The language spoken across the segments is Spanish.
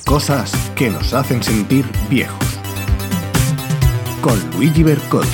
Cosas que nos hacen sentir viejos. Con Luigi Bercotti.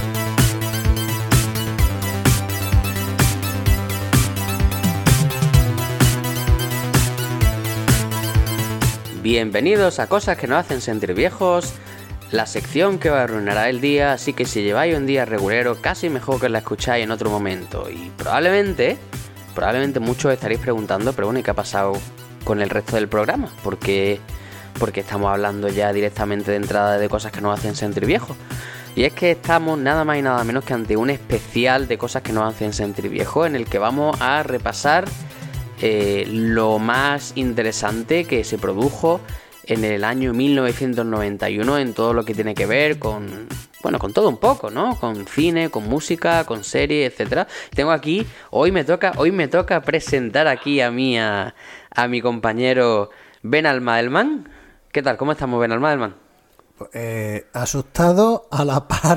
Bienvenidos a Cosas que nos hacen sentir viejos, la sección que os arruinará el día, así que si lleváis un día regulero, casi mejor que la escucháis en otro momento. Y probablemente muchos estaréis preguntando, pero bueno, ¿y qué ha pasado con el resto del programa? Porque estamos hablando ya directamente de entrada de cosas que nos hacen sentir viejos. Y es que estamos nada más y nada menos que ante un especial de cosas que nos hacen sentir viejos, en el que vamos a repasar lo más interesante que se produjo en el año 1991 en todo lo que tiene que ver con todo un poco, ¿no? Con cine, con música, con series, etcétera. Tengo aquí, hoy me toca presentar aquí a mi compañero Ben Almadelman. ¿Qué tal? ¿Cómo estamos, Ben Almadelman? Asustado a la par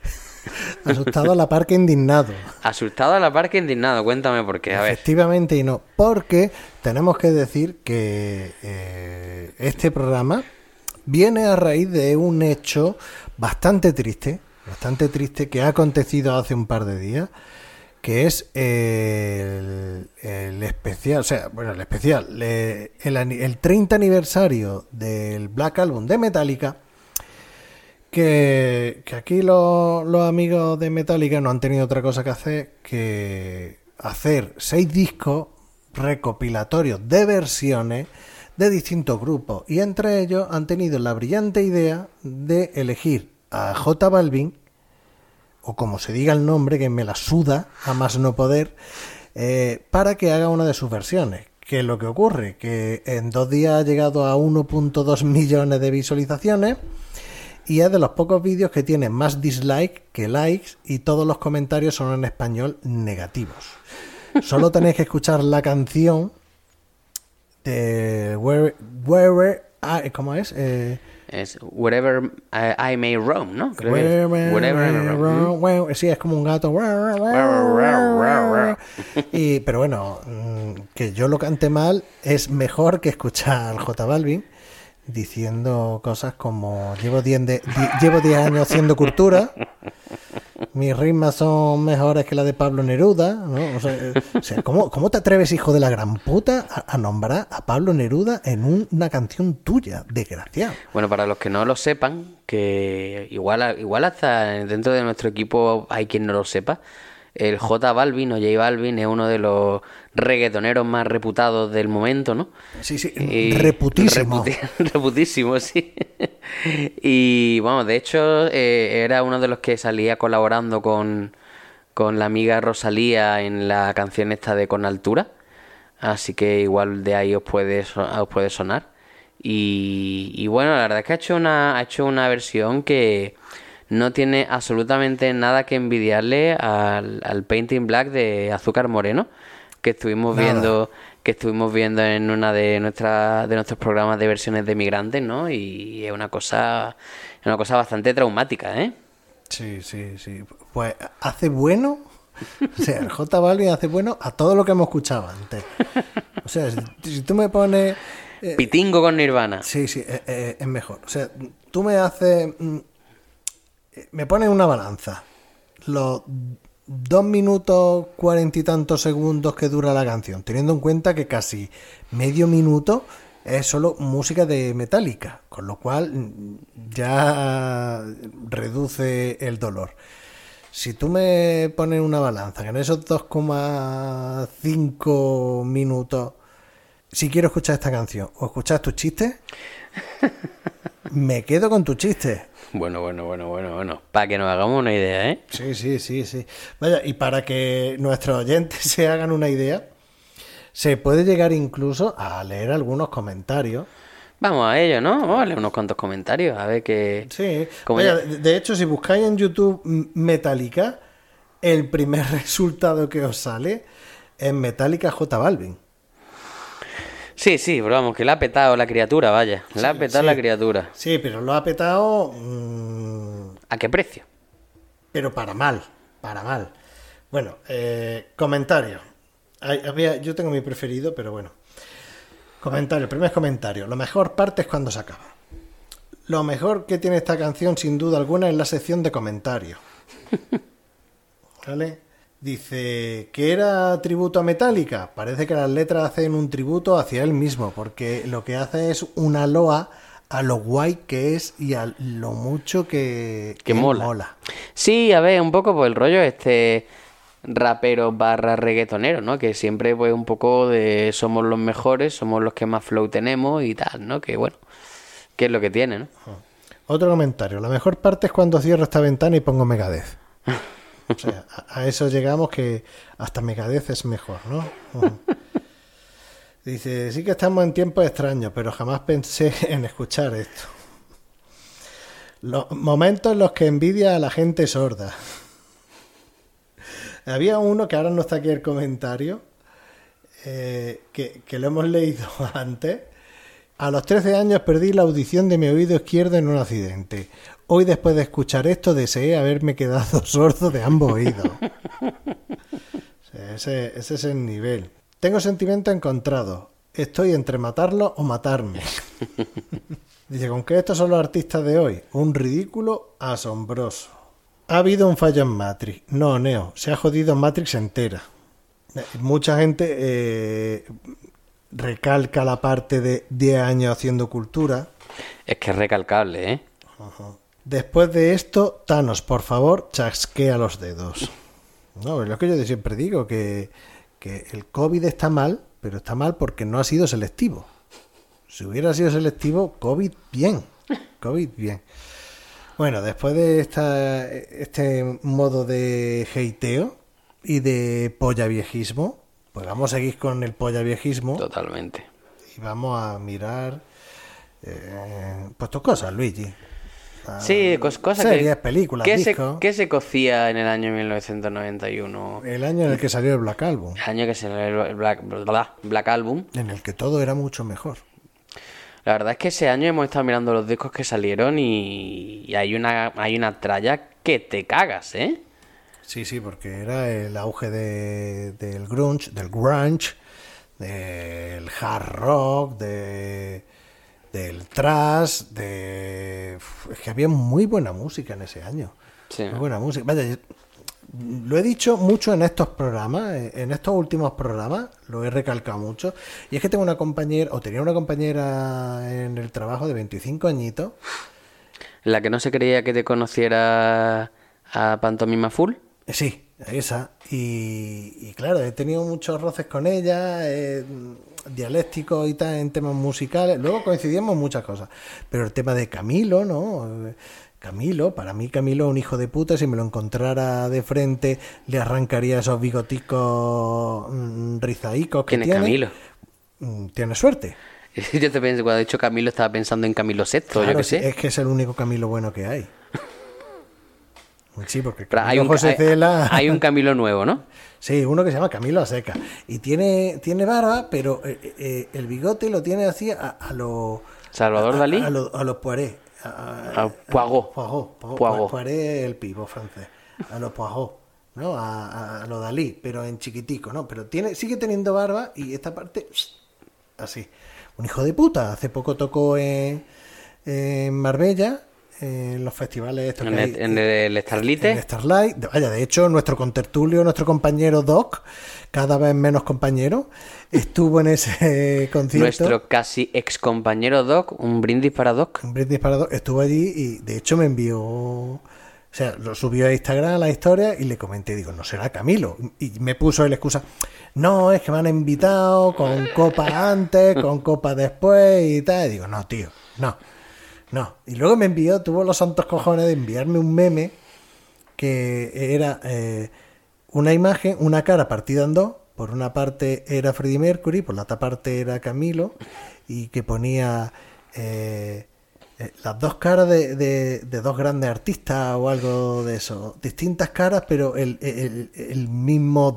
que indignado. Asustado a la par que indignado, cuéntame por qué, a ver. Efectivamente y no, porque tenemos que decir que este programa viene a raíz de un hecho bastante triste que ha acontecido hace un par de días, que es el especial, el 30 aniversario del Black Album de Metallica. Que aquí los amigos de Metallica no han tenido otra cosa que hacer 6 discos recopilatorios de versiones de distintos grupos, y entre ellos han tenido la brillante idea de elegir a J Balvin, o como se diga el nombre, que me la suda a más no poder, para que haga una de sus versiones. ¿Qué es lo que ocurre? Que en 2 días ha llegado a 1.2 millones de visualizaciones. Y es de los pocos vídeos que tienen más dislikes que likes, y todos los comentarios son en español negativos. Solo tenéis que escuchar la canción de ¿cómo es? Es Wherever I May Roam, ¿no? Creo Wherever I May Roam. Sí, es como un gato. Pero bueno, que yo lo cante mal es mejor que escuchar al J Balvin diciendo cosas como llevo 10 años haciendo cultura, mis rimas son mejores que la de Pablo Neruda, ¿no? O sea, ¿cómo te atreves, hijo de la gran puta, a nombrar a Pablo Neruda en una canción tuya, desgraciado? Bueno, para los que no lo sepan, que igual hasta dentro de nuestro equipo hay quien no lo sepa, el J Balvin o J Balvin es uno de los reggaetoneros más reputados del momento, ¿no? Sí, reputísimo. Reputísimo, sí. Y bueno, de hecho, era uno de los que salía colaborando con la amiga Rosalía en la canción esta de Con Altura. Así que igual de ahí os puede sonar. Y bueno, la verdad es que ha hecho una versión que no tiene absolutamente nada que envidiarle al Painting Black de Azúcar Moreno, que estuvimos viendo en una de nuestros programas de versiones de migrantes, ¿no? Y es una cosa bastante traumática, ¿eh? Sí. Pues hace bueno, o sea, el J Balvin hace bueno a todo lo que hemos escuchado antes. O sea, si tú me pones Pitingo con Nirvana. Sí, es mejor. O sea, tú me pones una balanza los 2 minutos 40 y tantos segundos que dura la canción, teniendo en cuenta que casi medio minuto es solo música de Metallica, con lo cual ya reduce el dolor. Si tú me pones una balanza que en esos 2,5 minutos, si quiero escuchar esta canción o escuchar tus chistes, me quedo con tus chistes. Bueno. Para que nos hagamos una idea, ¿eh? Sí. Vaya, y para que nuestros oyentes se hagan una idea, se puede llegar incluso a leer algunos comentarios. Vamos a ello, ¿no? Vamos a leer unos cuantos comentarios, a ver qué... Sí, vaya, de hecho, si buscáis en YouTube Metallica, el primer resultado que os sale es Metallica J Balvin. Sí, pero vamos, que la ha petado la criatura, vaya. La ha petado la criatura. Sí, pero lo ha petado... ¿A qué precio? Pero para mal. Bueno, comentarios. Yo tengo mi preferido, pero bueno. Comentario, primer comentario. Lo mejor parte es cuando se acaba. Lo mejor que tiene esta canción, sin duda alguna, es la sección de comentarios. ¿Vale? Dice que era tributo a Metallica. Parece que las letras hacen un tributo hacia él mismo, porque lo que hace es una loa a lo guay que es y a lo mucho que mola. Sí, a ver, un poco por el rollo rapero barra reggaetonero, ¿no? Que siempre pues un poco de somos los mejores, somos los que más flow tenemos y tal, ¿no? Que bueno, que es lo que tiene, ¿no? Otro comentario. La mejor parte es cuando cierro esta ventana y pongo Megadeth. O sea, a eso llegamos, que hasta Megadeth es mejor, ¿no? Dice, sí que estamos en tiempos extraños, pero jamás pensé en escuchar esto. Los momentos en los que envidia a la gente sorda. Había uno que ahora no está aquí el comentario, que lo hemos leído antes. A los 13 años perdí la audición de mi oído izquierdo en un accidente. Hoy, después de escuchar esto, deseé haberme quedado sordo de ambos oídos. O sea, ese es el nivel. Tengo sentimientos encontrados. Estoy entre matarlo o matarme. Dice, ¿con qué estos son los artistas de hoy? Un ridículo asombroso. Ha habido un fallo en Matrix. No, Neo, se ha jodido Matrix entera. Mucha gente recalca la parte de 10 años haciendo cultura. Es que es recalcable, ¿eh? Ajá. Después de esto, Thanos, por favor, chasquea los dedos. No, es lo que yo siempre digo, que el COVID está mal, pero está mal porque no ha sido selectivo. Si hubiera sido selectivo, COVID bien. COVID bien. Bueno, después de este modo de hateo y de polla viejismo, pues vamos a seguir con el polla viejismo. Totalmente. Y vamos a mirar pues tus cosas, Luigi. Sí, cosas series, películas, discos. ¿Qué se cocía en el año 1991? El año en el que salió el Black Album. El año que salió el Black Album. En el que todo era mucho mejor. La verdad es que ese año hemos estado mirando los discos que salieron y hay una tralla que te cagas, ¿eh? Sí, porque era el auge del grunge, del hard rock, del thrash, es que había muy buena música en ese año. Sí. Muy buena música. Vaya, lo he dicho mucho en estos programas, en estos últimos programas, lo he recalcado mucho. Y es que tenía una compañera en el trabajo de 25 añitos. ¿La que no se creía que te conociera a Pantomima Full? Sí, esa. Y claro, he tenido muchos roces con ella, dialécticos y tal, en temas musicales. Luego coincidíamos en muchas cosas. Pero el tema de Camilo, ¿no? Para mí Camilo es un hijo de puta. Si me lo encontrara de frente, le arrancaría esos bigoticos rizaicos que tiene. ¿Quién es Camilo? Tiene suerte. Yo te pensé, cuando he dicho Camilo, estaba pensando en Camilo VI, claro, yo qué sé. Es que es el único Camilo bueno que hay. Sí, porque hay un Camilo nuevo, ¿no? Sí, uno que se llama Camilo a seca. Y tiene barba, pero el bigote lo tiene así a lo... ¿Salvador Dalí? A los Poiré. Poirot. Poiré, el pivo francés. A los Poirot, ¿no? A lo Dalí, pero en chiquitico, ¿no? Pero sigue teniendo barba y esta parte... Así. Un hijo de puta. Hace poco tocó en Marbella, en los festivales estos en el Starlight. En el Starlight. Vaya, de hecho, nuestro contertulio, nuestro compañero Doc, cada vez menos compañero, estuvo en ese concierto. Nuestro casi ex compañero Doc, un brindis para Doc. Estuvo allí y de hecho me envió... O sea, lo subió a Instagram a la historia y le comenté, digo, ¿no será Camilo? Y me puso la excusa, no, es que me han invitado con copa antes, con copa después y tal. Y digo, no, tío, no. Y luego tuvo los santos cojones de enviarme un meme que era una imagen, una cara partida en dos. Por una parte era Freddie Mercury, por la otra parte era Camilo, y que ponía... las dos caras de dos grandes artistas o algo de eso, distintas caras, pero el mismo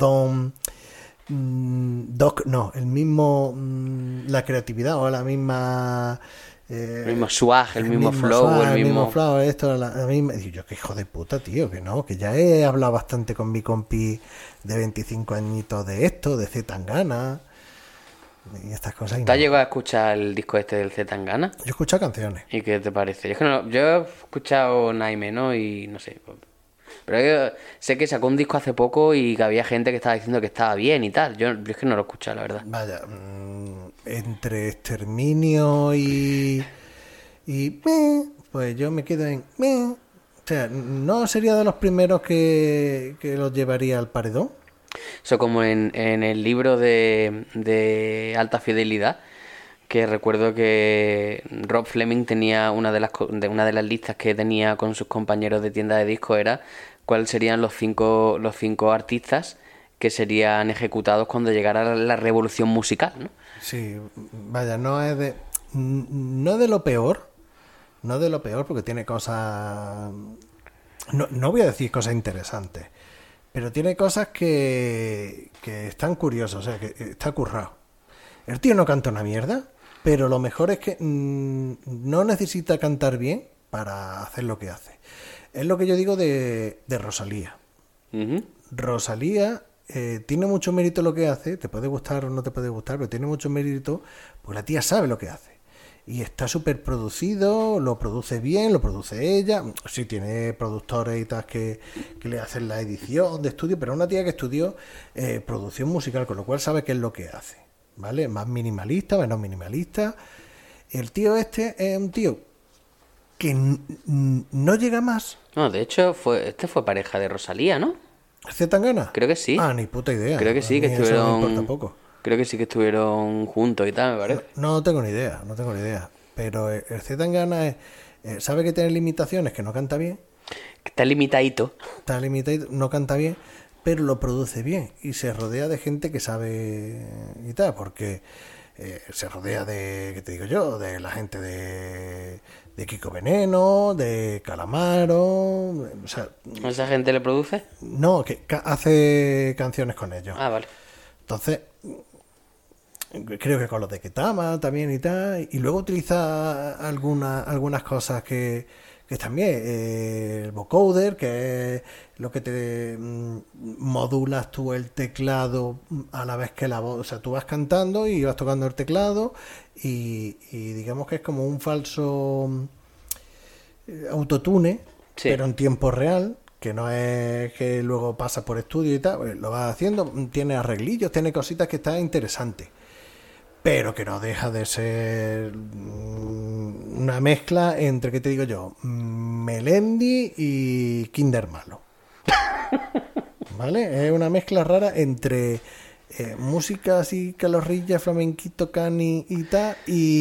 el mismo la creatividad o la misma el mismo swag, el mismo flow, el mismo flow, esto la misma. Y yo, que hijo de puta, tío, que no, que ya he hablado bastante con mi compi de 25 añitos de esto, de C. Tangana. y estas cosas. Y ¿Te has no. llegado a escuchar el disco este del Z Tangana? Yo he escuchado canciones. ¿Y qué te parece? Yo, es que yo he escuchado Naime, ¿no? Y no sé. Pero yo sé que sacó un disco hace poco y que había gente que estaba diciendo que estaba bien y tal. Yo es que no lo he escuchado, la verdad. Vaya, entre Exterminio pues yo me quedo en... O sea, no sería de los primeros que los llevaría al paredón. Eso como en el libro de Alta Fidelidad, que recuerdo que Rob Fleming tenía una de las listas que tenía con sus compañeros de tienda de discos era cuáles serían los cinco artistas que serían ejecutados cuando llegara la revolución musical, ¿no? Sí, vaya, no es de lo peor, porque tiene cosas... No voy a decir cosas interesantes, pero tiene cosas que están curiosas, o sea, que está currado. El tío no canta una mierda, pero lo mejor es que no necesita cantar bien para hacer lo que hace. Es lo que yo digo de Rosalía. Uh-huh. Rosalía tiene mucho mérito lo que hace, te puede gustar o no te puede gustar, pero tiene mucho mérito porque la tía sabe lo que hace. Y está súper producido, lo produce bien, lo produce ella. Sí, tiene productores y tal que le hacen la edición de estudio, pero es una tía que estudió producción musical, con lo cual sabe qué es lo que hace, ¿vale? Más minimalista, menos minimalista. El tío este es un tío que no llega más. No, de hecho, fue pareja de Rosalía, ¿no? ¿Z Tangana? Creo que sí. Ah, ni puta idea. Creo que sí, que A mí eso estuvieron... no me importa poco. Creo que sí que estuvieron juntos y tal, me parece. No tengo ni idea. Pero el Z Tangana sabe que tiene limitaciones, que no canta bien. Está limitadito. Está limitado, no canta bien, pero lo produce bien. Y se rodea de gente que sabe y tal, porque se rodea de, ¿qué te digo yo? De la gente de Kiko Veneno, de Calamaro. O sea, ¿Esa gente le produce? no, que hace canciones con ellos. Ah, vale. Entonces, creo que con los de Ketama también y tal. Y luego utiliza algunas cosas que están bien. El vocoder, que es lo que te modulas tú el teclado a la vez que la voz. O sea, tú vas cantando y vas tocando el teclado y digamos que es como un falso autotune, sí, pero en tiempo real. Que no es que luego pasa por estudio y tal, pues lo vas haciendo, tiene arreglillos, tiene cositas que están interesantes, pero que no deja de ser una mezcla entre, ¿qué te digo yo? Melendi y Kinder Malo. ¿Vale? Es una mezcla rara entre música así, calorrilla, flamenquito, cani y tal,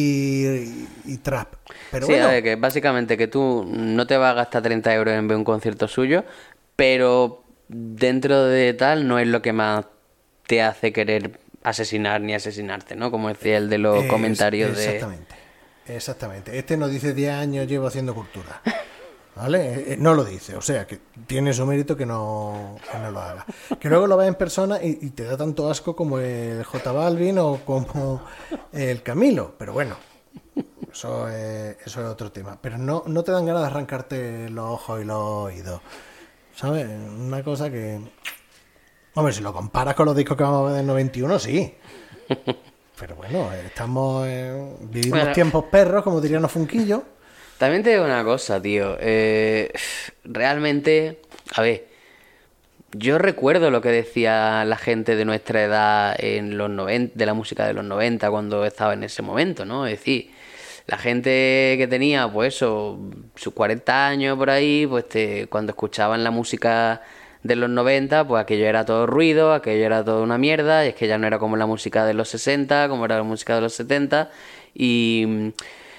y trap. Pero sí, bueno, a ver, que básicamente que tú no te vas a gastar 30 euros en ver un concierto suyo, pero dentro de tal no es lo que más te hace querer asesinar ni asesinarte, ¿no? Como decía el de los comentarios Exactamente. Este nos dice 10 años llevo haciendo cultura. ¿Vale? No lo dice, o sea, que tiene su mérito que no lo haga. Que luego lo ves en persona y te da tanto asco como el J Balvin o como el Camilo, pero bueno, eso es otro tema. Pero no te dan ganas de arrancarte los ojos y los oídos, ¿sabes? Una cosa que... Hombre, si lo comparas con los discos que vamos a ver del 91, sí. Pero bueno, vivimos tiempos perros, como dirían los Funquillos. También te digo una cosa, tío. Realmente, a ver, yo recuerdo lo que decía la gente de nuestra edad en los 90, de la música de los 90, cuando estaba en ese momento, ¿no? Es decir, la gente que tenía, pues eso, sus 40 años por ahí, pues cuando escuchaban la música de los 90, pues aquello era todo ruido, aquello era todo una mierda, y es que ya no era como la música de los 60, como era la música de los 70, y...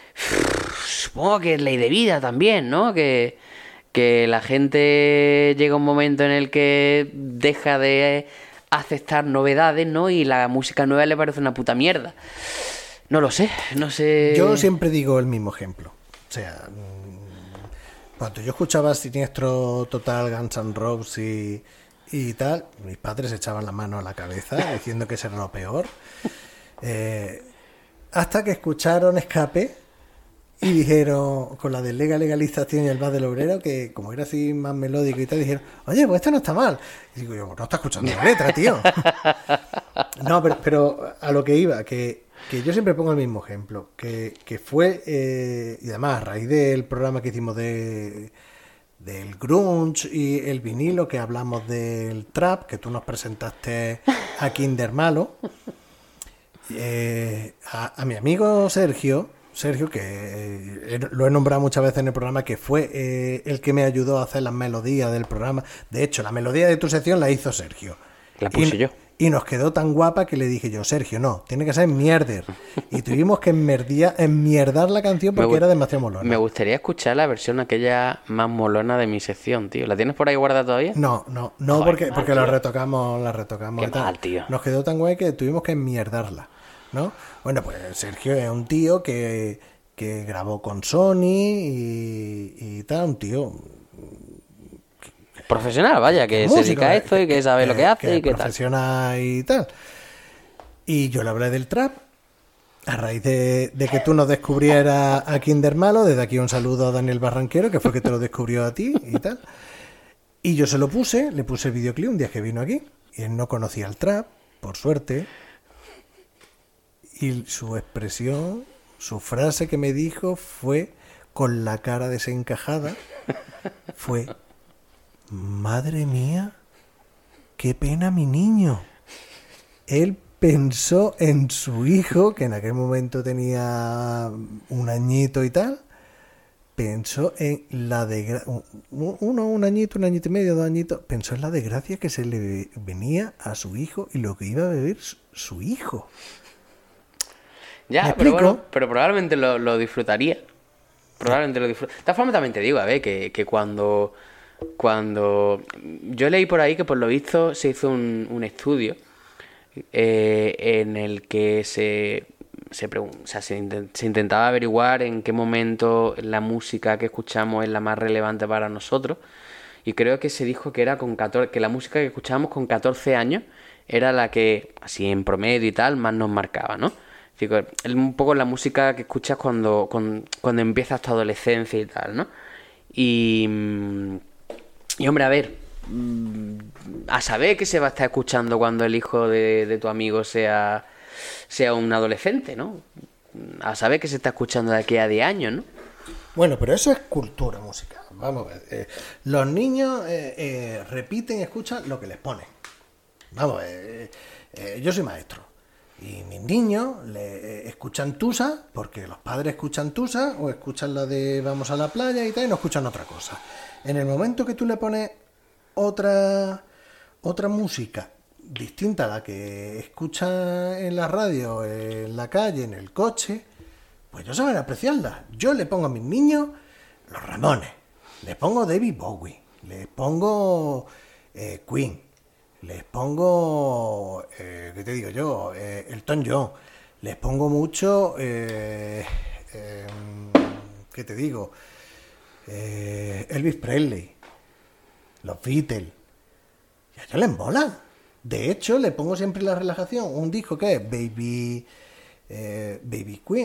supongo que es ley de vida también, ¿no? Que la gente llega un momento en el que deja de aceptar novedades, ¿no? Y la música nueva le parece una puta mierda. No lo sé, no sé... Yo siempre digo el mismo ejemplo. O sea, cuando yo escuchaba Siniestro Total, Guns N' Roses y tal, mis padres echaban la mano a la cabeza diciendo que eso era lo peor. Hasta que escucharon Escape y dijeron, con la de Legalización y el Bar del Obrero, que como era así más melódico y tal, dijeron, oye, pues esto no está mal. Y digo yo, no está escuchando la letra, tío. No, pero a lo que iba, que yo siempre pongo el mismo ejemplo, que fue, y además a raíz del programa que hicimos del grunge y el vinilo, que hablamos del trap, que tú nos presentaste a Kinder Malo, a mi amigo Sergio, que lo he nombrado muchas veces en el programa, que fue el que me ayudó a hacer las melodías del programa. De hecho, la melodía de tu sección la hizo Sergio. La puse yo. Y nos quedó tan guapa que le dije yo, Sergio, no, tiene que ser mierder. Y tuvimos que enmierdar la canción porque era demasiado molona. Me gustaría escuchar la versión aquella más molona de mi sección, tío. ¿La tienes por ahí guardada todavía? No, joder, porque la retocamos. Qué mal, tío. Nos quedó tan guay que tuvimos que enmierdarla, ¿no? Bueno, pues Sergio es un tío que grabó con Sony y tal, un tío profesional, vaya, que se dedica a esto y que sabe lo que hace y que tal. Profesional y tal. Y yo le hablé del trap a raíz de que tú nos descubrieras a Kinder Malo. Desde aquí un saludo a Daniel Barranquero, que fue que te lo descubrió a ti y tal. Y yo se lo puse, le puse el videoclip un día que vino aquí. Y él no conocía el trap, por suerte. Y su expresión, su frase que me dijo fue, con la cara desencajada, fue: madre mía, qué pena mi niño. Él pensó en su hijo, que en aquel momento tenía un añito y tal. Pensó en la un añito y medio, 2 añitos. Pensó en la desgracia que se le venía a su hijo y lo que iba a vivir su hijo. Ya, pero bueno, pero probablemente lo disfrutaría. Probablemente lo disfrutaría. De todas formas también te digo, a ver, que cuando yo leí por ahí que por lo visto se hizo un estudio en el que se intentaba averiguar en qué momento la música que escuchamos es la más relevante para nosotros, y creo que se dijo que era que la música que escuchábamos con 14 años era la que, así en promedio y tal, más nos marcaba, ¿no? Es decir, un poco la música que escuchas cuando empiezas tu adolescencia y tal, ¿no? Y hombre, a ver, a saber qué se va a estar escuchando cuando el hijo de tu amigo sea un adolescente, ¿no? A saber qué se está escuchando de aquí a 10 años, ¿no? Bueno, pero eso es cultura musical. Vamos a ver. Los niños repiten y escuchan lo que les ponen. Vamos, yo soy maestro. Y mis niños escuchan Tusa, porque los padres escuchan Tusa, o escuchan la de Vamos a la playa y tal, y no escuchan otra cosa. En el momento que tú le pones otra música distinta a la que escuchan en la radio, en la calle, en el coche, pues ellos saben apreciarla. Yo le pongo a mis niños los Ramones, les pongo David Bowie, les pongo Queen, les pongo, ¿qué te digo yo? Elton John, les pongo mucho, ¿qué te digo? Elvis Presley, los Beatles, y a ellos les mola. De hecho, le pongo siempre en la relajación un disco que es Baby Queen,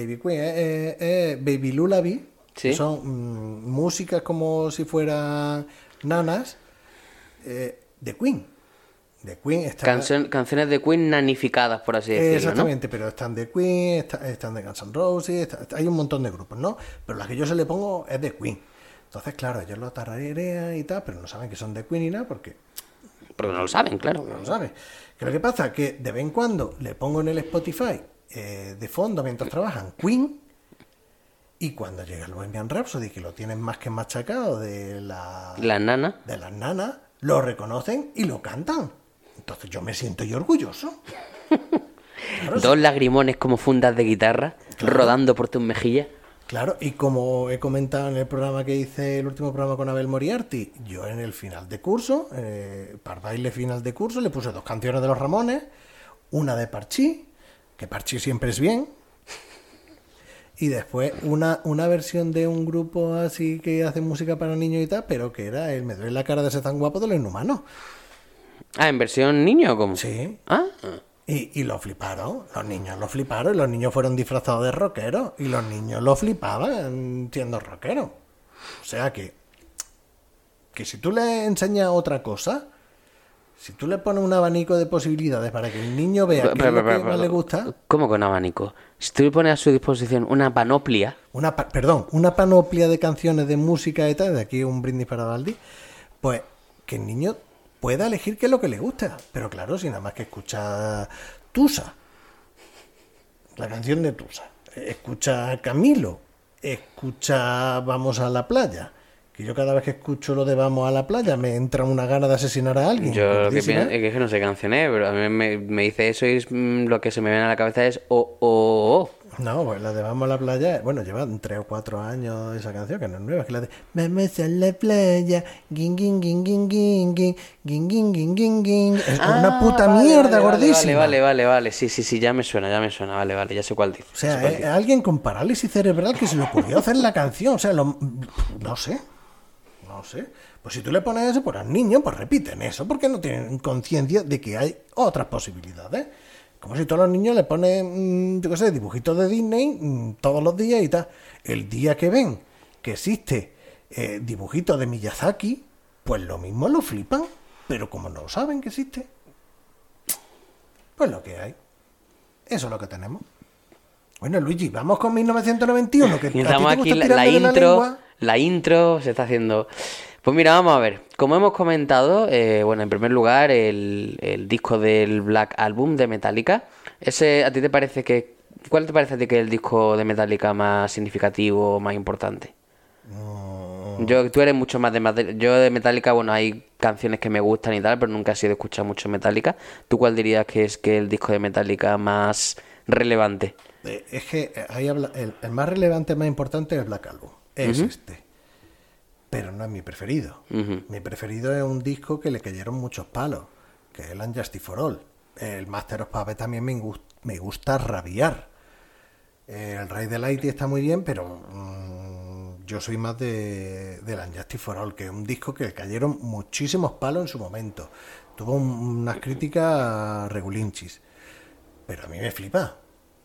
Baby Lullaby, ¿sí? Que son músicas como si fueran nanas de Queen. De Queen canciones de Queen nanificadas, por así decirlo, exactamente, ¿no? Pero están de Queen, están de Guns N' Roses, hay un montón de grupos, ¿no? Pero la que yo se le pongo es de Queen. Entonces, claro, ellos lo tararean y tal, pero no saben que son de Queen y nada, porque no lo saben, claro. No lo saben. Que lo que pasa es que de vez en cuando le pongo en el Spotify de fondo mientras trabajan Queen, y cuando llega el Bohemian Rhapsody, que lo tienen más que machacado de las nanas, lo reconocen y lo cantan. Entonces yo me siento yo orgulloso. Claro, 2 lagrimones como fundas de guitarra, claro, rodando por tus mejillas. Claro, y como he comentado en el programa que hice, el último programa con Abel Moriarty, yo en el final de curso, para baile final de curso, le puse 2 canciones de los Ramones, una de Parchís, que Parchís siempre es bien, y después una versión de un grupo así que hace música para niños y tal, pero que era el Me duele la cara de ese tan guapo de los Inhumanos. Ah, ¿en versión niño o cómo? Sí. Ah. Y lo fliparon, los niños lo fliparon, y los niños fueron disfrazados de rockeros, y los niños lo flipaban siendo rockeros. O sea que si tú le enseñas otra cosa, Si tú le pones un abanico de posibilidades para que el niño vea qué es lo que más le gusta... ¿Cómo con abanico? Si tú le pones a su disposición una panoplia... una panoplia de canciones de música y tal, de aquí un brindis para Baldi, pues que el niño pueda elegir qué es lo que le gusta. Pero claro, si nada más que escucha Tusa, la canción de Tusa, escucha Camilo, escucha Vamos a la playa, que yo cada vez que escucho lo de Vamos a la playa me entra una gana de asesinar a alguien. Yo lo que pienso es que no sé canciones, pero a mí me dice eso y lo que se me viene a la cabeza es oh. No, pues la de Vamos a la playa, bueno, lleva 3 o 4 años esa canción, que no es nueva, es que la de Vamos a la playa, guin, guin, guin, guin, guin, guin, guin, guin, guin, guin, guin. Es una puta mierda gordísima. Vale, sí, ya me suena, vale, ya sé cuál dice. O sea, es alguien con parálisis cerebral que se le ocurrió hacer la canción, o sea, no sé. Pues si tú le pones eso, pues al niño, pues repiten eso, porque no tienen conciencia de que hay otras posibilidades. Como si todos los niños le ponen, yo qué sé, dibujitos de Disney todos los días y tal. El día que ven que existe dibujitos de Miyazaki, pues lo mismo lo flipan, pero como no saben que existe, pues lo que hay. Eso es lo que tenemos. Bueno, Luigi, vamos con 1991, que a ti te estamos aquí gusta tirarle de la lengua. La intro se está haciendo... Pues mira, vamos a ver. Como hemos comentado, bueno, en primer lugar, el disco del Black Album de Metallica. ¿A ti te parece cuál te parece a ti que es el disco de Metallica más significativo, más importante? Tú eres mucho más de Metallica. Yo de Metallica, bueno, hay canciones que me gustan y tal, pero nunca he sido escuchar mucho Metallica. ¿Tú cuál dirías que es el disco de Metallica más relevante? Es que ahí el más relevante, más importante es el Black Album. Es pero no es mi preferido. Mi preferido es un disco que le cayeron muchos palos, que es el Unjustice for All. El Master of Puppets también me gusta rabiar. El Ride the Light está muy bien, pero yo soy más del Unjustice for All, que es un disco que le cayeron muchísimos palos en su momento. Tuvo unas críticas regulinchis, pero a mí me flipa.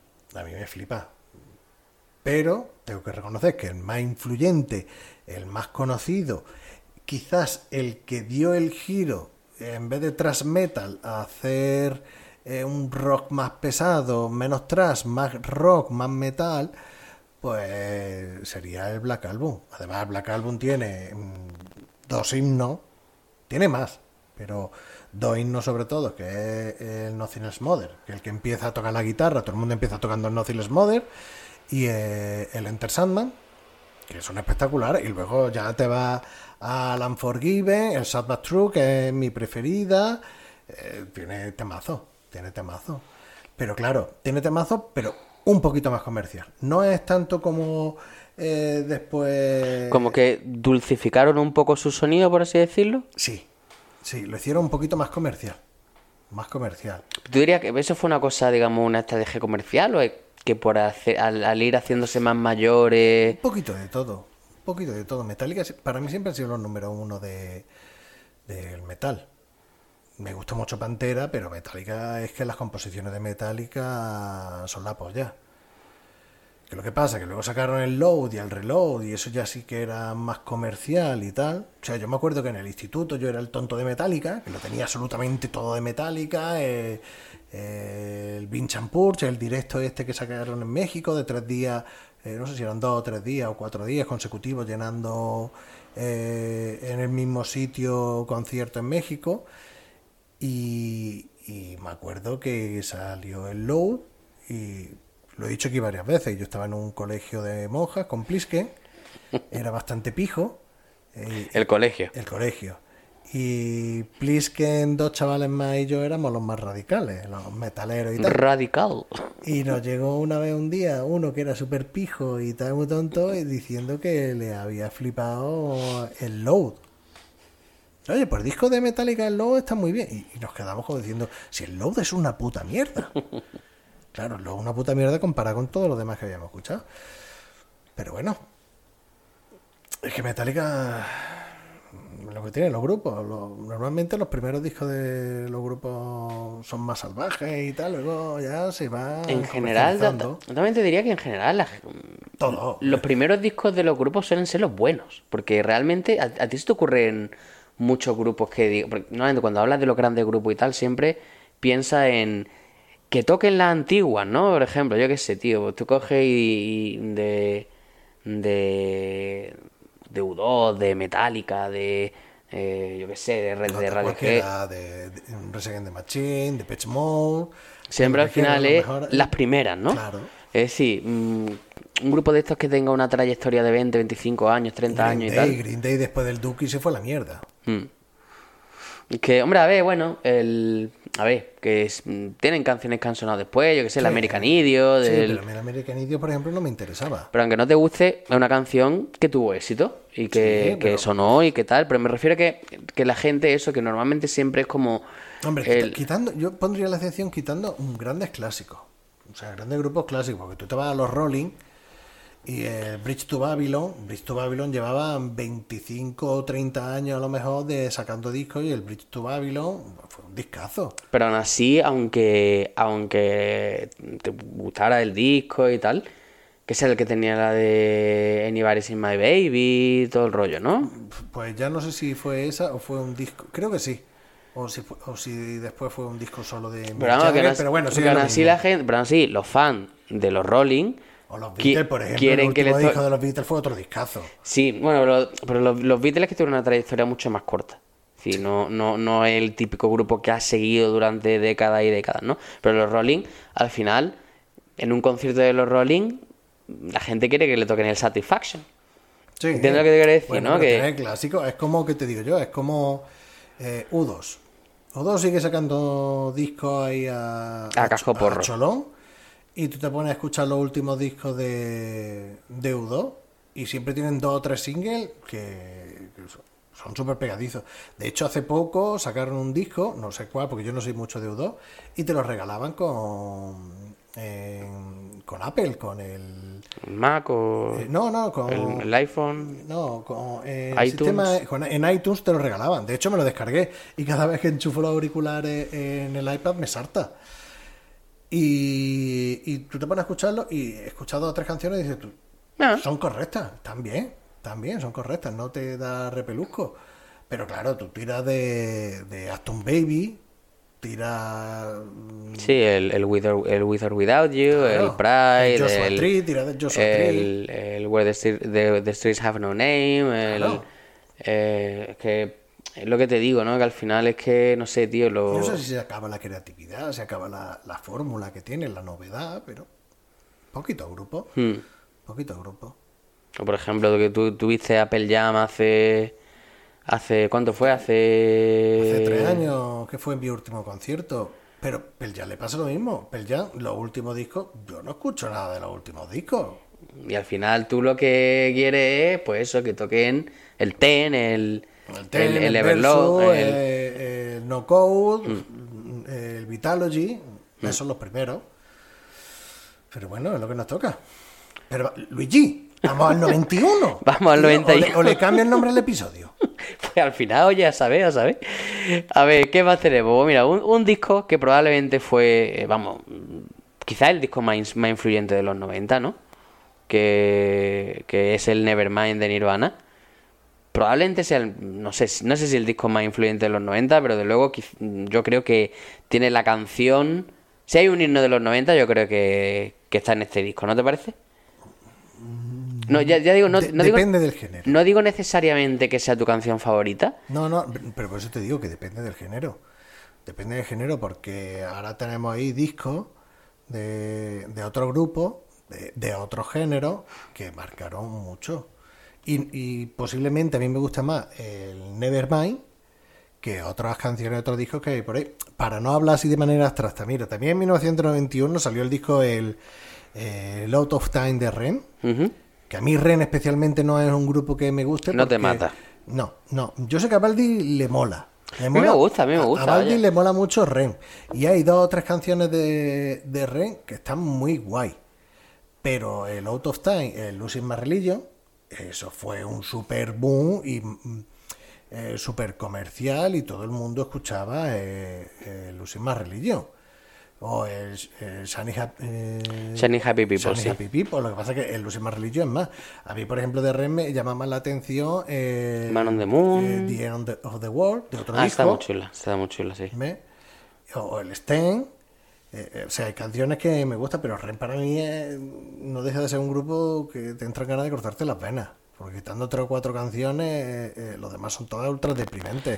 Pero tengo que reconocer que el más influyente, el más conocido, quizás el que dio el giro, en vez de thrash metal, a hacer un rock más pesado, menos thrash, más rock, más metal, pues sería el Black Album. Además, el Black Album tiene 2 himnos, tiene más, pero 2 himnos sobre todo, que es el Nothing Else Matters, que es el que empieza a tocar la guitarra, todo el mundo empieza tocando el Nothing Else Matters, y el Enter Sandman, que son espectaculares, y luego ya te va a Unforgiven, el Sad But True, que es mi preferida. Tiene temazo, pero claro, tiene temazo, pero un poquito más comercial, no es tanto como después... Como que dulcificaron un poco su sonido, por así decirlo. Sí, lo hicieron un poquito más comercial. ¿Tú dirías que eso fue una cosa, digamos, una estrategia comercial, o es que al ir haciéndose más mayores? Un poquito de todo. Metallica para mí siempre han sido los número 1 del metal. Me gusta mucho Pantera, pero Metallica, es que las composiciones de Metallica son la polla. Que lo que pasa que luego sacaron el Load y el Reload, y eso ya sí que era más comercial y tal. O sea, yo me acuerdo que en el instituto yo era el tonto de Metallica, que lo tenía absolutamente todo de Metallica, el Vince and Purge, el directo este que sacaron en México de 3 días, no sé si eran 2 o 3 días o 4 días consecutivos llenando en el mismo sitio concierto en México. Y me acuerdo que salió el Load, y lo he dicho aquí varias veces, yo estaba en un colegio de monjas con Plisken, era bastante pijo. El colegio. Y Plisken, 2 chavales más y yo éramos los más radicales, los metaleros y tal. Radical. Y nos llegó una vez un día uno que era súper pijo y tal, muy tonto, y diciendo que le había flipado el Load. Oye, pues el disco de Metallica, el Load, está muy bien. Y nos quedamos como diciendo, si el Load es una puta mierda. Claro, el Load es una puta mierda comparado con todo lo demás que habíamos escuchado. Pero bueno, es que Metallica, lo que tienen los grupos, normalmente los primeros discos de los grupos son más salvajes y tal, luego ya se va en general, también te diría que en general todo. Los primeros discos de los grupos suelen ser los buenos, porque realmente a ti se te ocurren muchos grupos porque normalmente cuando hablas de los grandes grupos y tal, siempre piensa en que toquen las antiguas, ¿no? Por ejemplo, yo qué sé, tío, pues tú coges y de U2, de Metallica, yo qué sé, de Red de Radiohead. De Rage Against the Machine, de Pitch Mode. Siempre al final es las primeras, ¿no? Claro. Es decir, un grupo de estos que tenga una trayectoria de 20, 25 años, 30 años y tal. Green Day después del Dookie se fue a la mierda. Que, hombre, a ver, bueno, tienen canciones que han sonado después, yo que sé, el American Idiot. Sí, pero a mí el American Idiot, por ejemplo, no me interesaba. Pero aunque no te guste, es una canción que tuvo éxito y que sonó y que tal. Pero me refiero a que la gente, eso, que normalmente siempre es como... Hombre, yo pondría la excepción quitando grandes clásicos. O sea, grandes grupos clásicos, porque tú te vas a los Rolling y el Bridge to Babylon llevaba 25 o 30 años a lo mejor de sacando discos, y el Bridge to Babylon fue un discazo. Pero aún así, aunque te gustara el disco y tal, que es el que tenía la de Anybody's in My Baby, todo el rollo, ¿no? Pues ya no sé si fue esa o fue un disco, creo que sí. O si después fue un disco solo de Mick Jagger, pero bueno, sí, pero aún así los fans de los Rolling o los Beatles, por ejemplo, quieren el último que disco de los Beatles fue otro discazo. Sí, bueno, pero los Beatles que tuvieron una trayectoria mucho más corta. Sí, no es el típico grupo que ha seguido durante décadas y décadas, ¿no? Pero los Rolling, al final, en un concierto de los Rolling, la gente quiere que le toquen el Satisfaction. Sí, ¿Entiendes lo que te quiero decir, bueno, no? Que es clásico, es como que te digo yo, es como U2. U2 sigue sacando discos ahí a casco porro. A cholón, y tú te pones a escuchar los últimos discos de U2 y siempre tienen 2 o 3 singles que son súper pegadizos. De hecho, hace poco sacaron un disco, no sé cuál, porque yo no soy mucho de U2, y te lo regalaban con Apple, con el Mac o con el iPhone, con iTunes. sistema, en iTunes te lo regalaban. De hecho, me lo descargué y cada vez que enchufo los auriculares en el iPad me salta. Y tú te pones a escucharlo y he escuchado 2 o 3 canciones y dices tú, son correctas, también son correctas, no te da repeluzco. Pero claro, tú tiras de Aston Baby, tiras... Sí, el With or Without You, claro, el Pride, el Joshua Tree, tira de Joshua Tree, el Where the Streets Have No Name, claro. Que es lo que te digo, ¿no? Que al final es que, no sé, tío, No sé si se acaba la creatividad, se acaba la fórmula que tiene, la novedad, pero poquito grupo. O por ejemplo, que tú tuviste Apple Jam hace ¿cuánto fue? Hace 3 años que fue en mi último concierto. Pero Pearl Jam le pasa lo mismo. Pearl Jam, los últimos discos, yo no escucho nada de los últimos discos. Y al final tú lo que quieres es, pues eso, que toquen el Ten, el Everload, el No Code, el Vitalogy, esos son los primeros. Pero bueno, es lo que nos toca. Pero Luigi, vamos al 91. Vamos al 91. O le cambia el nombre al episodio. Pues al final, oye, a saber. A ver, ¿qué más tenemos? Pues mira, un disco que probablemente fue, quizás el disco más influyente de los 90, ¿no? Que es el Nevermind de Nirvana. Probablemente sea, no sé si el disco más influyente de los 90, pero de luego yo creo que tiene la canción... Si hay un himno de los 90, yo creo que está en este disco, ¿no te parece? No, ya digo, depende del género. No digo necesariamente que sea tu canción favorita. No, pero por eso te digo que depende del género. Depende del género, porque ahora tenemos ahí discos de otro grupo, de otro género, que marcaron mucho. Y posiblemente a mí me gusta más el Nevermind que otras canciones de otros discos que hay por ahí. Para no hablar así de manera abstracta, mira, también en 1991 salió el disco el Out of Time de Ren. Que a mí Ren especialmente no es un grupo que me guste. No te mata. No. Yo sé que a Baldi le mola. A mí me gusta. A Baldi le mola mucho Ren. Y hay 2 o 3 canciones de Ren que están muy guay. Pero el Out of Time, el Losing My Religion, eso fue un super boom y super comercial, y todo el mundo escuchaba Losing My Religion. o el Shiny Shiny Happy People, Shiny sí. Happy People. Lo que pasa es que el Lose My Religion es más. A mí, por ejemplo, de Ren me llama más la atención Man on the Moon. The End of the World, de otro Ah, disco. está muy chula, sí. O el Sten. O sea, hay canciones que me gustan, pero Ren para mí no deja de ser un grupo que te entra ganas de cortarte las venas. Porque quitando 3 o 4 canciones, los demás son todas ultra deprimentes.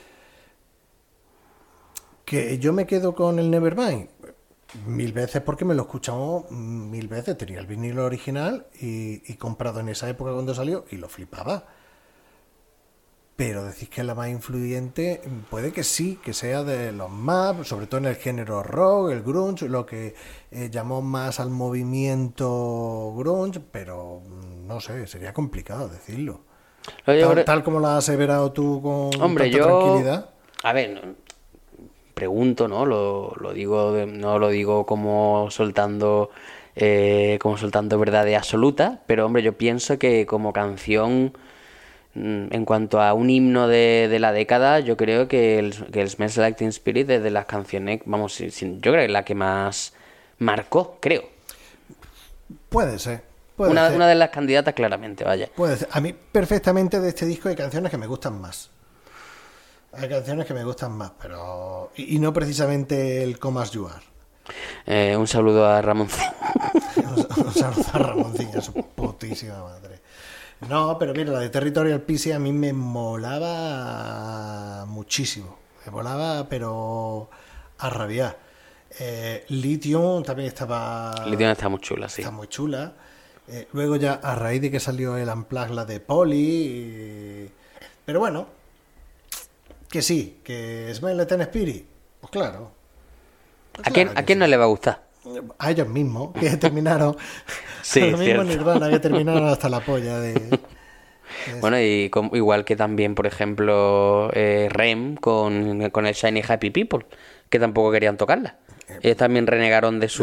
Que yo me quedo con el Nevermind 1000 veces porque me lo he escuchado 1000 veces. Tenía el vinilo original y comprado en esa época cuando salió y lo flipaba. Pero decís que es la más influyente, puede que sí, que sea de los más, sobre todo en el género rock, el grunge, lo que llamó más al movimiento grunge, pero no sé, sería complicado decirlo. Tal como lo has aseverado tú con tanta tranquilidad. A ver, pregunto, ¿no? Lo digo, no lo digo como soltando verdades absolutas, pero hombre, yo pienso que como canción, en cuanto a un himno de la década, yo creo que el Smells Like Teen Spirit es de las canciones, vamos, yo creo que es la que más marcó, creo. Puede ser. Una de las candidatas claramente, vaya. Puede ser. A mí perfectamente de este disco hay canciones que me gustan más. Hay canciones que me gustan más, pero... Y no precisamente el Come As You Are. Un saludo a Ramoncín. Un saludo a Ramoncín, a su putísima madre. No, pero mira, la de Territorial Pieces a mí me molaba muchísimo. Me molaba, pero a rabiar. Lithium también estaba... Lithium está muy chula, sí. Está muy chula. Luego ya, a raíz de que salió el Unplugged, la de Polly... Pero bueno, que sí, que Smell Like Teen Spirit, pues claro. ¿A quién no le va a gustar? A ellos mismos, que terminaron. Sí, a los mismos cierto. Nirvana, que terminaron hasta la polla de... Bueno, y igual que también, por ejemplo, Rem con el Shiny Happy People, que tampoco querían tocarla. Ellos también renegaron de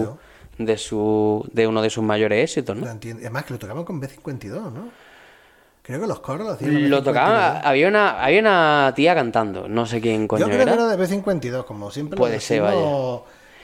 uno de sus mayores éxitos, ¿no? Lo entiendo. Además que lo tocaban con B52, ¿no? Creo que los coros lo hacían. Lo tocaban, había una tía cantando, no sé quién coño Yo creo era. que era de B52, como siempre Puede lo ser, decimos,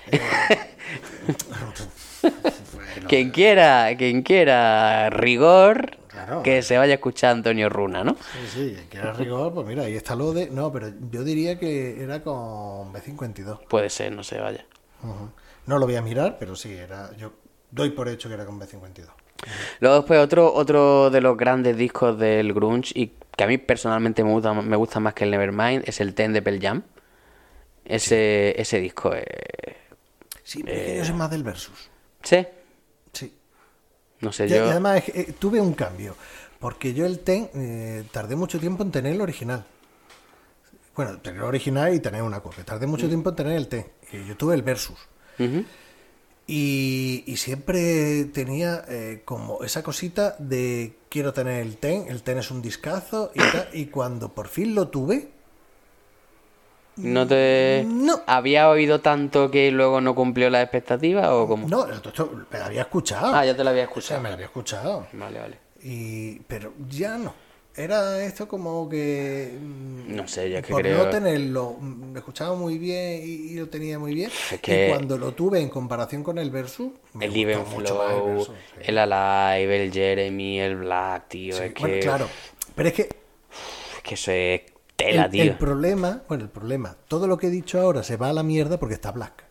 bueno, Quien quiera rigor, Claro. que se vaya a escuchar a Antonio Runa, ¿no? sí, que era rigor, pues mira, ahí está lo de... No, pero yo diría que era con B52. Puede ser, no sé, vaya. Ujú. No lo voy a mirar, pero sí, era... Yo doy por hecho que era con B52. Luego después otro de los grandes discos del grunge y que a mí personalmente me gusta más que el Nevermind es el Ten de Pearl Jam. Ese disco es... Sí, pero es que yo soy más del Versus. ¿Sí? Sí. No sé, Y yo... además tuve un cambio, porque yo el Ten tardé mucho tiempo en tener el original. Bueno, tener el original y tener una copia. Tardé mucho tiempo en tener el Ten. Y yo tuve el Versus. Ujú. Y siempre tenía como esa cosita de quiero tener el Ten es un discazo y tal, y cuando por fin lo tuve, ¿No te... No. ¿Había oído tanto que luego no cumplió las expectativas o cómo? no, esto me lo había escuchado. Ah, ya te lo había O sea, escuchado. me lo había escuchado. Vale. Pero ya no. Era esto como que... No sé, ya que por creo... no tenerlo, lo escuchaba muy bien y lo tenía muy bien. Es que- Y cuando lo tuve en comparación con el Versus, me El gustó Even mucho más el Flow, Versus, sí. el Alive, el Jeremy, el Black, tío. Sí, Es que... bueno, claro. Pero es que Es que eso es tela, tío. el problema, todo lo que he dicho ahora se va a la mierda porque está Black.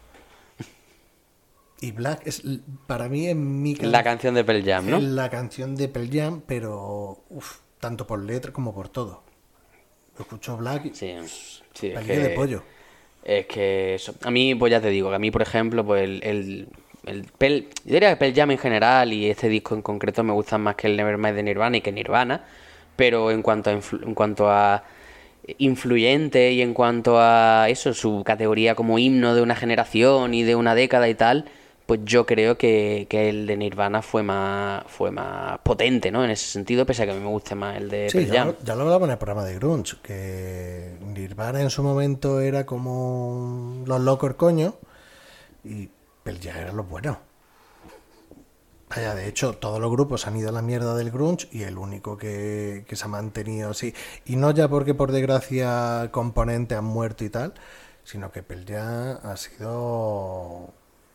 Y Black es, para mí, es mi La canción de Pearl Jam, ¿no? es la canción de Pearl Jam, pero tanto por letra como por todo. Lo escucho Black y Sí, es paquete de pollo. Es que eso. A mí, pues ya te digo, que a mí, por ejemplo, pues yo diría que Pearl Jam en general y este disco en concreto me gustan más que el Nevermind de Nirvana y que Nirvana, pero en cuanto a influyente y en cuanto a eso, su categoría como himno de una generación y de una década y tal, pues yo creo que el de Nirvana fue más potente, ¿no? En ese sentido, pese a que a mí me guste más el de Sí, Pearl Jam. ya lo hablaba en el programa de Grunge, que Nirvana en su momento era como los locos coño y Pearl Jam eran los buenos. Vaya, de hecho, todos los grupos han ido a la mierda del grunge y el único que se ha mantenido así, y no ya porque por desgracia componentes han muerto y tal, sino que Pearl Jam ha sido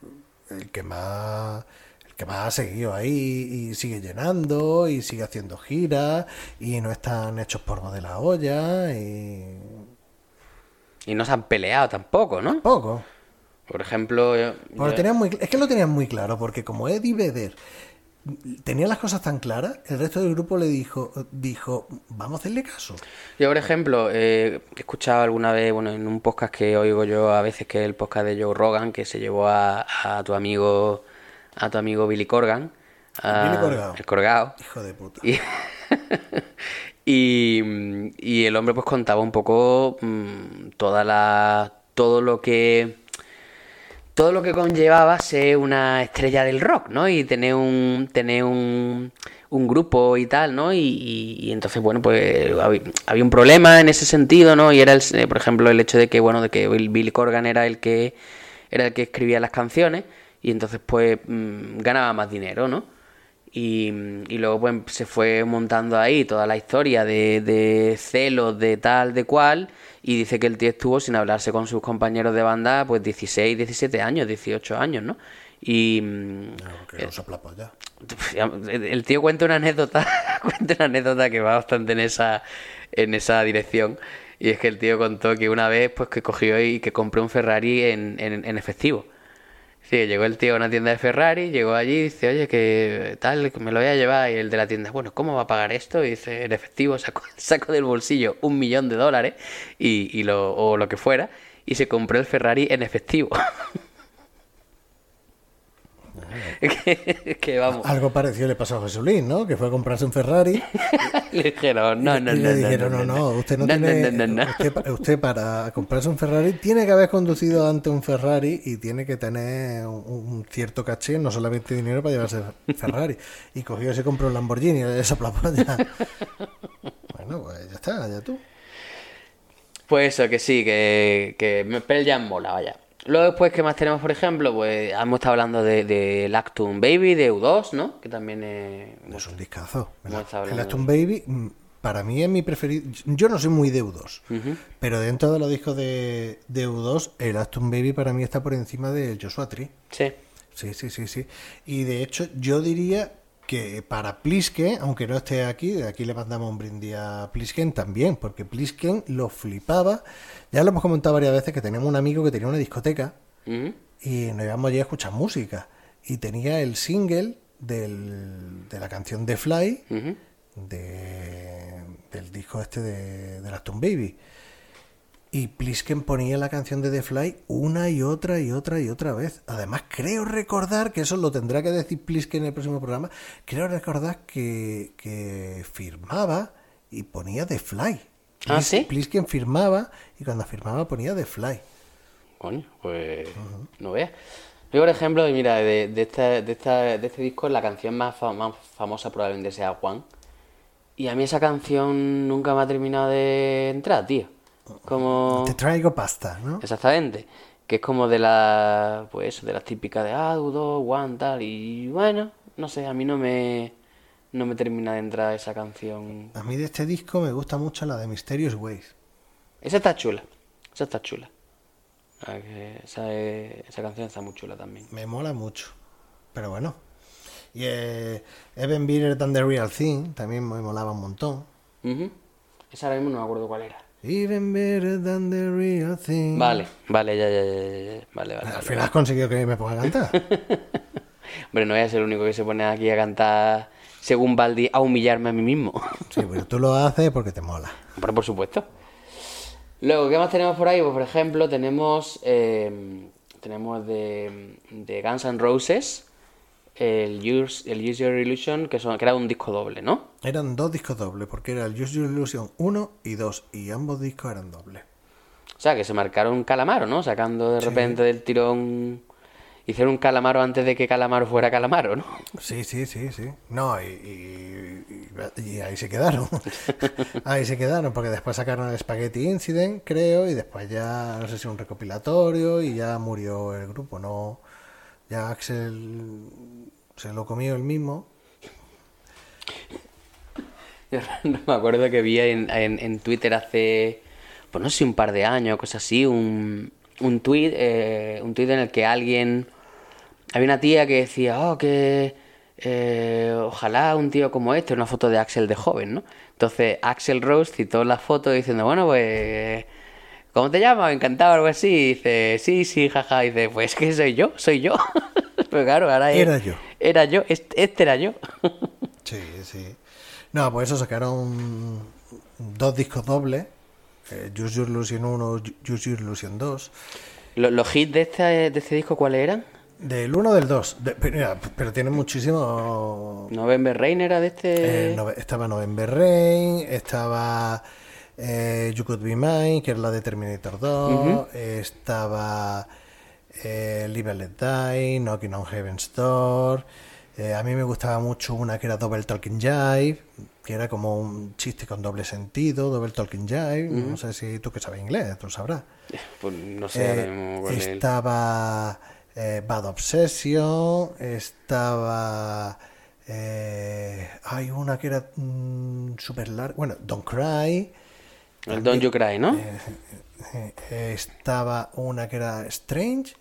el que más ha seguido ahí y sigue llenando y sigue haciendo giras y no están hechos polvo de la olla y Y no se han peleado tampoco, ¿no? poco. Por ejemplo, Es que lo tenían muy claro, porque como Eddie Vedder tenía las cosas tan claras, el resto del grupo le dijo, vamos a hacerle caso. yo, por ejemplo, he escuchado alguna vez, bueno, en un podcast que oigo yo a veces, que es el podcast de Joe Rogan, que se llevó a tu amigo Billy Corgan, Billy Corgao. el Corgao, Hijo de puta. y, y el hombre pues contaba un poco todo lo que conllevaba ser una estrella del rock, ¿no? Y tener un grupo y tal, ¿no? Y entonces, bueno, pues había un problema en ese sentido, ¿no? Y era, por ejemplo, el hecho de que, bueno, de que Billy Corgan era el que escribía las canciones y entonces, pues, ganaba más dinero, ¿no? Y luego, pues, se fue montando ahí toda la historia de celos, de tal, de cual. Y dice que el tío estuvo sin hablarse con sus compañeros de banda pues 16, 17 años, 18 años, ¿no? Y Que no sopla polla. el tío cuenta una anécdota, que va bastante en esa dirección. Y es que el tío contó que una vez pues que cogió y que compró un Ferrari en efectivo. Sí, llegó el tío a una tienda de Ferrari, llegó allí y dice, oye, que tal, que me lo voy a llevar. Y el de la tienda, bueno, ¿cómo va a pagar esto? Y dice, en efectivo, sacó del bolsillo $1.000.000 o lo que fuera, y se compró el Ferrari en efectivo. que vamos. Algo parecido le pasó a Jesulín, ¿no? Que fue a comprarse un Ferrari. Le dijeron, no, y le dijeron, no, usted no tiene. Usted para comprarse un Ferrari tiene que haber conducido antes un Ferrari y tiene que tener un cierto caché, no solamente dinero para llevarse Ferrari. Y cogió y se compró un Lamborghini, le sopló polla. Bueno, pues ya está, ya tú. Pues eso, que sí, que Pearl Jam mola, vaya. Luego después, ¿qué más tenemos, por ejemplo? Pues hemos estado hablando de Lactum Baby, de U2, ¿no? Que también es un discazo. El Lactum Baby, para mí es mi preferido. Yo no soy muy de U2, pero dentro de los discos de U2, el Lactum Baby para mí está por encima del Joshua Tree. Sí. Sí. Y de hecho, yo diría que para Plisken, aunque no esté aquí, de aquí le mandamos un brindis a Plisken también, porque Plisken lo flipaba. Ya lo hemos comentado varias veces que tenemos un amigo que tenía una discoteca y nos íbamos allí a escuchar música. Y tenía el single de la canción The Fly del disco este de Lactum Baby. Y Plisken ponía la canción de The Fly una y otra vez. Además, creo recordar, que eso lo tendrá que decir Plisken en el próximo programa, creo recordar que firmaba y ponía The Fly. ¿Ah, sí? Plisken firmaba y cuando firmaba ponía The Fly. Coño, pues no veas. Yo, por ejemplo, mira, de este disco, la canción más famosa probablemente sea Juan. Y a mí esa canción nunca me ha terminado de entrar, tío. Como... Te traigo pasta, ¿no? Exactamente. Que es como de las típicas de U2, One, tal. Y bueno, no sé, a mí no me termina de entrar esa canción. A mí de este disco me gusta mucho la de Mysterious Ways. Esa está chula. Esa canción está muy chula también. Me mola mucho. Pero bueno. Y Even Better Than The Real Thing también me molaba un montón. Esa ahora mismo no me acuerdo cuál era. Even Better Than The Real Thing. Vale, ya. Vale. Al final has conseguido que me ponga a cantar. Hombre, no voy a ser el único que se pone aquí a cantar según Baldi a humillarme a mí mismo. Sí, pero tú lo haces porque te mola. Hombre, por supuesto. Luego, ¿qué más tenemos por ahí? Pues, por ejemplo, tenemos de Guns N' Roses el Use Your Illusion, que era un disco doble, ¿no? Eran dos discos dobles, porque era el Use Your Illusion 1 y 2, y ambos discos eran dobles. O sea, que se marcaron Calamaro, ¿no? Sacando de repente del tirón... Hicieron un Calamaro antes de que Calamaro fuera Calamaro, ¿no? Sí. No, y ahí se quedaron. Ahí se quedaron, porque después sacaron el Spaghetti Incident, creo, y después ya, no sé si un recopilatorio, y ya murió el grupo, ¿no? Ya Axel se lo comió él mismo. Yo no me acuerdo que vi en Twitter hace, pues no sé, un par de años, cosas así, un un tuit en el que alguien... Había una tía que decía, oh, que ojalá un tío como este, una foto de Axl de joven, ¿no? Entonces Axl Rose citó la foto diciendo, bueno, pues, ¿cómo te llamas? Encantado, algo así. Y dice, sí, jaja. Y dice, pues que soy yo. Pero claro, ahora Era yo. Era yo, este era yo. Sí, sí. No, pues eso sacaron 2 discos dobles, Use Your Illusion 1, Use Your Illusion 2. ¿Los hits de este disco cuáles eran? Del 1 del 2. Pero tiene muchísimo. November Rain era de este... Estaba November Rain, estaba You Could Be Mine, que era la de Terminator 2, estaba Live and Let Die, Knocking on Heaven's Door. A mí me gustaba mucho una que era Double Talking Jive, que era como un chiste con doble sentido, Double Talking Jive. No sé si tú que sabes inglés, tú sabrás. Pues no sé. Estaba Bad Obsession, estaba... hay una que era súper larga, bueno, Don't Cry. El Don't You Cry, ¿no? Estaba una que era Strange.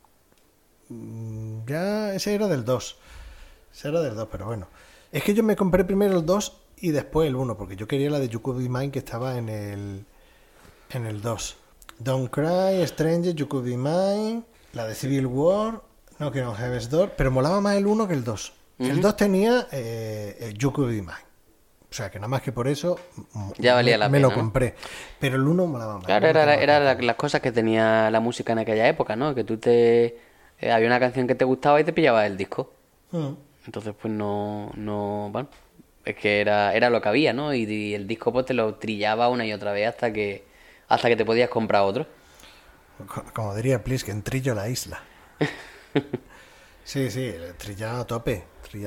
Ya, ese era del 2. Ese era del 2, pero bueno. Es que yo me compré primero el 2 y después el 1, porque yo quería la de You Could Be Mine, que estaba en el 2. Don't Cry, Strange, You Could Be Mine, la de Civil War, Knocking on Heaven's Door, pero molaba más el 1 que el 2. El 2 tenía You Could Be Mine. O sea, que nada más que por eso ya valía la me pena, lo compré. Pero el 1 molaba más. Claro, era las cosas que tenía la música en aquella época, ¿no? Que tú había una canción que te gustaba y te pillabas el disco. Entonces, pues no, bueno, es que era lo que había, ¿no? Y el disco pues te lo trillaba una y otra vez hasta que te podías comprar otro. Como diría Plisken, trillo la isla. Sí, trillado a tope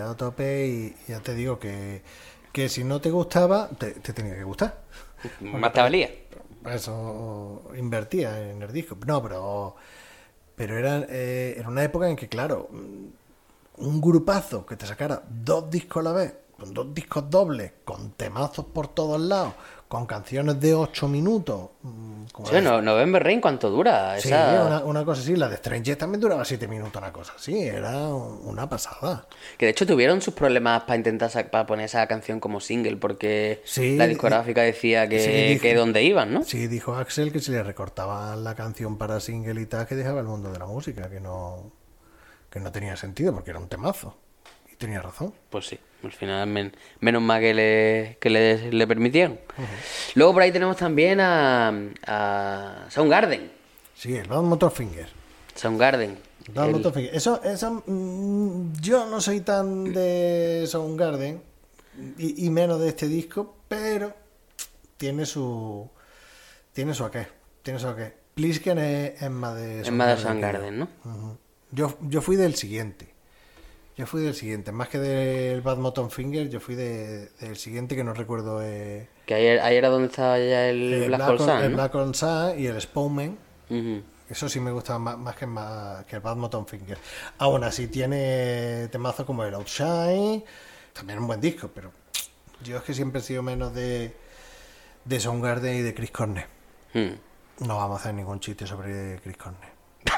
y ya te digo que si no te gustaba, te tenía que gustar. Más te valía. Eso invertía en el disco. No, pero era una época en que, claro, un grupazo que te sacara 2 discos a la vez, con 2 discos dobles, con temazos por todos lados, con canciones de 8 minutos. Sí, November Rain, ¿cuánto dura? Sí, una cosa así. La de Stranger también duraba 7 minutos, una cosa así. Era una pasada. Que de hecho tuvieron sus problemas para intentar para poner esa canción como single, porque sí, la discográfica decía que dónde iban, ¿no? Sí, dijo Axl que si le recortaban la canción para single y tal, que dejaba el mundo de la música, que no tenía sentido, porque era un temazo. Y tenía razón. Pues sí, al final menos mal que le permitieron. Luego por ahí tenemos también a Soundgarden. Sí, el Bad Motorfinger. Soundgarden. Motorfinger. Eso, yo no soy tan de Soundgarden y menos de este disco, pero tiene su aquel. Plisken es más de Soundgarden. Es más de Soundgarden, ¿no? Yo fui del siguiente. Más que del Bad Motorfinger, yo fui del siguiente, que no recuerdo. Que ahí era donde estaba ya el Black Hole Sun, ¿no? El Black Hole Sun y el Spowman. Eso sí me gustaba más que el Bad Motorfinger. Aún así tiene temazos como el Outshine. También un buen disco, pero yo es que siempre he sido menos de Soundgarden y de Chris Cornell. No vamos a hacer ningún chiste sobre Chris Cornell.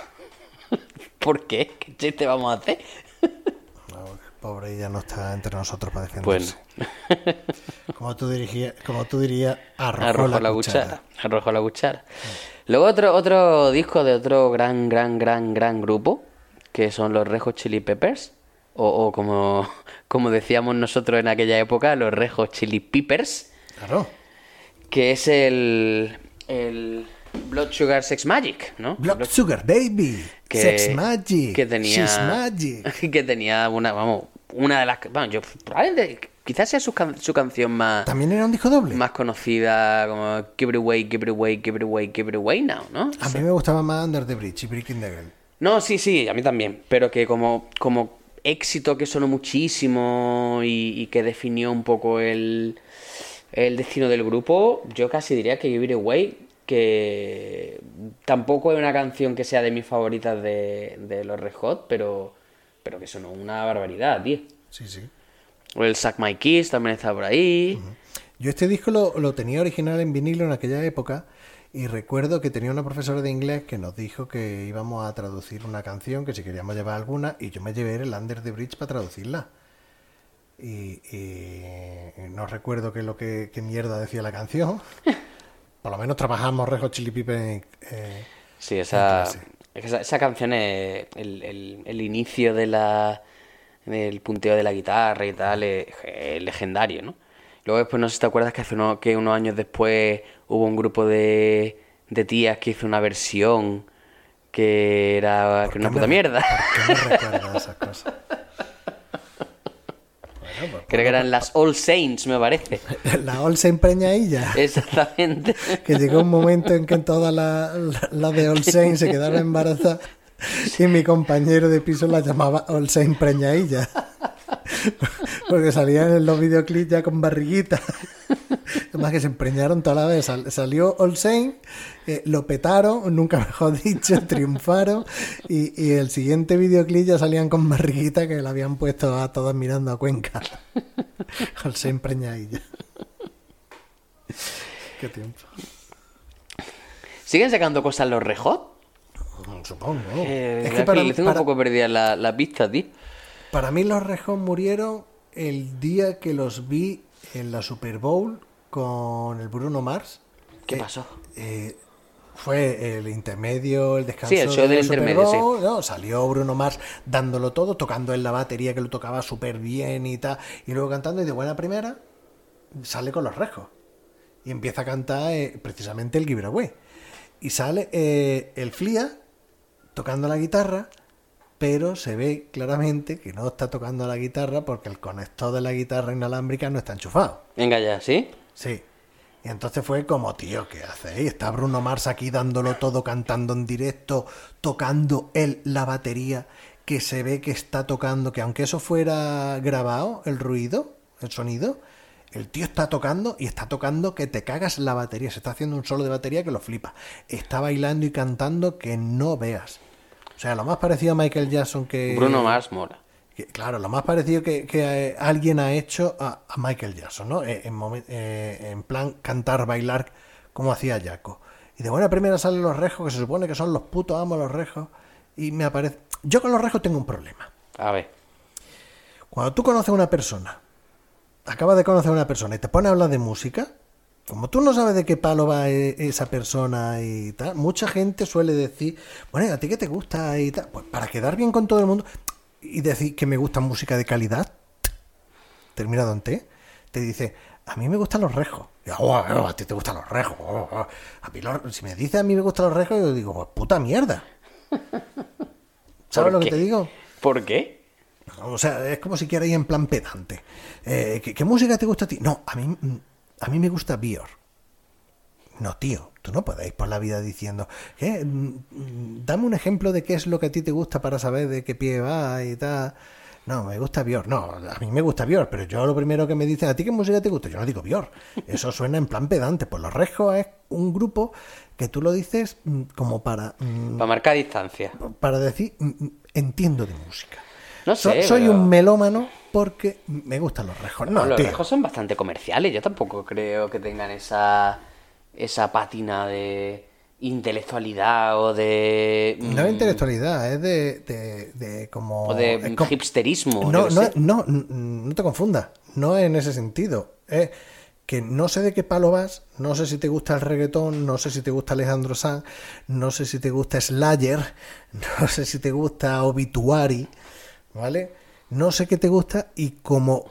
¿Por qué? ¿Qué chiste vamos a hacer? No, el pobre ya no está entre nosotros para defenderse. Bueno. Como tú dirías, arrojo la cuchara. Arrojo la cuchara. Luego otro disco de otro gran grupo, que son los Red Hot Chili Peppers, o como decíamos nosotros en aquella época, los Red Hot Chili Peppers. Claro. Que es el Blood Sugar Sex Magic, ¿no? Blood Sugar Baby. Sex Magic. Que tenía, She's Magic. Que tenía una de las... Bueno, probablemente quizás sea su canción más... ¿También era un disco doble? Más conocida como Give It Away, Give It Away, Give It Away, Give It Away Now, ¿no? A mí me gustaba más Under the Bridge y Breaking the Girl. No, sí, a mí también. Pero que como éxito que sonó muchísimo y que definió un poco el destino del grupo, yo casi diría que Give It Away, que tampoco es una canción que sea de mis favoritas de los Red Hot, pero que sonó una barbaridad, tío. Sí. O el Suck My Kiss también está por ahí. Yo este disco lo tenía original en vinilo en aquella época Y recuerdo que tenía una profesora de inglés que nos dijo que íbamos a traducir una canción, que si queríamos llevar alguna, y yo me llevé el Under the Bridge para traducirla. Y no recuerdo qué mierda decía la canción. Por lo menos trabajamos Red Hot Chili Peppers Sí, en clase. esa canción es el inicio del punteo de la guitarra y tal, es legendario, ¿no? Luego después no sé si te acuerdas que unos años después hubo un grupo de tías que hizo una versión que era una puta mierda. ¿Por qué me recuerdas esas cosas? Bueno, pues, Creo que eran las All Saints, me parece. la Olsen Preñailla. Exactamente. Que llegó un momento en que todas las de Olsen se quedaron embarazadas y mi compañero de piso la llamaba Olsen Preñailla. Porque salían en los videoclips ya con barriguita. Además que se empreñaron toda la vez. Salió Olsen, lo petaron, nunca mejor dicho, triunfaron. Y el siguiente videoclip ya salían con barriguita que la habían puesto a todas mirando a Cuenca. Olsen Preñailla. Qué tiempo. ¿Siguen sacando cosas los Red Hot? Supongo. Es que le tengo un poco perdida la pista, tío. Para mí los Red Hot murieron el día que los vi en la Super Bowl con el Bruno Mars. ¿Qué pasó? Fue el intermedio, el descanso. Sí, el show de del la Super intermedio, Bowl, sí. ¿no? Salió Bruno Mars dándolo todo, tocando en la batería que lo tocaba súper bien y tal. Y luego cantando y de buena primera sale con los Red Hot. Y empieza a cantar precisamente el Giveaway. Y sale el Flia tocando la guitarra, pero se ve claramente que no está tocando la guitarra porque el conector de la guitarra inalámbrica no está enchufado. Venga ya, ¿sí? Sí. Y entonces fue como, tío, ¿qué hacéis? Está Bruno Mars aquí dándolo todo, cantando en directo, tocando él la batería, que se ve que está tocando, que aunque eso fuera grabado, el ruido, el sonido, el tío está tocando y está tocando que te cagas la batería. Se está haciendo un solo de batería que lo flipa. Está bailando y cantando que no veas. O sea, lo más parecido a Michael Jackson que... Bruno Mars mola. Claro, lo más parecido que alguien ha hecho a Michael Jackson, ¿no? En plan cantar, bailar como hacía Jaco. Y de buena primera salen los Red Hot, que se supone que son los putos amos los Red Hot, y me aparece... Yo con los Red Hot tengo un problema. A ver. Cuando tú conoces a una persona, acabas de conocer a una persona y te pones a hablar de música, como tú no sabes de qué palo va esa persona y tal, mucha gente suele decir, bueno, ¿a ti qué te gusta? Y tal, pues para quedar bien con todo el mundo y decir que me gusta música de calidad, terminado en T, te dice, a mí me gustan los Red Hot. Y yo, oh, a ti te gustan los Red Hot. A mí si me dice a mí me gustan los Red Hot, yo digo, pues puta mierda. ¿Sabes lo que te digo? ¿Por qué? O sea, es como si quierais en plan pedante. ¿Qué música te gusta a ti? No, a mí me gusta Björk. No, tío, tú no puedes ir por la vida diciendo, ¿qué? Dame un ejemplo de qué es lo que a ti te gusta para saber de qué pie va y tal. No, me gusta Björk. No, a mí me gusta Björk, pero yo lo primero que me dicen, ¿a ti qué música te gusta? Yo no digo Björk. Eso suena en plan pedante. Pues los Red Hot es un grupo que tú lo dices como para marcar distancia. Para decir, entiendo de música. No sé, soy pero... un melómano porque me gustan los Red Hot. No, los tío. Red Hot son bastante comerciales. Yo tampoco creo que tengan esa pátina de intelectualidad o de... No es intelectualidad, es de como... O de es como, hipsterismo. No te confundas. No es en ese sentido. Es que no sé de qué palo vas, no sé si te gusta el reggaetón, no sé si te gusta Alejandro Sanz, no sé si te gusta Slayer, no sé si te gusta Obituary, ¿vale? No sé qué te gusta y como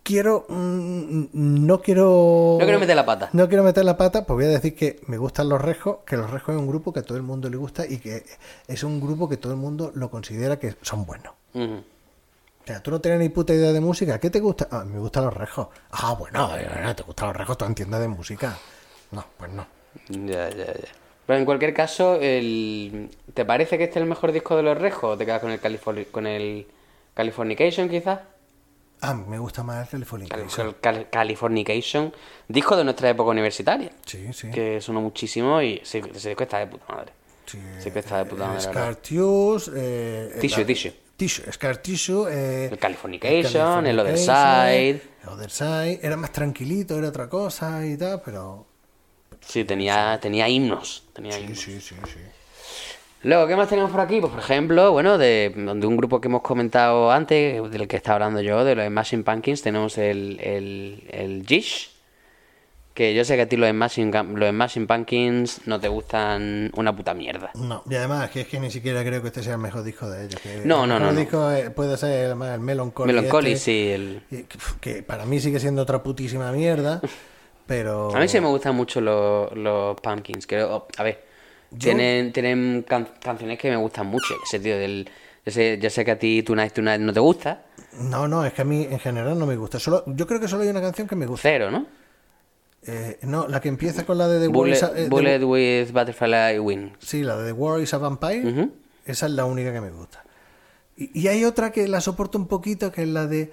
no quiero meter la pata. No quiero meter la pata, pues voy a decir que me gustan los Red Hot, que los Red Hot es un grupo que a todo el mundo le gusta y que es un grupo que todo el mundo lo considera que son buenos. Uh-huh. O sea, tú no tienes ni puta idea de música. ¿Qué te gusta? Ah, me gustan los Red Hot. Ah, bueno, te gustan los Red Hot, tú entiendes de música. No, pues no. Ya. Pero en cualquier caso, ¿te parece que este es el mejor disco de los Red Hot o te quedas con el Californication quizás? Ah, me gusta más el Californication. Californication, disco de nuestra época universitaria. Sí. Que sonó muchísimo y ese disco está de puta madre. Sí, que está de puta madre. Scar Tissue. Scar Tissue. El Californication, el Other Side. El Other Side. Era más tranquilito, era otra cosa y tal, pero Sí, tenía himnos. Sí. Luego, ¿qué más tenemos por aquí? Pues, por ejemplo, bueno, de un grupo que hemos comentado antes, del que estaba hablando yo, de los Smashing Pumpkins, tenemos el Gish, que yo sé que a ti los Smashing Pumpkins no te gustan una puta mierda. No, y además es que ni siquiera creo que este sea el mejor disco de ellos. Que No. El mejor disco puede ser además el Melancholy, sí. Que para mí sigue siendo otra putísima mierda, pero... A mí sí me gustan mucho los Pumpkins. Creo, a ver, tienen canciones que me gustan mucho. Ese tío yo sé que a ti Tonight no te gusta. No, es que a mí en general no me gusta. Yo creo que solo hay una canción que me gusta. Cero, ¿no? No, la que empieza con la de The Bullet with Butterfly Wings. Sí, la de The War is a Vampire. Uh-huh. Esa es la única que me gusta. Y hay otra que la soporto un poquito, que es la de...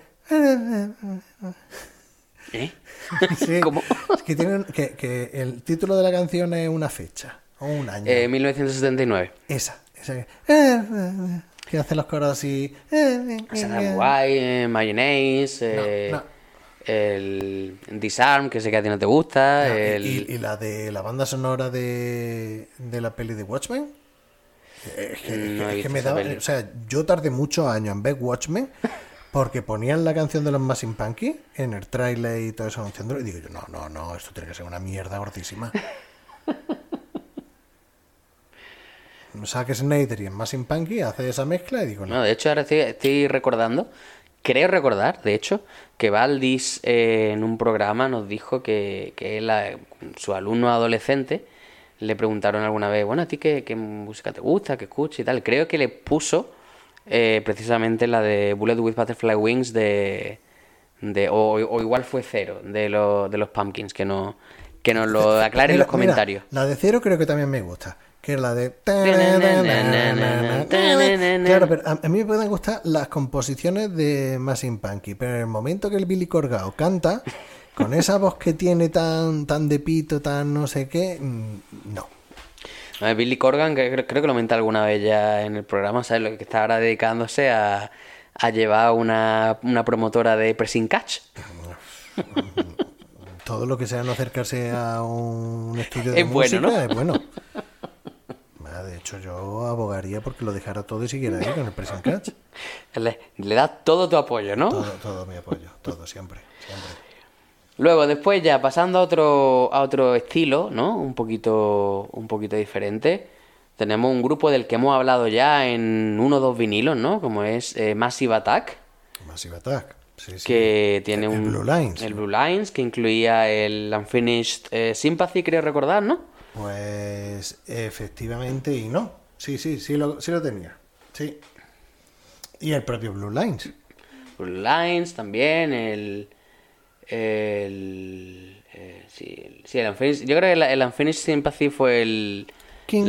¿Eh? Sí, ¿Cómo? es que, que el título de la canción es una fecha o un año. 1979. Esa que hace los coros así. Saddam White, Mayonnaise, No. el Disarm, que sé que a ti no te gusta. Y la de la banda sonora de la peli de Watchmen. Es que me daba, o sea, yo tardé muchos años en ver Watchmen porque ponían la canción de los Smashing Pumpkins en el trailer y todo eso anunciándolo y digo yo, no, esto tiene que ser una mierda gordísima. Zack Snyder y en Smashing Pumpkins hace esa mezcla y digo no. De hecho, ahora estoy recordando, creo recordar, de hecho, que Valdis en un programa nos dijo que su alumno adolescente le preguntaron alguna vez, bueno, ¿a ti qué música te gusta, qué escuchas y tal? Creo que le puso precisamente la de Bullet with Butterfly Wings o igual fue Cero, de los Pumpkins, que nos lo aclare en los comentarios. Mira, la de Cero creo que también me gusta, que es la de... Claro, pero a mí me pueden gustar las composiciones de Smashing Pumpkins, pero en el momento que el Billy Corgao canta... Con esa voz que tiene tan de pito, tan no sé qué, no. Billy Corgan, que creo que lo comenté alguna vez ya en el programa, ¿sabes? Lo que está ahora dedicándose a llevar una promotora de pressing catch. Todo lo que sea no acercarse a un estudio de es música bueno, ¿no? es bueno. De hecho, yo abogaría porque lo dejara todo y siguiera ahí con el pressing catch. Le das todo tu apoyo, ¿no? Todo mi apoyo, todo, siempre. Luego, después ya pasando a otro estilo, ¿no? Un poquito diferente. Tenemos un grupo del que hemos hablado ya en 1 o 2 vinilos, ¿no? Como es Massive Attack. Massive Attack, sí. Que tiene el Blue Lines. El Blue Lines, que incluía el Unfinished Sympathy, creo recordar, ¿no? Pues efectivamente y no. Sí lo tenía. Sí. Y el propio Blue Lines. Blue Lines también, el Unfinished, yo creo que el Unfinished Sympathy fue el... Y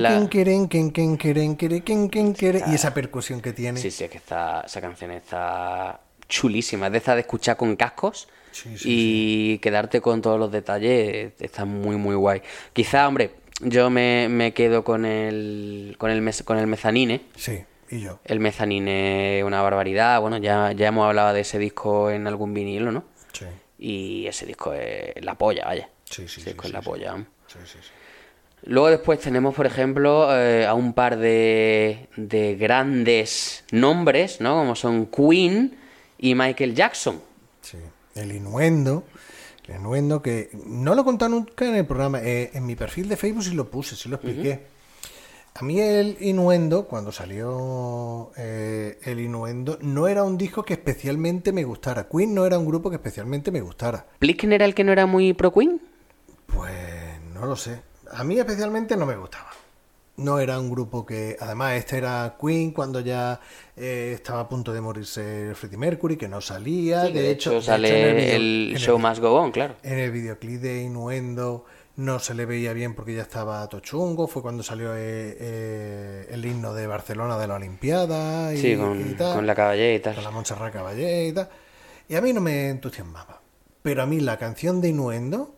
esa percusión que tiene. Sí, es que esa canción está chulísima. Es de esa de escuchar con cascos y quedarte con todos los detalles. Está muy, muy guay. Quizá, hombre, yo me quedo con el Mezzanine. Sí, y yo. El Mezzanine es una barbaridad. Bueno, ya hemos hablado de ese disco en algún vinilo, ¿no? Sí. Y ese disco es la polla, vaya. Sí, ese disco es la polla. Sí. Luego después tenemos, por ejemplo, a un par de grandes nombres, ¿no? Como son Queen y Michael Jackson. Sí, el Innuendo que no lo he contado nunca en el programa. En mi perfil de Facebook sí lo puse, sí lo expliqué. Uh-huh. A mí el Innuendo, cuando salió el Innuendo, no era un disco que especialmente me gustara. Queen no era un grupo que especialmente me gustara. ¿Plicken era el que no era muy pro Queen? Pues no lo sé. A mí especialmente no me gustaba. No era un grupo que... Además, este era Queen cuando ya estaba a punto de morirse Freddie Mercury, que no salía. Sí, de hecho sale el Show Must Go On, claro. En el videoclip de Innuendo no se le veía bien porque ya estaba tochungo. Fue cuando salió el himno de Barcelona de la Olimpiada. Sí, con la Caballé y tal. Con la Montserrat Caballé y tal. Y a mí no me entusiasmaba. Pero a mí la canción de Innuendo...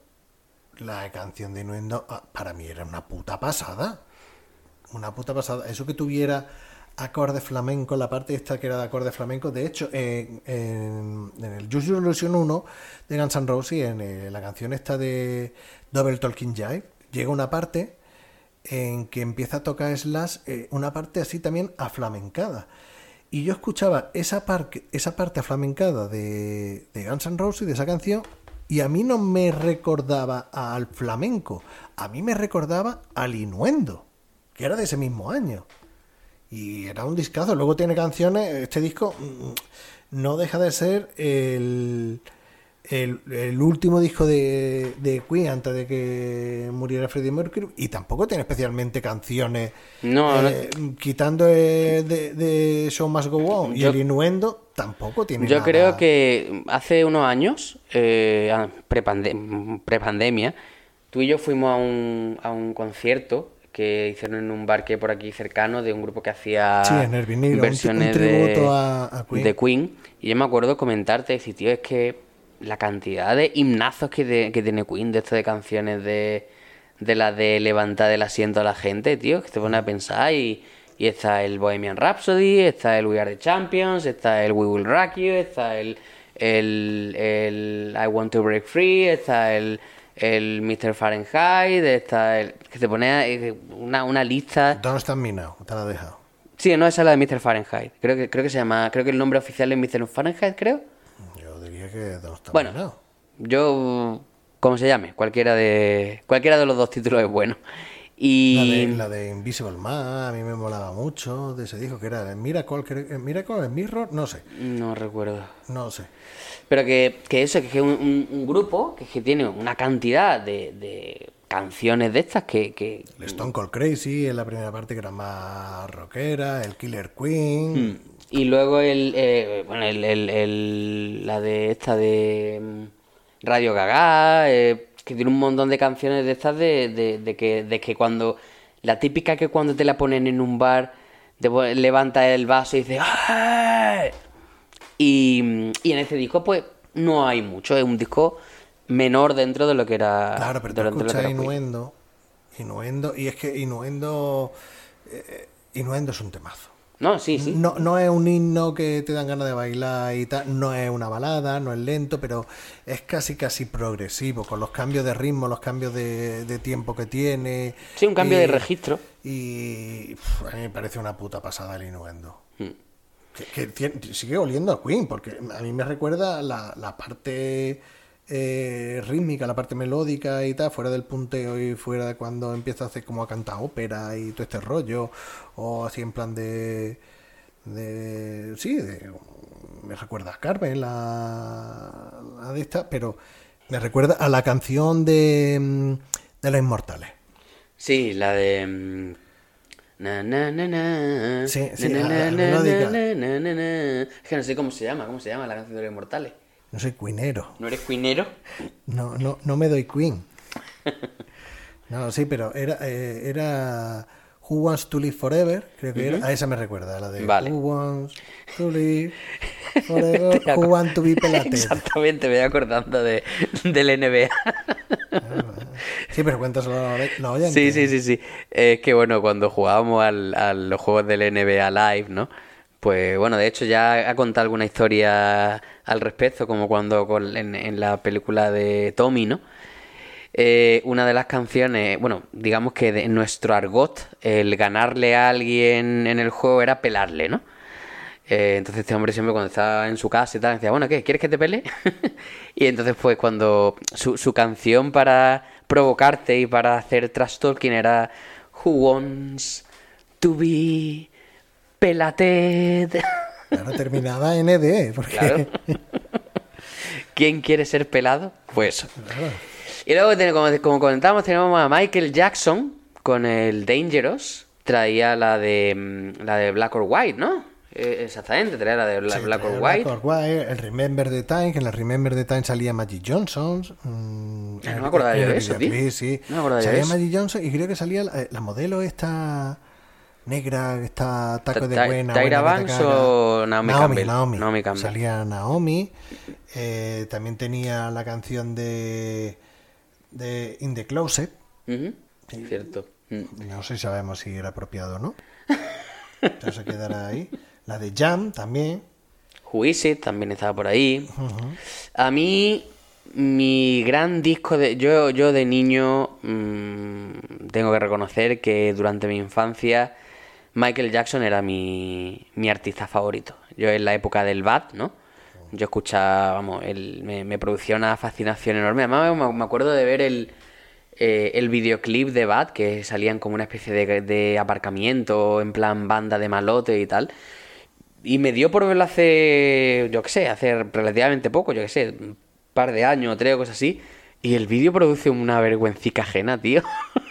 para mí era una puta pasada. Una puta pasada. Eso que tuviera acorde flamenco, la parte esta que era de acorde flamenco. De hecho, en el Use Your Illusion 1 de Guns N' Roses, en la canción esta de Double Talking Jive, llega una parte en que empieza a tocar Slash, una parte así también aflamencada. Y yo escuchaba esa parte aflamencada de Guns N' Roses, de esa canción, y a mí no me recordaba al flamenco, a mí me recordaba al Innuendo, que era de ese mismo año. Y era un discazo. Luego tiene canciones, este disco no deja de ser el último disco de Queen antes de que muriera Freddie Mercury, y tampoco tiene especialmente canciones, quitando de Show Must Go On y el Innuendo, tampoco tiene yo nada. Creo que hace unos años, prepandemia, tú y yo fuimos a un concierto que hicieron en un bar que hay por aquí cercano, de un grupo que hacía en el vinilo, versiones un tributo a Queen. De Queen. Y yo me acuerdo comentarte, decir, tío, es que la cantidad de himnazos que tiene Queen, de esto de canciones de la de levantar del asiento a la gente, tío, que te pone a pensar. Y está el Bohemian Rhapsody, está el We Are the Champions, está el We Will Rock You, está el I Want to Break Free, está el Mr. Fahrenheit, está el que te pone una lista. Don't Stop Me Now, te la he dejado. Sí, no, esa es la de Mr. Fahrenheit. Creo que se llama, creo que el nombre oficial es Mr. Fahrenheit, creo. Yo diría que Don't Stop Bueno, Me Now. Yo, como se llame, cualquiera de los dos títulos es bueno. Y La de Invisible Man, a mí me molaba mucho de ese disco, que era Miracle, Mirror, no sé. no recuerdo. No sé. Pero que eso, que es un grupo que tiene una cantidad de canciones de estas que... El Stone Cold Crazy en la primera parte, que era más rockera, el Killer Queen. Y luego la de esta de Radio Gaga, que tiene un montón de canciones de estas de que cuando... La típica que cuando te la ponen en un bar, levantas el vaso y dices ¡ay! Y en este disco pues no hay mucho, es un disco menor dentro de lo que era... Claro, pero tú escuchas Innuendo, y es que Innuendo es un temazo. No, sí. No es un himno que te dan ganas de bailar y tal, no es una balada, no es lento, pero es casi progresivo, con los cambios de ritmo, los cambios de tiempo que tiene. Sí, un cambio de registro. Y a mí me parece una puta pasada el Innuendo. Que sigue oliendo a Queen, porque a mí me recuerda la parte rítmica, la parte melódica y tal, fuera del punteo y fuera de cuando empieza a hacer como a cantar ópera y todo este rollo, o así en plan me recuerda a Carmen, la de esta, pero me recuerda a la canción de Los Inmortales. Sí, la de... Na, na, na, na. Sí, Na, la melódica. Es que no sé cómo se llama la canción de los Inmortales. No soy queenero. ¿No eres queenero? No me doy Queen. No, sí, pero era Who Wants to Live Forever, creo que era. A esa me recuerda, la de vale. Who Wants to Live Forever, Who Want to Be Pelated. Exactamente, me voy acordando del NBA. Sí, pero cuéntaselo la oyente. Sí. Es que bueno, cuando jugábamos a los juegos del NBA Live, ¿no? Pues bueno, de hecho ya ha contado alguna historia al respecto, como cuando en la película de Tommy, ¿no? Una de las canciones, bueno, digamos que en nuestro argot, el ganarle a alguien en el juego era pelarle, ¿no? Entonces este hombre siempre cuando estaba en su casa y tal, decía, bueno, ¿qué? ¿Quieres que te pele? Y entonces pues cuando su canción para provocarte y para hacer trash talking era Who Wants to Be Pelated. Claro, terminaba en ED, porque... Claro. ¿Quién quiere ser pelado? Pues eso. Claro. Y luego, como comentábamos, tenemos a Michael Jackson con el Dangerous. Traía la de Black or White, ¿no? Exactamente, traía la de Black or White. Black or White, el Remember the Time, que en la Remember the Time salía Magic Johnson. No me acordaba yo de eso, tío. Sí. No me acordaba salía de eso. Magic Johnson y creo que salía la modelo esta negra, que está taco de buena. ¿Tyra Banks o Naomi Campbell? Naomi Campbell. Salía Naomi. También tenía la canción de In the Closet. Sí. Cierto. No sé si sabemos si era apropiado o no. Entonces quedará ahí. La de Jam también. Who Is It también estaba por ahí. A mí Mi gran disco de... Yo de niño tengo que reconocer que durante mi infancia Michael Jackson era mi artista favorito. Yo en la época del Bad, ¿no? Yo escuchaba, vamos, me producía una fascinación enorme. Además me acuerdo de ver el videoclip de Bad, que salían como una especie de aparcamiento, en plan banda de malote y tal. Y me dio por verlo hace, yo qué sé, hace relativamente poco, yo qué sé, un par de años, 3 o cosas así. Y el vídeo produce una vergüencica ajena, tío.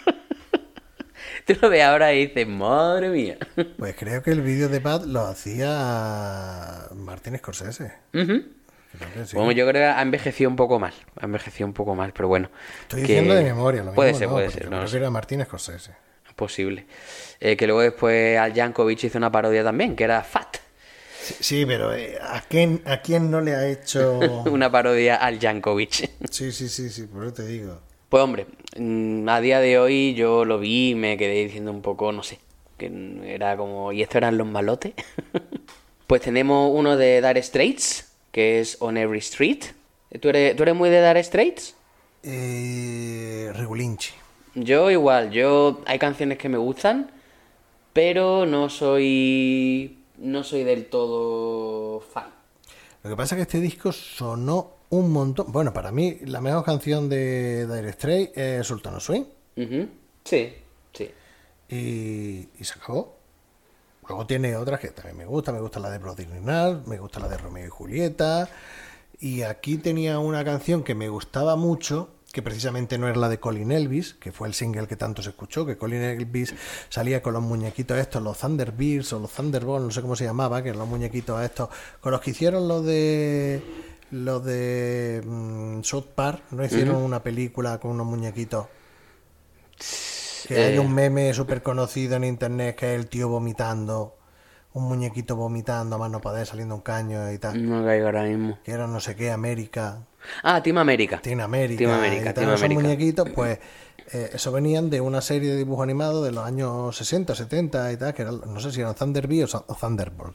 Tú lo ves ahora y dices, madre mía. Pues creo que el vídeo de Bad lo hacía Martin Scorsese. Ujú. Creo que sí. Bueno, yo creo que ha envejecido un poco mal. Ha envejecido un poco mal, pero bueno. Estoy diciendo de memoria, lo puede mismo ser, no, puede porque ser. yo No creo lo que sé. era Martin Scorsese. Es posible. Que luego después Al Yankovic hizo una parodia también, que era Fat. Sí, pero ¿a quién no le ha hecho...? Una parodia al Yankovic. Sí, por eso te digo. Pues hombre, a día de hoy yo lo vi y me quedé diciendo un poco, no sé, que era como, ¿y esto eran los malotes? Pues tenemos uno de Dire Straits, que es On Every Street. ¿Tú eres muy de Dire Straits? Regulinchi. Yo igual, hay canciones que me gustan, pero no soy del todo fan. Lo que pasa es que este disco sonó un montón. Bueno, para mí la mejor canción de Dire Straits es Sultan of Swing. Ujú. Sí. Y se acabó. Luego tiene otras que también me gusta la de Brody Renal, me gusta la de Romeo y Julieta. Y aquí tenía una canción que me gustaba mucho, que precisamente no es la de Colin Elvis, que fue el single que tanto se escuchó, que Colin Elvis salía con los muñequitos estos, los Thunderbirds o los Thunderbolts, no sé cómo se llamaba, que eran los muñequitos estos, con los que hicieron los de South Park, no hicieron una película con unos muñequitos. Que hay un meme súper conocido en internet que es el tío vomitando, un muñequito vomitando a más no poder, saliendo un caño y tal. No caigo ahora mismo. Que era no sé qué, América. Ah, Team America. Team América. Team America, y tal, Team esos America. muñequitos, pues, eso venían de una serie de dibujos animados de los años 60, 70 y tal, que eran, no sé si eran Thunderbirds o Thunderbolt.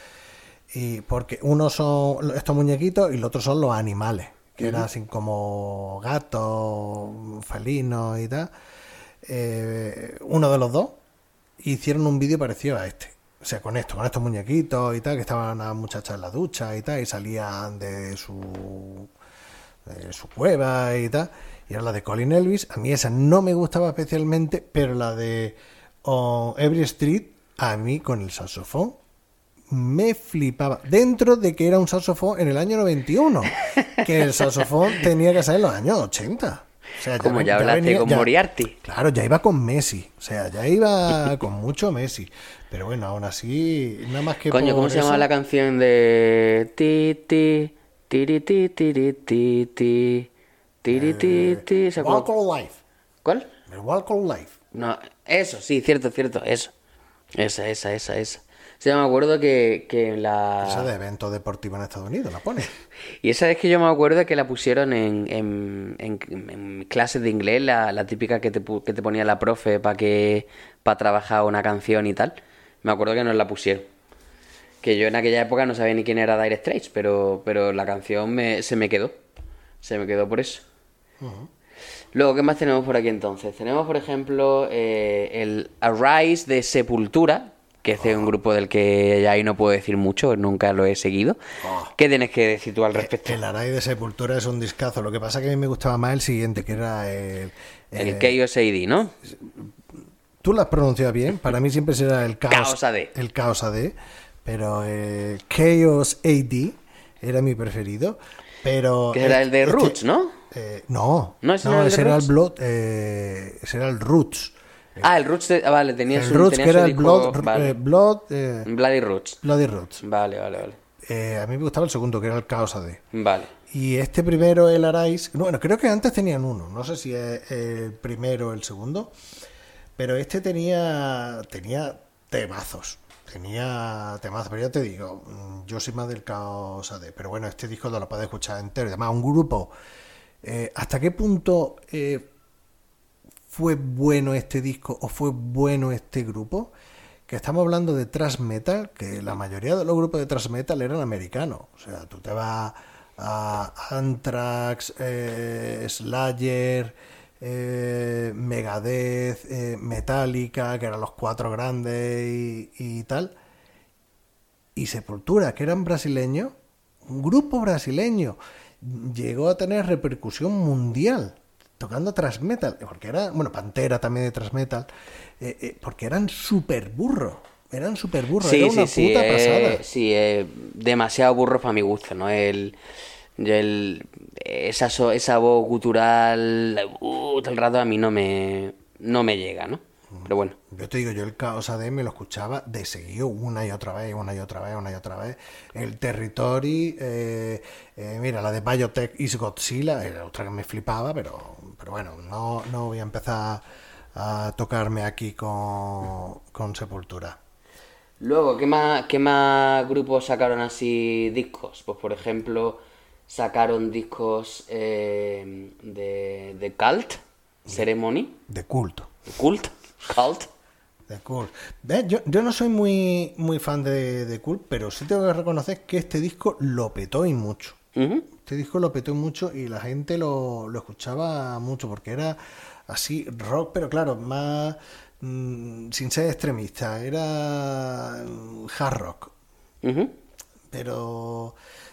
Y porque unos son estos muñequitos y los otros son los animales, que eran así como gatos, felinos y tal. Uno de los dos hicieron un vídeo parecido a este. O sea, con estos muñequitos y tal, que estaban las muchachas en la ducha y tal, y salían de su cueva y tal. Y era la de Colin Elvis. A mí esa no me gustaba especialmente, pero la de On Every Street, a mí con el saxofón me flipaba. Dentro de que era un saxofón en el año 91, que el saxofón tenía que ser en los años 80. O sea, Como ya hablaste venía- con Moriarty. Claro, ya iba con Messi. O sea, ya iba con mucho Messi. Pero bueno, aún así, nada más que Coño, por ¿cómo se llama eso- la canción de tiri ti tiri ti ti tiri ti ti? ¿Se acuerda? Walk of Life. ¿Cuál? El Walk of Life. No, eso, sí, cierto, eso. Esa. Sí, me acuerdo que Esa de la... evento deportivo en Estados Unidos, la pone. Y esa es que yo me acuerdo que la pusieron en clases de inglés, la típica que te ponía la profe para trabajar una canción y tal. Me acuerdo que nos la pusieron. Que yo en aquella época no sabía ni quién era Dire Straits, pero la canción se me quedó. Se me quedó por eso. Luego, ¿qué más tenemos por aquí entonces? Tenemos, por ejemplo, el Arise de Sepultura, que es de un grupo del que ya ahí no puedo decir mucho, nunca lo he seguido. ¿Qué tienes que decir tú al respecto? El Aray de Sepultura es un discazo. Lo que pasa es que a mí me gustaba más el siguiente, que era El Chaos AD, ¿no? Tú lo has pronunciado bien. Para mí siempre será el Chaos AD. El Chaos AD. Pero Chaos AD era mi preferido. Pero Que era el de Roots, ¿no? No, ¿No ese no era el de ese era el Roots? Blood. Ese era el Roots. Ah, el Roots, vale, tenía El su Roots, tenía que su era el disco, Blood. vale. Bloody Roots. Bloody Roots. Vale. A mí me gustaba el segundo, que era el Chaos AD. Vale. Y este primero, el Arise, bueno, creo que antes tenían uno, no sé si es el primero o el segundo, pero este tenía temazos, pero ya te digo, yo soy más del Chaos AD, pero bueno, este disco no lo puedes escuchar entero, y además un grupo, ¿hasta qué punto fue bueno este disco o fue bueno este grupo? Que estamos hablando de thrash metal, que la mayoría de los grupos de thrash metal eran americanos. O sea, tú te vas a Anthrax, Slayer, Megadeth, Metallica, que eran los 4 grandes y tal, y Sepultura, que eran brasileños, un grupo brasileño, llegó a tener repercusión mundial tocando thrash metal, porque era, bueno, Pantera también de thrash metal, porque eran súper burros. Eran súper burros, Sí, era una sí, puta pasada. sí, demasiado burro para mi gusto, ¿no? Esa voz gutural, todo el rato a mí no me llega, ¿no? Pero bueno. Yo te digo, yo el Chaos AD me lo escuchaba de seguido una y otra vez, una y otra vez, una y otra vez. El Territory, mira, la de Biotech is Godzilla, era otra que me flipaba, pero bueno, no voy a empezar a tocarme aquí con Sepultura. Luego, ¿qué más grupos sacaron así discos? Pues por ejemplo, sacaron discos de Cult, Ceremony, De culto. Cult, De Cult. ¿Ves? Yo no soy muy fan de Cult, pero sí tengo que reconocer que este disco lo petó y mucho. Ujú. Este disco lo petó mucho y la gente lo escuchaba mucho porque era así rock, pero claro, más sin ser extremista, era hard rock. Ujú. Pero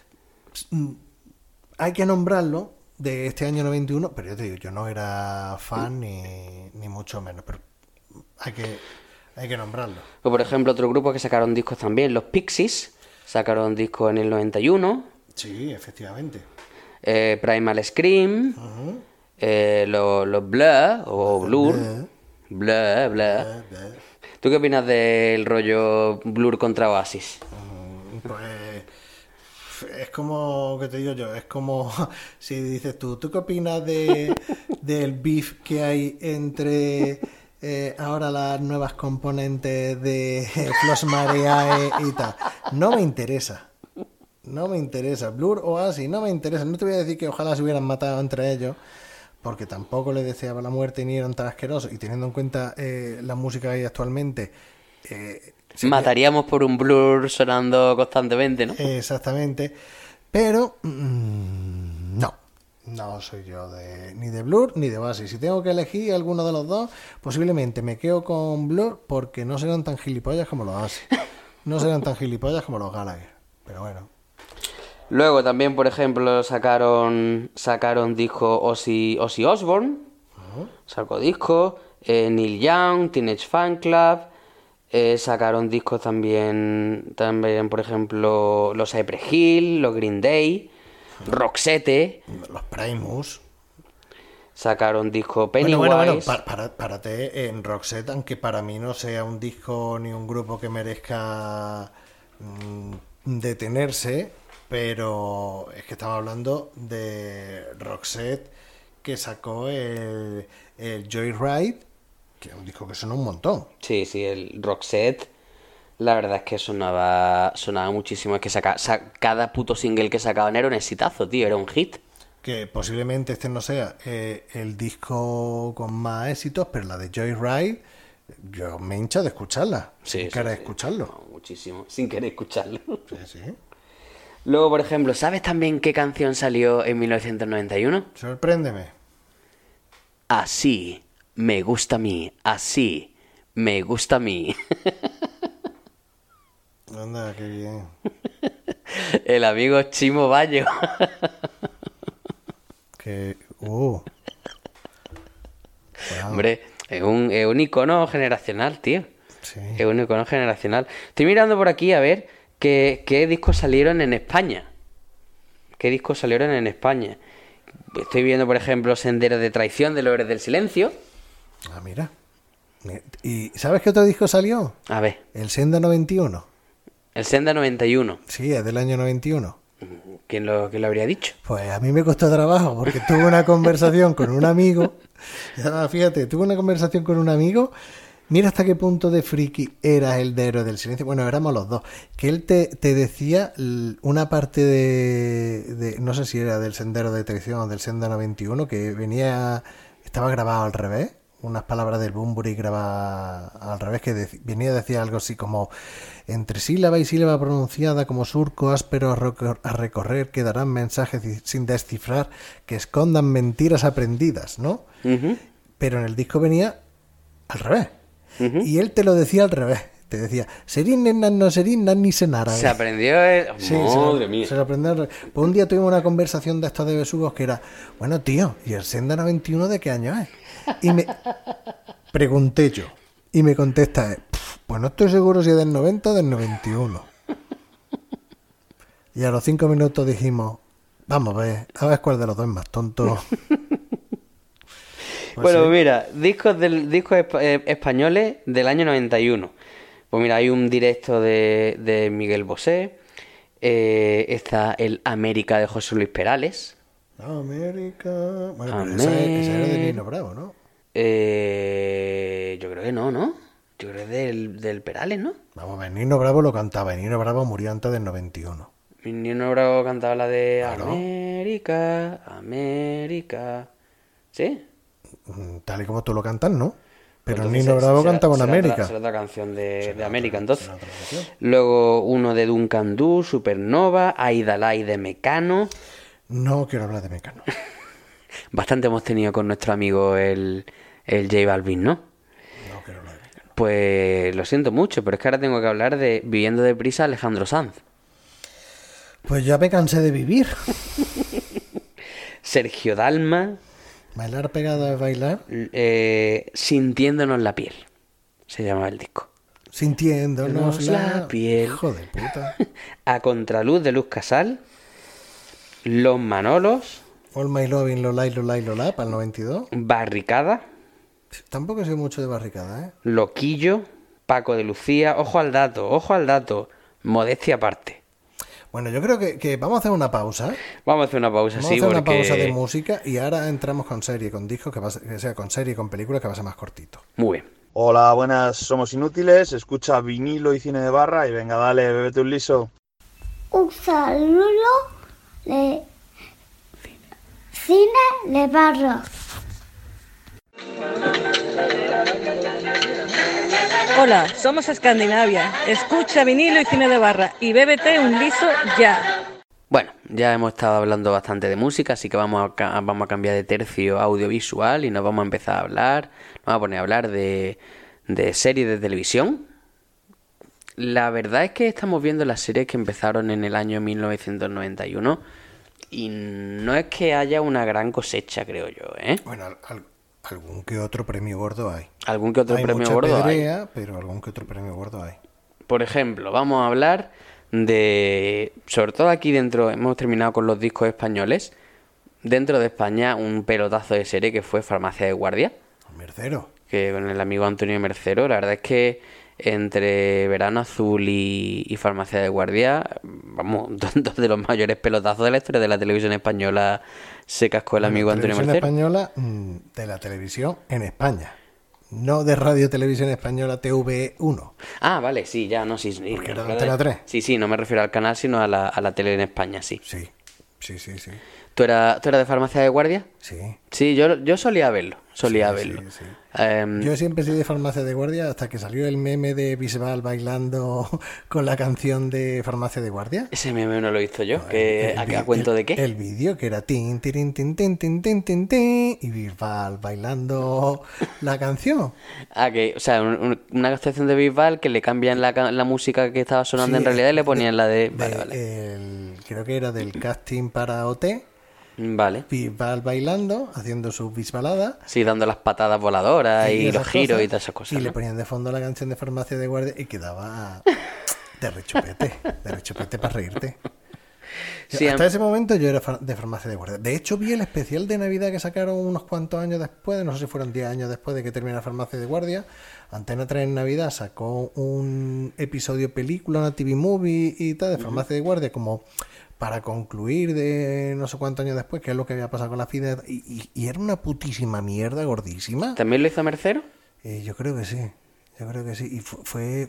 hay que nombrarlo de este año 91, pero yo te digo, yo no era fan ni mucho menos, pero hay que nombrarlo. O por ejemplo, otro grupo que sacaron discos también, los Pixies, sacaron discos en el 91, Sí, efectivamente. Primal Scream, Ujú. los Blur o Blur, Blur. ¿Tú qué opinas del rollo Blur contra Oasis? Pues es como, que te digo yo, es como si dices ¿tú qué opinas del beef que hay entre ahora las nuevas componentes de Flos Mareae y tal? No me interesa. Blur o Oasis, no me interesa. No te voy a decir que ojalá se hubieran matado entre ellos, porque tampoco les deseaba la muerte ni eran tan asquerosos. Y teniendo en cuenta la música que hay actualmente, sería- Mataríamos por un Blur sonando constantemente, ¿no? exactamente. Pero no soy yo ni de Blur ni de Oasis. Si tengo que elegir alguno de los dos, posiblemente me quedo con Blur, porque no serán tan gilipollas como los Oasis. No serán tan gilipollas como los Gallagher. Pero bueno. Luego también, por ejemplo, sacaron disco Ozzy Osbourne, sacó disco, Neil Young, Teenage Fan Club, sacaron discos también, por ejemplo, los Cypress Hill, los Green Day, Roxette, Los Primus. sacaron disco Pennywise. Bueno, párate en Roxette, aunque para mí no sea un disco ni un grupo que merezca detenerse, pero es que estamos hablando de Roxette, que sacó el Joyride, que es un disco que suena un montón. Sí, el Roxette, la verdad es que sonaba muchísimo. Es que cada puto single que sacaban era un exitazo, tío, era un hit. Que posiblemente este no sea el disco con más éxitos, pero la de Joyride, yo me hincha de escucharla, sin querer escucharlo. No, muchísimo, sin querer escucharlo. Sí. Luego, por ejemplo, ¿sabes también qué canción salió en 1991? Sorpréndeme. Así me gusta a mí, así me gusta a mí. Anda, qué bien. El amigo Chimo Bayo. Que, Hombre, es un icono generacional, tío. sí. Es un icono generacional. Estoy mirando por aquí a ver qué discos salieron en España. ¿Qué discos salieron en España? Estoy viendo, por ejemplo, Sendero de Traición de los Héroes del Silencio. Ah, mira. ¿Y sabes qué otro disco salió? A ver, El Senda 91. el Senda 91. Sí, es del año 91. ¿Quién lo habría dicho? Pues a mí me costó trabajo porque tuve una conversación con un amigo. Ya, fíjate, tuve una conversación con un amigo. Mira hasta qué punto de friki era el de Héroes del Silencio. Bueno, éramos los dos. Que él te decía una parte de no sé si era del Sendero de Traición o del Senda 91, que estaba grabado al revés. unas palabras del Bunbury grabadas al revés, que venía a decir algo así como: entre sílaba y sílaba pronunciada como surco áspero a recorrer quedarán mensajes sin descifrar que escondan mentiras aprendidas, ¿no? Ujú. Pero en el disco venía al revés. Ujú. Y él te lo decía al revés. Te decía, serín, no serín, ni senara. Se aprendió Sí, Madre mía. se lo aprendió al revés. Pues un día tuvimos una conversación de estos de besugos que era: bueno, tío, ¿y el Senda 91 de qué año es? Y me pregunté yo. Y me contesta él: pues no estoy seguro si es del 90 o del 91. Y a los 5 minutos dijimos: vamos a ver cuál de los dos es más tonto. Pues Bueno, sí. mira, discos españoles del año 91. Pues mira, hay un directo de Miguel Bosé. Está el América de José Luis Perales. América. Bueno, pero esa era de Nino Bravo, ¿no? Yo creo que no, ¿no? Yo creo que es del Perales, ¿no? Vamos a ver, Nino Bravo lo cantaba y Nino Bravo murió antes del 91. Nino Bravo cantaba la de Claro. América, América. ¿Sí? Tal y como tú lo cantas, ¿no? Pero Entonces Nino Bravo será- cantaba en será América. será otra canción de América, entonces. será otra canción. Luego uno de Duncan Du, Supernova, Aidalay de Mecano. No quiero hablar de Mecano. Bastante hemos tenido con nuestro amigo el J Balvin, ¿no? No quiero hablar de Mecano. Pues lo siento mucho, pero es que ahora tengo que hablar de Viviendo deprisa, Alejandro Sanz. Pues ya me cansé de vivir. Sergio Dalma, Bailar pegado es bailar. Sintiéndonos la piel. Se llama el disco. Sintiéndonos Nos la piel. Hijo de puta. A contraluz de Luz Casal. Los Manolos. All My Loving Lola para el 92. Barricada. Tampoco sé mucho de barricada, ¿eh? Loquillo. Paco de Lucía. Ojo al dato, ojo al dato. Modestia aparte. Bueno, yo creo que vamos a hacer una pausa. Vamos a hacer una pausa, Vamos sí, a hacer una porque... pausa de música y ahora entramos con serie, con discos, que sea con serie, con películas, que va a ser más cortito. Muy bien. Hola, buenas, somos Inútiles, escucha vinilo y cine de barra y venga, dale, bébete un liso. Un saludo de cine de barra. Hola, somos Escandinavia. Escucha vinilo y cine de barra y bébete un liso ya. Bueno, ya hemos estado hablando bastante de música, así que vamos a cambiar de tercio audiovisual y nos vamos a empezar a hablar, nos vamos a poner a hablar de series de televisión. La verdad es que estamos viendo las series que empezaron en el año 1991 y no es que haya una gran cosecha, creo yo, ¿eh? Bueno, algún que otro premio gordo hay. Algún que otro Hay premio mucha gordo hay. pedrea, pero algún que otro premio gordo hay. Por ejemplo, vamos a hablar de... Sobre todo aquí dentro, hemos terminado con los discos españoles. Dentro de España, un pelotazo de serie que fue Farmacia de Guardia, Mercero. que con el amigo Antonio Mercero. La verdad es que entre Verano Azul y Farmacia de Guardia, vamos, dos de los mayores pelotazos de la historia de la televisión española se cascó el amigo Antonio Televisión Mercero. española, de la televisión en España. No de Radio Televisión Española TV1. Ah, vale, sí, ya, no, sí. Porque era de no, Antena 3. Sí, no me refiero al canal, sino a la tele en España, sí. Sí. ¿Tú eras de Farmacia de Guardia? Sí. Sí, yo solía verlo, verlo. Sí. Em, Yo siempre soy de Farmacia de Guardia hasta que salió el meme de Bisbal bailando con la canción de Farmacia de Guardia. Ese meme no lo he visto yo, ¿a cuento de qué? El vídeo que era tin, tirin, tin, tin, tin, tin, tin, tin, y Bisbal bailando la canción. O sea, una actuación de Bisbal que le cambian la música que estaba sonando Sí, en realidad y le ponían la de... Vale, creo que era del casting para OT. Vale. Bisbal bailando, haciendo sus bisbaladas. Sí, dando las patadas voladoras y esas los giros cosas, y todas esas cosas. Y le ¿no? ponían de fondo la canción de Farmacia de Guardia y quedaba de rechupete para reírte. Sí, Hasta ese momento yo era de Farmacia de Guardia. De hecho, vi el especial de Navidad que sacaron unos cuantos años después, no sé si fueron 10 años después de que terminara Farmacia de Guardia. Antena 3 en Navidad sacó un episodio película, una TV movie y tal, de Farmacia de Guardia, como para concluir de no sé cuántos años después, qué es lo que había pasado con la FIDE. Y era una putísima mierda gordísima. ¿También lo hizo Mercero? Yo creo que sí. Y fue...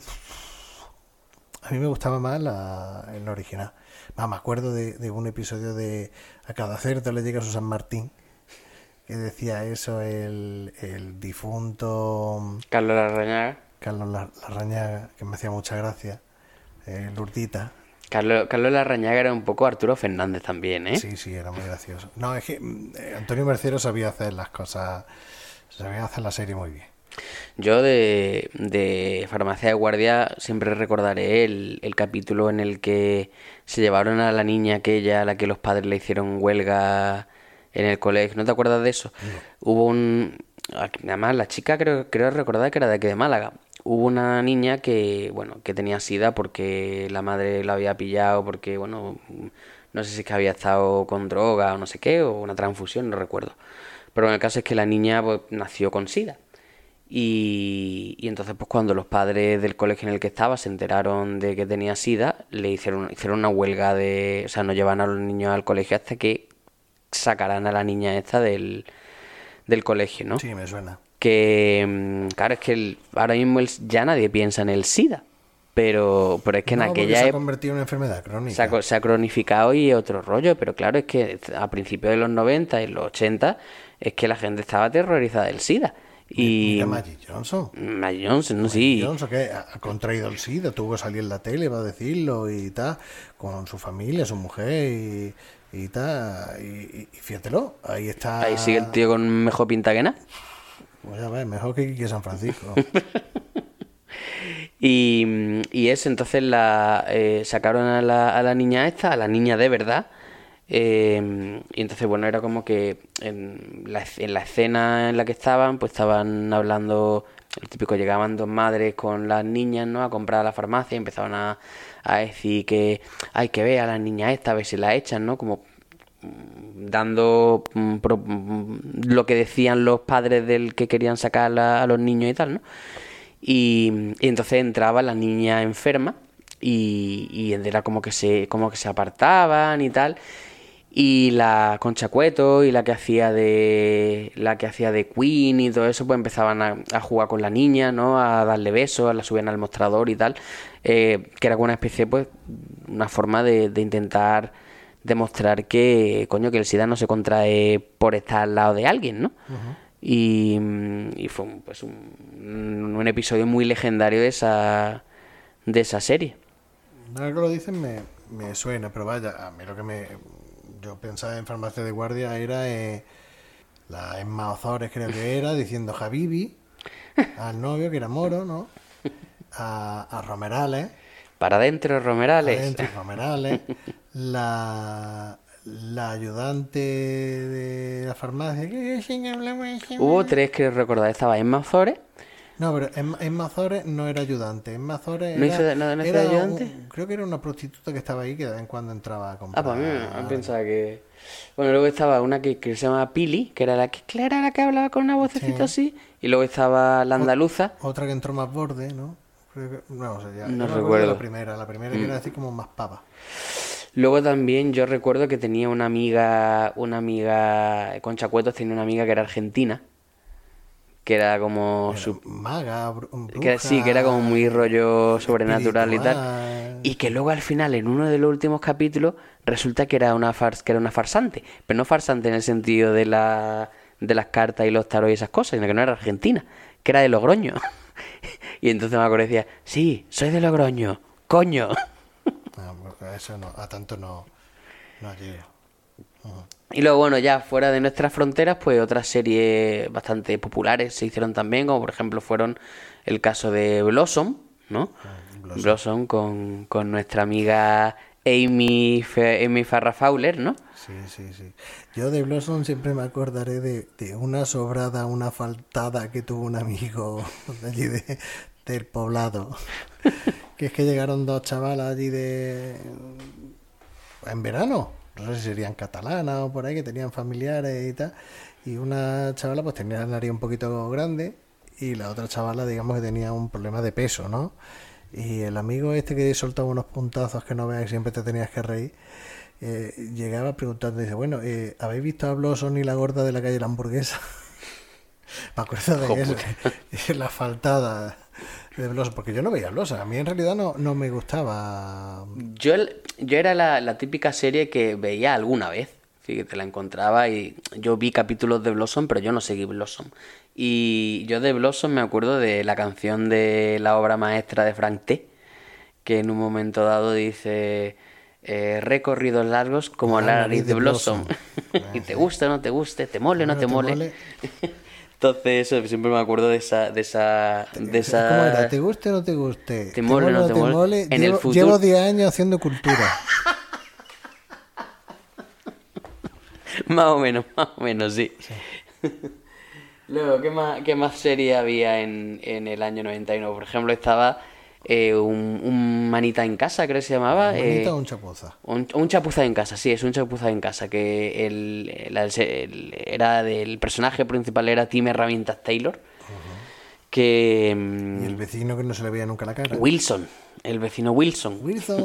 A mí me gustaba más el original. Me acuerdo de un episodio de A cada cerdo le llega su San Martín. que decía eso el difunto Carlos Larrañaga. Carlos Larrañaga, que me hacía mucha gracia, Lurdita. Carlos Larrañaga era un poco Arturo Fernández también, ¿eh? Sí, era muy gracioso. No, es que Antonio Mercero sabía hacer las cosas, sabía hacer la serie muy bien. Yo de Farmacia de Guardia siempre recordaré el capítulo en el que se llevaron a la niña aquella a la que los padres le hicieron huelga en el colegio. ¿No te acuerdas de eso? No. Hubo además la chica creo recordar que era de aquí de Málaga. Hubo una niña que tenía sida porque la madre la había pillado porque, no sé si es que había estado con droga o no sé qué, o una transfusión, no recuerdo. Pero el caso es que la niña pues, nació con sida. Y entonces pues cuando los padres del colegio en el que estaba se enteraron de que tenía sida, le hicieron una huelga o sea, no llevan a los niños al colegio hasta que sacaran a la niña esta del colegio, ¿no? Sí, me suena. Que, claro, es que ahora mismo ya nadie piensa en el SIDA, pero es que en aquella se ha convertido en una enfermedad crónica. se ha cronificado y es otro rollo, pero claro, es que a principios de los 90 y los 80 es que la gente estaba aterrorizada del SIDA. Y Mira Magic Johnson. Magic Johnson, ¿no? Sí. Magic Johnson, que ha contraído el SIDA, tuvo que salir en la tele para decirlo y tal, con su familia, su mujer y tal. Y fíjatelo, ahí está. Ahí sigue el tío con mejor pinta que nada. Pues ya ves, mejor que San Francisco. Y eso, entonces sacaron a la niña esta, a la niña de verdad. Y entonces, era como que en la escena en la que estaban, pues estaban hablando, el típico, llegaban dos madres con las niñas, ¿no? A comprar a la farmacia y empezaban a decir que hay que ver a las niñas esta, a ver si la echan, ¿no? Como dando lo que decían los padres del que querían sacar a los niños y tal, ¿no? Y entonces entraba la niña enferma y era como que se apartaban y tal. Y la Concha Cueto y la que hacía de Queen y todo eso, pues empezaban a jugar con la niña, ¿no? A darle besos, la subían al mostrador y tal, que era como una especie, pues, una forma de intentar demostrar que, coño, que el SIDA no se contrae por estar al lado de alguien, ¿no? Uh-huh. Y fue un episodio muy legendario de esa serie. Ahora que lo dicen me suena, pero vaya, a mí lo que yo pensaba en Farmacia de Guardia era la Emma Ozores, creo que era, diciendo Habibi al novio, que era Moro, ¿no? A Romerales. Para adentro, Romerales. Para adentro, Romerales. La ayudante de la farmacia. Hubo tres que recordar. Estaba Emma Ozores. No, pero Emma Ozores no era ayudante. Emma Ozores ¿No era ayudante? Creo que era una prostituta que estaba ahí, que de vez en cuando entraba a comprar. Pues a mí pensaba que... Bueno, luego estaba una que se llamaba Pili, que era la que hablaba con una vocecita así. Y luego estaba la andaluza. Otra que entró más borde, ¿no? Creo que, no sé, ya no recuerdo. La primera que era así como más pava. Luego también yo recuerdo que tenía una amiga, Concha Cuetos tenía una amiga que era argentina, que era como maga, bruja, que era como muy rollo sobrenatural y tal, y que luego al final en uno de los últimos capítulos resulta que era una farsante, pero no farsante en el sentido de las cartas y los tarot y esas cosas, sino que no era argentina, que era de Logroño. Y entonces me acuerdo y decía, sí, soy de Logroño, coño. Eso no, a tanto no llega. Uh-huh. Y luego, ya fuera de nuestras fronteras, pues otras series bastante populares se hicieron también, como por ejemplo fueron el caso de Blossom, ¿no? Blossom con nuestra amiga Amy Farrah Fowler, ¿no? Sí. Yo de Blossom siempre me acordaré de una sobrada, una faltada que tuvo un amigo de allí del poblado. Que es que llegaron dos chavalas allí en verano, no sé si serían catalanas o por ahí, que tenían familiares y tal, y una chavala pues tenía la nariz un poquito grande y la otra chavala, digamos, que tenía un problema de peso, ¿no? Y el amigo este que soltaba unos puntazos que no veas, siempre te tenías que reír, llegaba preguntando, dice, bueno, ¿habéis visto a Blossom y la gorda de la calle La Hamburguesa? Me acuerdo de eso, la faltada de Blossom, porque yo no veía Blossom, a mí en realidad no me gustaba. Yo era la típica serie que veía alguna vez, Sí, que te la encontraba y yo vi capítulos de Blossom, pero yo no seguí Blossom. Y yo de Blossom me acuerdo de la canción de la obra maestra de Frank T, que en un momento dado dice recorridos largos como la nariz de Blossom. Y te guste o no te guste, te mole o no te mole. Entonces eso, siempre me acuerdo de esa ¿Cómo era? ¿Te guste o no te guste? Te mole o no te mole. En el futuro... Llevo 10 años haciendo cultura. Más o menos, sí. Luego, ¿qué más serie había en el año 91? Por ejemplo, estaba un manita en casa, creo que se llamaba. ¿Un manita o un chapuza? Un chapuza en casa, sí, es un chapuza en casa. Que el personaje principal era Tim Herramientas Taylor. Que... ¿Y el vecino que no se le veía nunca la cara? Wilson, el vecino Wilson.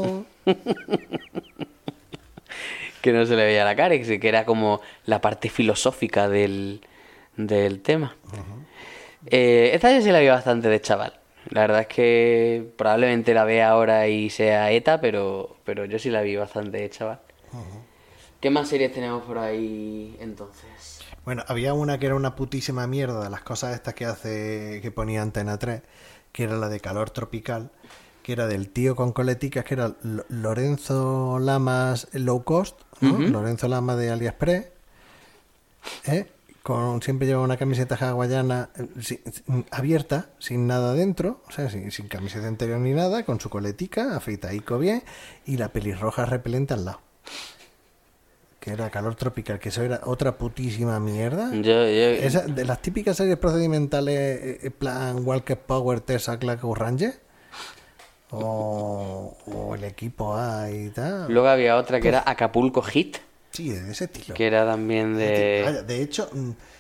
Que no se le veía la cara, que era como la parte filosófica del tema. Esta serie se la vi bastante de chaval. La verdad es que probablemente la vea ahora y sea ETA, pero yo sí la vi bastante de chaval. ¿Qué más series tenemos por ahí entonces? Bueno, había una que era una putísima mierda de las cosas estas que ponía Antena 3, que era la de Calor Tropical, que era del tío con coleticas, que era Lorenzo Lamas Low Cost, ¿no? Lorenzo Lamas de AliExpress, siempre llevaba una camiseta hawaiana abierta, sin nada dentro, o sea, sin camiseta interior ni nada, con su coletica, afeitadico bien, y la pelirroja repelente al lado. Que era Calor Tropical, que eso era otra putísima mierda. Esa, de las típicas series procedimentales, plan Walker Power, Tessa, Clark Ranger. O el equipo A y tal. Luego había otra que era Acapulco Hit. Sí, de ese estilo. Que era también de... Vaya, de hecho,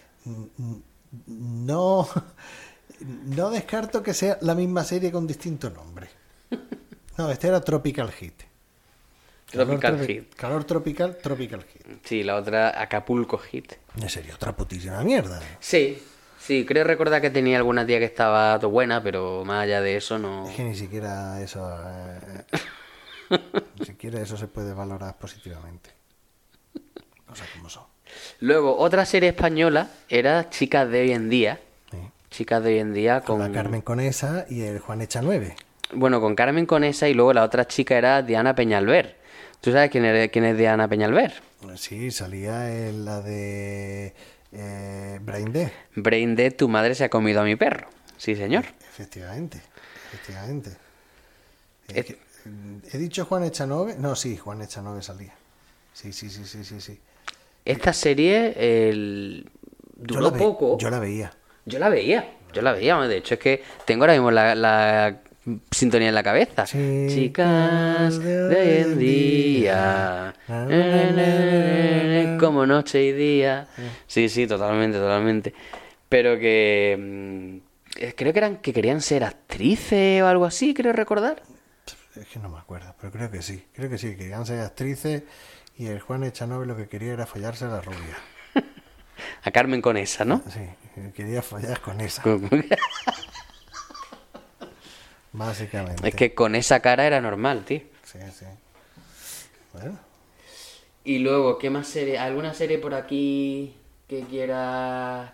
no descarto que sea la misma serie con distinto nombre. No, este era Tropical Hit. Calor Tropical Hit. Sí, la otra Acapulco Hit. En serio, otra putísima mierda. Sí, creo recordar que tenía alguna tía que estaba buena, pero más allá de eso no... Es que ni siquiera eso... ni siquiera eso se puede valorar positivamente. Cosas como son. Luego, otra serie española era Chicas de hoy en día. Sí. Chicas de hoy en día con la Carmen Conesa y el Juan Echanueve. Bueno, con Carmen Conesa, y luego la otra chica era Diana Peñalver. ¿Tú sabes quién es Diana Peñalver? Sí, salía en la de Brain Dead. Brain Dead, tu madre se ha comido a mi perro. Sí, señor. Efectivamente. ¿He dicho Juan Echanove? No, sí, Juan Echanove salía. Sí. Esta serie duró poco. Yo la veía. De hecho, es que tengo ahora mismo la sintonía en la cabeza. Chicas de hoy en día, como noche y día. Sí, totalmente. Pero que creo que querían ser actrices o algo así, creo recordar. Es que no me acuerdo, pero creo que sí, que querían ser actrices y el Juan Echanove lo que quería era follarse a la rubia. A Carmen Conesa, ¿no? Sí, quería follar con esa. Básicamente. Es que con esa cara era normal, tío. Sí. Bueno. Y luego, ¿qué más serie? ¿Alguna serie por aquí que quiera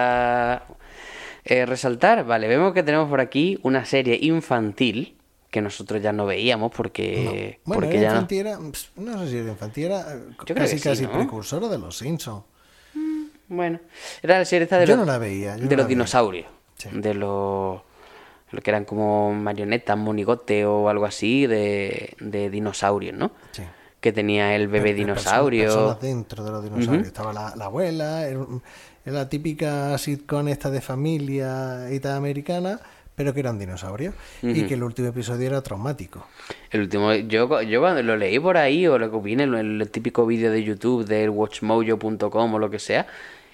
resaltar? Vale, vemos que tenemos por aquí una serie infantil que nosotros ya no veíamos porque... No. Bueno, porque era ya infantil, no sé si era infantil, era casi ¿no? precursora de los Simpsons. Bueno, era la serie esta yo no la veía. De los dinosaurios. Sí. De lo que eran como marionetas, monigote o algo así de dinosaurios, ¿no? Sí. Que tenía el bebé dinosaurio. Personas dentro de los dinosaurios. Estaba la abuela, era la típica sitcom esta de familia italoamericana, pero que eran dinosaurios. Y que el último episodio era traumático. El último, yo cuando lo leí por ahí, o lo que viene en el típico vídeo de YouTube del watchmojo.com o lo que sea,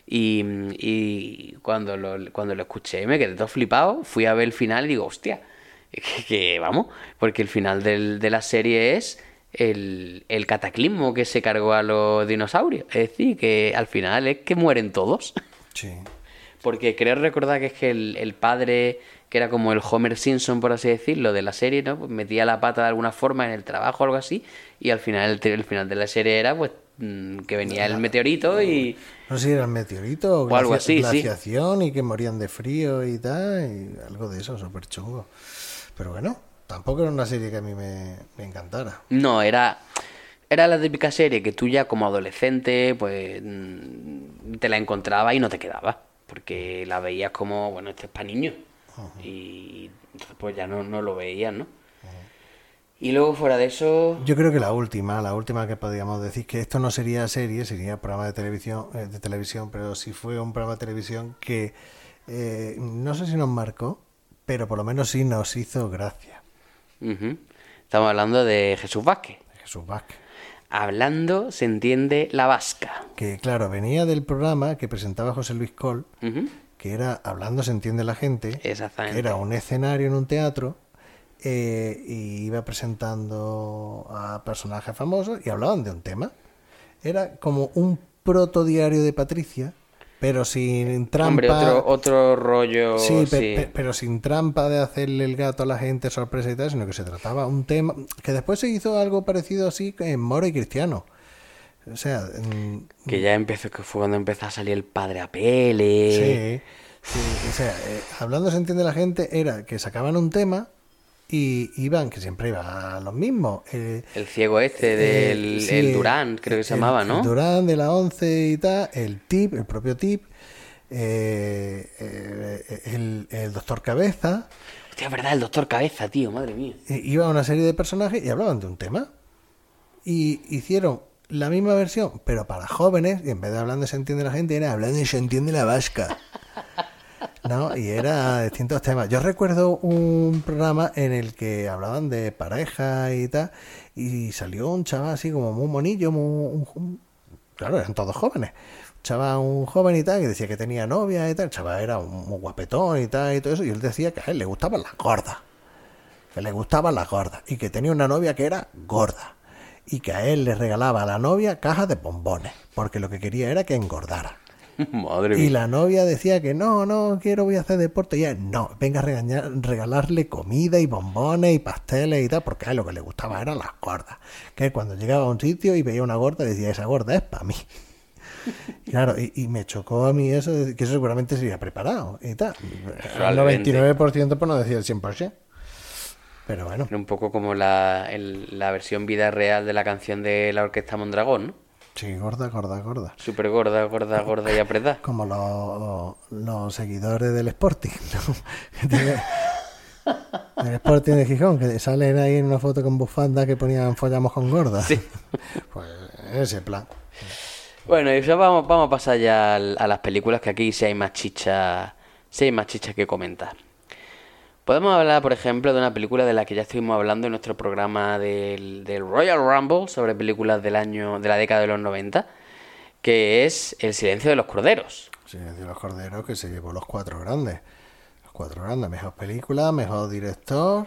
y cuando lo escuché me quedé todo flipado, fui a ver el final y digo, hostia, que vamos, porque el final de la serie es el cataclismo que se cargó a los dinosaurios. Es decir, que al final es que mueren todos. Sí. Porque creo recordar que es que el padre, que era como el Homer Simpson, por así decirlo, de la serie, ¿no? Pues metía la pata de alguna forma en el trabajo o algo así, y al final el final de la serie era pues que venía el meteorito y... No sé si era el meteorito o algo así, glaciación y que morían de frío y tal, y algo de eso, súper chungo. Pero bueno, tampoco era una serie que a mí me encantara. No, era la típica serie que tú ya como adolescente pues te la encontrabas y no te quedabas, porque la veías como, bueno, esto es para niños. Y entonces pues ya no lo veías, ¿no? Y luego fuera de eso... Yo creo que la última que podríamos decir, que esto no sería serie, sería programa de televisión, pero sí fue un programa de televisión que no sé si nos marcó, pero por lo menos sí nos hizo gracia. Estamos hablando de Jesús Vázquez. Jesús Vázquez. Hablando se entiende la vasca. Que claro, venía del programa que presentaba José Luis Col, que era Hablando se entiende la gente. Exactamente. Que era un escenario en un teatro. Y iba presentando a personajes famosos y hablaban de un tema. Era como un protodiario de Patricia, pero sin trampa. Hombre, otro rollo. Sí, pero sin trampa de hacerle el gato a la gente, sorpresa y tal, sino que se trataba un tema que después se hizo algo parecido así en Moro y Cristiano. O sea, que ya empezó, que fue cuando empezó a salir el Padre Apele. Sí, o sea, Hablando se entiende la gente era que sacaban un tema y iban, que siempre iba a los mismos. El ciego del el Durán, creo que se llamaba, ¿no? El Durán de la 11 y tal, el propio Tip, el Doctor Cabeza. Hostia, es verdad, el Doctor Cabeza, tío, madre mía. Iba a una serie de personajes y hablaban de un tema. Y hicieron la misma versión, pero para jóvenes, y en vez de Hablando se entiende la gente, era Hablando se entiende la vasca. ¿No? Y era distintos temas. Yo recuerdo un programa en el que hablaban de pareja y tal, y salió un chaval así como muy monillo, claro, eran todos jóvenes. Un joven y tal, que decía que tenía novia y tal. El chaval era un guapetón y tal, y todo eso, y él decía que a él le gustaban las gordas. Y que tenía una novia que era gorda. Y que a él le regalaba a la novia cajas de bombones, porque lo que quería era que engordara. Madre mía. Y la novia decía que no quiero, voy a hacer deporte. Y él, no, venga a regalarle comida y bombones y pasteles y tal, porque a él lo que le gustaba eran las gordas. Que cuando llegaba a un sitio y veía una gorda, decía, esa gorda es para mí. Claro, y me chocó a mí eso, que eso seguramente sería preparado y tal. El 99% por no decir el 100%. Pero bueno. Era un poco como la versión vida real de la canción de la Orquesta Mondragón, ¿no? Sí, gorda. Súper gorda y apretada. Como los seguidores del Sporting, ¿no? Del Sporting de Gijón, que salen ahí en una foto con bufanda que ponían follamos con gorda. Sí. Pues ese plan. Bueno, y ya vamos a pasar ya a las películas, que aquí sí hay más chicha que comentar. Podemos hablar, por ejemplo, de una película de la que ya estuvimos hablando en nuestro programa del Royal Rumble sobre películas de la década de los 90, que es El silencio de los corderos. Silencio de los corderos, que se llevó los 4 grandes. Mejor película, mejor director,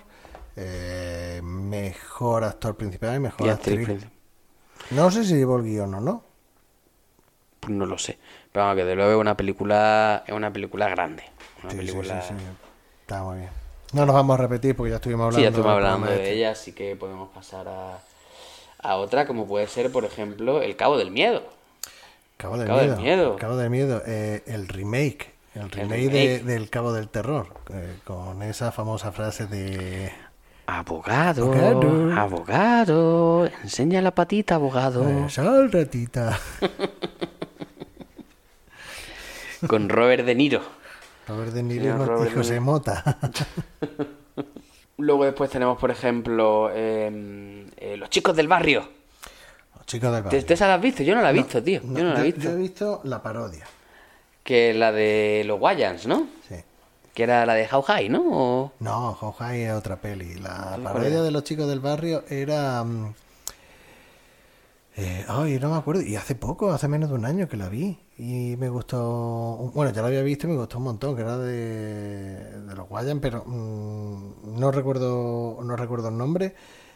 mejor actor principal y mejor actriz. No sé si llevó el guión o no. Pues no lo sé. Pero vamos, que de luego es una película grande. Sí. Está muy bien. No nos vamos a repetir porque ya estuvimos hablando. De ella, así que podemos pasar a otra, como puede ser, por ejemplo, El Cabo del Miedo. Cabo del Miedo. El remake del Cabo del Terror, con esa famosa frase de... Abogado, enseña la patita, abogado. Sal, ratita. Con Robert De Niro. Robert De Niro y José Mota. Luego después tenemos, por ejemplo, Los chicos del barrio. Los chicos del barrio. ¿Te esa la has visto? Yo no la he visto, tío. Yo no la he visto. Yo he visto la parodia. Que la de los Wayans, ¿no? Sí. Que era la de How High, ¿no? ¿O? No, How High es otra peli. La parodia de Los chicos del barrio era... no me acuerdo. Y hace menos de un año que la vi. Y me gustó... Bueno, ya la había visto y me gustó un montón. Que era de los Wayans, pero no recuerdo el nombre.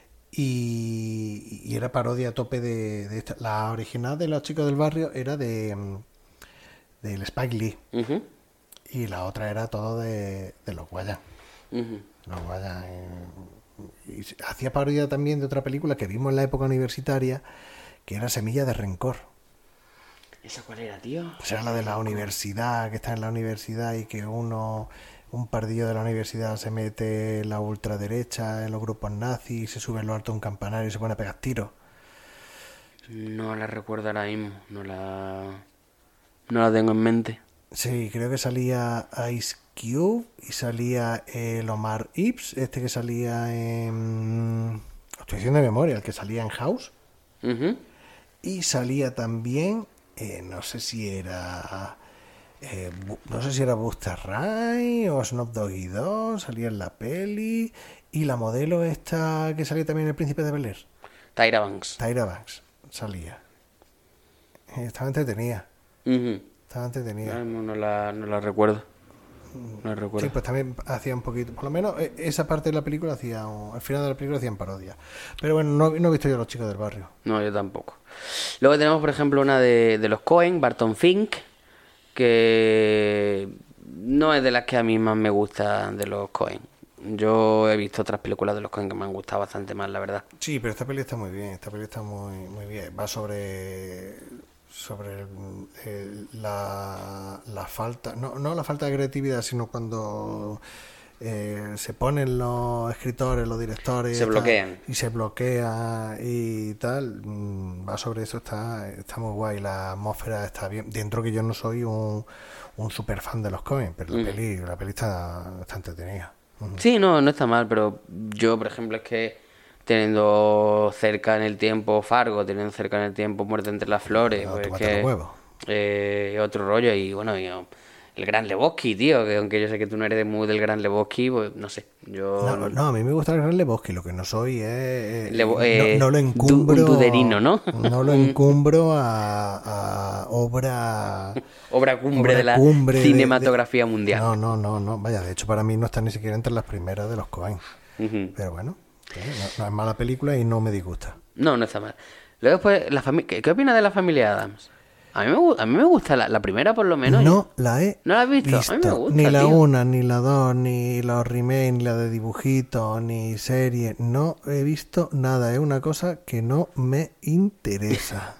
Y era parodia a tope de esta. La original de Los chicos del barrio era del Spike Lee. Uh-huh. Y la otra era todo de los Wayans. Uh-huh. Los Wayans. Y hacía parodia también de otra película que vimos en la época universitaria, que era Semilla de Rencor. ¿Esa cuál era, tío? Pues era la de la universidad, que está en la universidad y que un pardillo de la universidad se mete en la ultraderecha, en los grupos nazis, se sube en lo alto de un campanario y se pone a pegar tiros. No la recuerdo ahora mismo, no la tengo en mente. Sí, creo que salía Ice Cube y salía el Omar Epps, este que salía en... Estoy haciendo de memoria, el que salía en House. Ujú. Y salía también, no sé si era Busta Rhymes o Snoop Doggy 2, salía en la peli. Y la modelo esta que salía también en El Príncipe de Bel-Air, Tyra Banks. Tyra Banks, salía. Estaba entretenida. Ujú. Estaba entretenida. Ahora mismo no la recuerdo. No la recuerdo. Sí, pues también hacía un poquito, por lo menos esa parte de la película al final de la película hacían parodia. Pero bueno, no he visto yo a Los Chicos del Barrio. No, yo tampoco. Luego tenemos, por ejemplo, una de los Coen, Barton Fink, que no es de las que a mí más me gusta de los Coen. Yo he visto otras películas de los Coen que me han gustado bastante más, la verdad. Sí, pero esta peli está muy bien, esta peli está muy bien. Va sobre la falta, no la falta de creatividad, sino cuando se ponen los escritores, los directores Se bloquean. y se bloquea y tal. Va sobre eso, está muy guay, la atmósfera está bien. Dentro que yo no soy un super fan de los Coen, pero la peli está entretenida. Sí, no está mal, pero yo, por ejemplo, es que teniendo cerca en el tiempo Fargo, teniendo cerca en el tiempo Muerte entre las flores, No, pues tómate que los huevos. otro rollo. Y bueno, el Gran Lebowski, tío, que aunque yo sé que tú no eres muy del Gran Lebowski, pues no sé, yo... No, a mí me gusta el Gran Lebowski, lo que no soy es... Lebo- no lo encumbro... un duderino, ¿no? No lo encumbro a obra... Obra cumbre de la cumbre cinematografía mundial. No, vaya, de hecho para mí no está ni siquiera entre las primeras de los Coen. Ujú. Pero bueno, no es mala película y no me disgusta. No está mal. Luego, pues, ¿qué opinas de la familia Adams? A mí me gusta la primera, por lo menos. No la he ¿No la has visto? A mí me gusta, ni la tío. 1, ni la 2, ni los remakes, ni la de dibujitos, ni serie. No he visto nada. Es una cosa que no me interesa.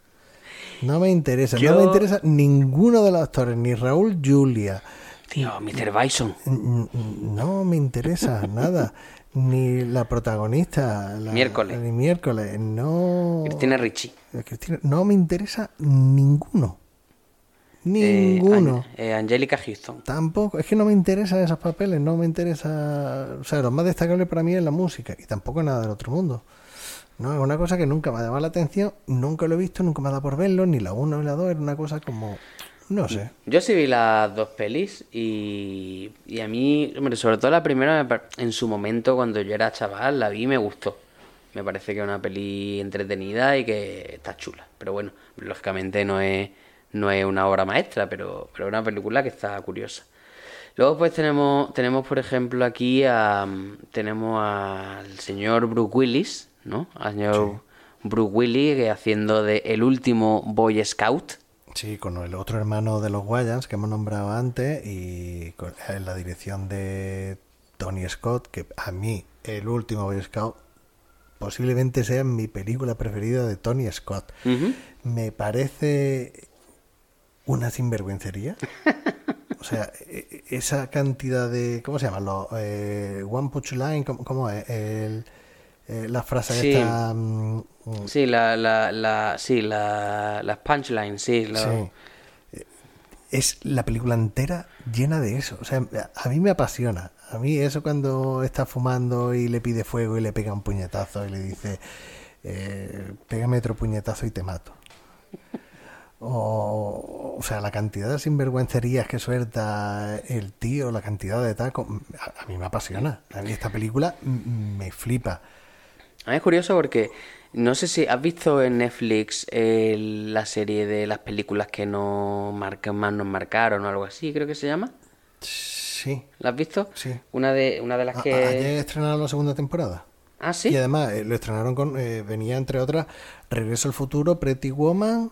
No me interesa. Yo- No me interesa ninguno de los actores, ni Raúl Julia. Tío, Mr. Bison. No me interesa nada. Ni la protagonista. Miércoles. Ni miércoles. No. Cristina Ricci. Cristina, no me interesa ninguno. Ninguno. Angelica Houston. Tampoco, es que no me interesan esos papeles, no me interesa, o sea, lo más destacable para mí es la música y tampoco nada del otro mundo. No, es una cosa que nunca me ha llamado la atención, nunca lo he visto, nunca me ha dado por verlo, ni la 1 ni la 2, era una cosa como, no sé. Yo sí vi las dos pelis y a mí, hombre, sobre todo la primera, en su momento, cuando yo era chaval, la vi y me gustó. Me parece que es una peli entretenida y que está chula. Pero bueno, lógicamente no es una obra maestra, pero es una película que está curiosa. Luego pues tenemos por ejemplo aquí tenemos al señor Bruce Willis, ¿no? Al señor Bruce Willis que haciendo de el último Boy Scout. Sí, con el otro hermano de los Wayans que hemos nombrado antes y en la dirección de Tony Scott, que a mí el último Boy Scout posiblemente sea mi película preferida de Tony Scott. Ujú. Me parece una sinvergüencería. O sea, esa cantidad de... ¿Cómo se llaman? Los One Punch Line, ¿cómo es? La frase Sí. esta... Sí, las punchlines, sí. sí. Es la película entera llena de eso. O sea, a mí me apasiona. A mí eso cuando está fumando y le pide fuego y le pega un puñetazo y le dice, pégame otro puñetazo y te mato. O sea, la cantidad de sinvergüencerías que suelta el tío, la cantidad de tacos, a mí me apasiona. A mí esta película me flipa. A mí es curioso porque no sé si has visto en Netflix la serie de las películas que más nos marcaron o algo así, creo que se llama. Sí. ¿La has visto? Sí. Una de las que... Ayer estrenaron la segunda temporada. Ah, sí. Y además lo estrenaron con... venía entre otras Regreso al Futuro, Pretty Woman,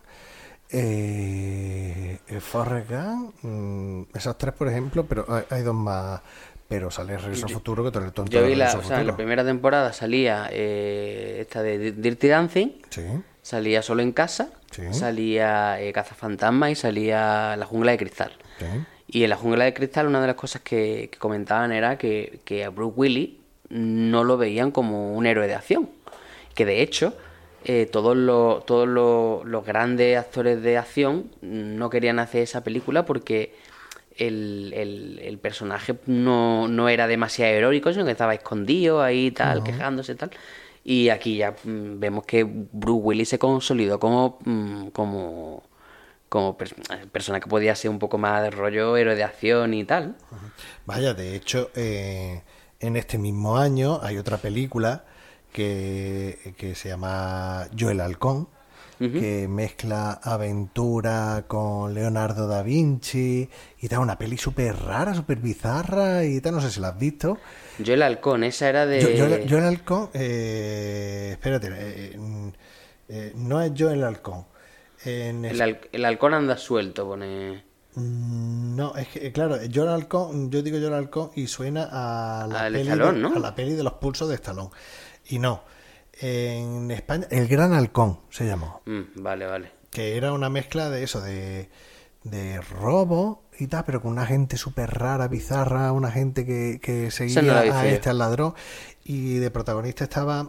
Forrest Gump, esas tres por ejemplo, pero hay dos más. Pero sale Regreso al Futuro que todo el tonto. Yo vi Regreso al en la Futuro. primera temporada salía esta de Dirty Dancing, Sí. salía Solo en Casa, Sí. salía Cazafantasmas y salía La Jungla de Cristal. Sí. Y en La Jungla de Cristal una de las cosas que comentaban era que a Bruce Willis no lo veían como un héroe de acción. Que de hecho todos los grandes actores de acción no querían hacer esa película porque el personaje no era demasiado heroico, sino que estaba escondido ahí tal, quejándose tal. Y aquí ya vemos que Bruce Willis se consolidó como persona que podía ser un poco más de rollo héroe de acción y tal. Vaya, de hecho, en este mismo año hay otra película que se llama Yo el Halcón, que mezcla aventura con Leonardo da Vinci y tal, una peli súper rara, súper bizarra y tal, no sé si la has visto. Yo el Halcón, esa era de... Yo el Halcón, espérate, no es Yo el Halcón. El halcón anda suelto, pone... No, es que, claro, yo digo Yo el Halcón y suena a la peli Stallone, ¿no? a la peli de los pulsos de Stallone. Y no, en España, El Gran Halcón se llamó. Vale. Que era una mezcla de eso, de robo y tal, pero con una gente súper rara, bizarra, una gente que seguía no la vi, sí. al ladrón. Y de protagonista estaba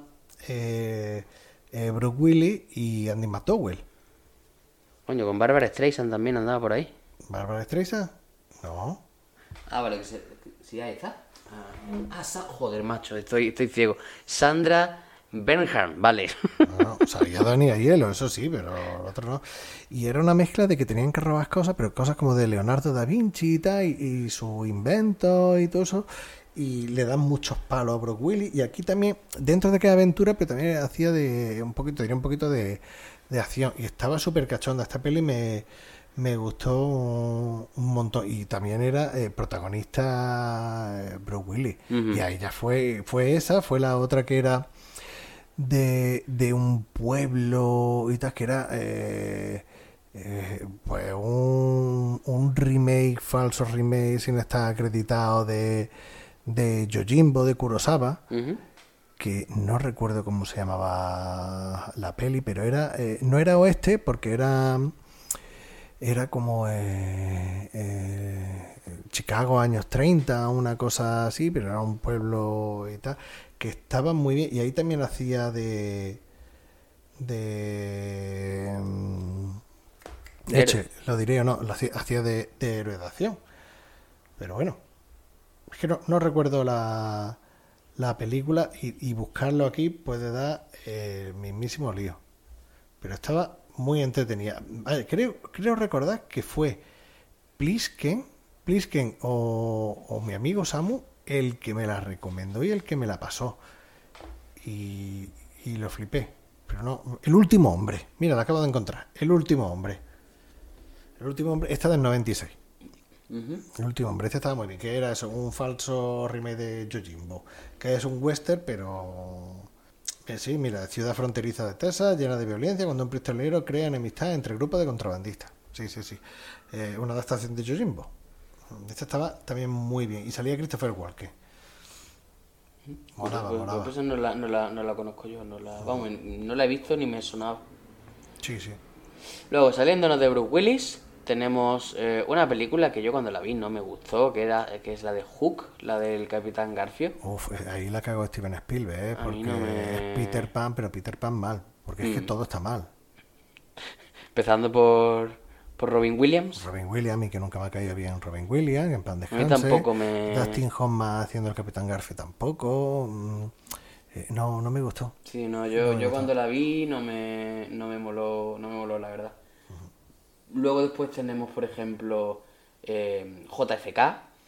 Bruce Willis y Andy McDowell. Coño, con Barbara Streisand también andaba por ahí. ¿Bárbara Streisand? No. Ah, vale, sí, ahí está. Joder, macho, estoy ciego. Sandra Bernhardt, vale. No, sabía Dani a hielo, eso sí, pero el otro no. Y era una mezcla de que tenían que robar cosas, pero cosas como de Leonardo da Vinci y tal, y su invento y todo eso. Y le dan muchos palos a Bruce Willis. Y aquí también, dentro de que aventura, pero también hacía un poquito de acción. Y estaba súper cachonda. Esta peli me gustó un montón. Y también era protagonista Bruce Willis. Y ahí ya fue la otra que era de un pueblo y tal, que era pues un remake, falso remake sin estar acreditado de Yojimbo de Kurosawa, que no recuerdo cómo se llamaba la peli, pero era no era oeste porque era como Chicago años 30, una cosa así, pero era un pueblo y tal, que estaba muy bien. Y ahí también hacía lo diré o no, hacía de héroe de acción. Pero bueno, es que no recuerdo la película y buscarlo aquí puede dar el mismísimo lío. Pero estaba muy entretenida. Vale, creo recordar que fue Plisken o mi amigo Samu el que me la recomendó y el que me la pasó. Y lo flipé. Pero no, El Último Hombre. Mira, la acabo de encontrar. El Último Hombre. Esta del 96. El Último Hombre, este estaba muy bien. Que era eso, un falso remake de Yojimbo. Que es un western, pero... sí, mira, ciudad fronteriza de Texas, llena de violencia, cuando un pistolero crea enemistad entre grupos de contrabandistas. Sí. Una adaptación de Yojimbo. Esta estaba también muy bien. Y salía Christopher Walken. Molaba. Pues no la conozco yo, no la he visto ni me sonaba. Sí. Luego, saliéndonos de Bruce Willis, tenemos una película que yo cuando la vi no me gustó, que es la de Hook, la del Capitán Garfio. Ahí la cagó Steven Spielberg, porque es Peter Pan, pero Peter Pan mal, porque es que todo está mal. Empezando por Robin Williams. Y que nunca me ha caído bien Robin Williams, en plan descanse. A mí tampoco me... Dustin Hoffman haciendo el Capitán Garfio tampoco. No me gustó. Sí, yo cuando la vi no me moló la verdad. Luego después tenemos, por ejemplo, JFK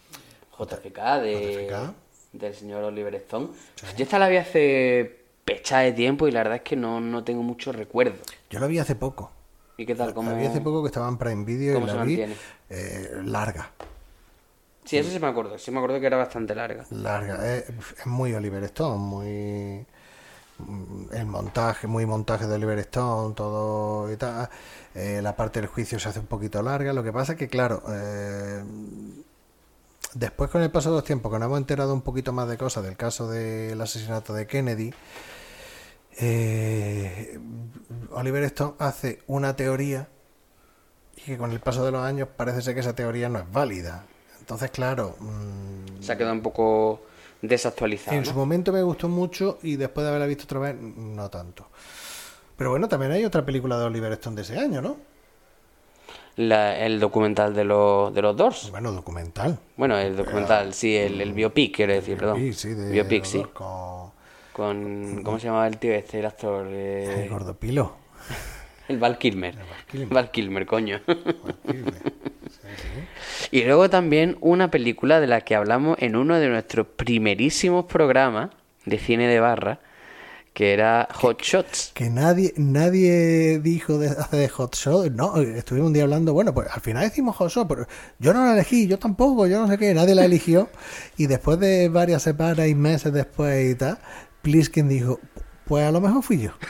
del señor Oliver Stone. Sí. Yo esta la vi hace pecha de tiempo y la verdad es que no tengo mucho recuerdo. Yo la vi hace poco. ¿Y qué tal? La vi hace poco, que estaba en Prime Video y la vi larga. Sí, eso sí me acuerdo que era bastante larga. Es muy Oliver Stone, muy... el montaje de Oliver Stone, todo y tal. La parte del juicio se hace un poquito larga. Lo que pasa es que, claro, después con el paso de los tiempos, que nos hemos enterado un poquito más de cosas del caso del asesinato de Kennedy, Oliver Stone hace una teoría y que con el paso de los años parece ser que esa teoría no es válida. Entonces, claro... se ha quedado un poco desactualizado, en ¿no? su momento me gustó mucho y después de haberla visto otra vez, no tanto. Pero bueno, también hay otra película de Oliver Stone de ese año, ¿no? El documental de los Doors. Bueno, documental. Bueno, el documental, sí, el biopic, quiero decir, perdón. Sí, de Biopic, los sí. dos Con... ¿Cómo se llamaba el tío este, el actor? El Gordopilo. El Val Kilmer. Val Kilmer, coño. Sí. Y luego también una película de la que hablamos en uno de nuestros primerísimos programas de cine de barra, que era Hot Shots. Que nadie dijo de hacer Hot Shot. No, estuvimos un día hablando, bueno, pues al final decimos Hot Shot, pero yo no la elegí, yo tampoco, yo no sé qué, nadie la eligió. Y después de varias semanas y meses después y tal, Plisken dijo, pues a lo mejor fui yo.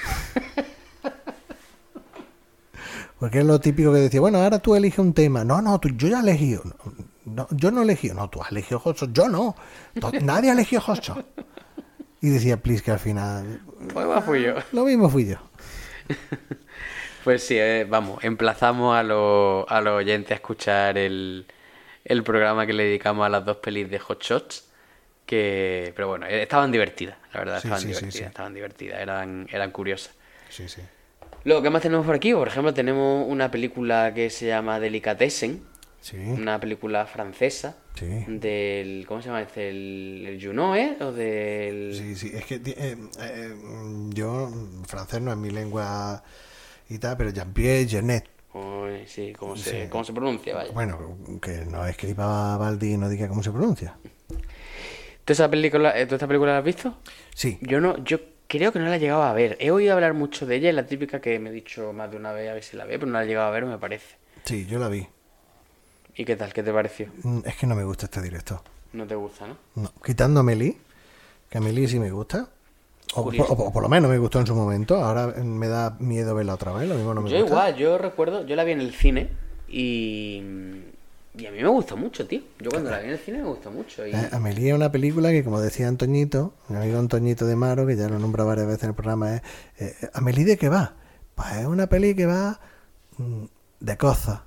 Porque es lo típico que decía, bueno, ahora tú eliges un tema. No, yo ya elegí. No, yo no elegí. No, tú has elegido Hot Shot. Yo no. Nadie eligió Hot Shot. Y decía Plisken al final. Pues fui yo. Lo mismo fui yo. Pues sí, vamos, emplazamos a los oyentes a escuchar el programa que le dedicamos a las dos pelis de Hot Shots. Pero bueno, estaban divertidas, la verdad, estaban divertidas, eran curiosas. Sí. Luego, ¿qué más tenemos por aquí? Por ejemplo, tenemos una película que se llama Delicatessen, Sí. una película francesa, Sí. del... ¿Cómo se llama este? ¿El Junot, o del...? Sí, es que yo, francés no es mi lengua y tal, pero Jean-Pierre Jeunet. Uy, sí, ¿cómo se pronuncia? Vaya. Bueno, que no escriba Baldi y no diga cómo se pronuncia. ¿Tú esta película la has visto? Sí. Yo creo que no la he llegado a ver. He oído hablar mucho de ella, es la típica que me he dicho más de una vez a ver si la veo, pero no la he llegado a ver, me parece. Sí, yo la vi. ¿Y qué tal? ¿Qué te pareció? Es que no me gusta este director. No te gusta, ¿no? No. Quitando a Amélie, que a Amélie sí me gusta. O por lo menos me gustó en su momento. Ahora me da miedo verla otra vez. Lo mismo no me Yo gusta. igual, yo recuerdo, yo la vi en el cine y a mí me gustó mucho, tío. Yo cuando la vi en el cine me gustó mucho. Amélie es una película que, como decía Antoñito, mi amigo Antoñito de Maro, que ya lo nombra varias veces en el programa, ¿Amélie de qué va? Pues es una peli que va de cosas.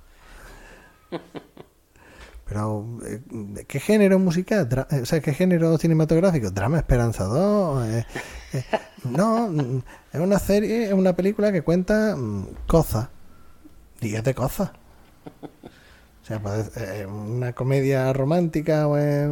Pero, ¿qué género musical? ¿Qué género cinematográfico? Drama esperanzador. No, es una serie, es una película que cuenta cosas. Y es de cosas. O sea, pues, una comedia romántica o es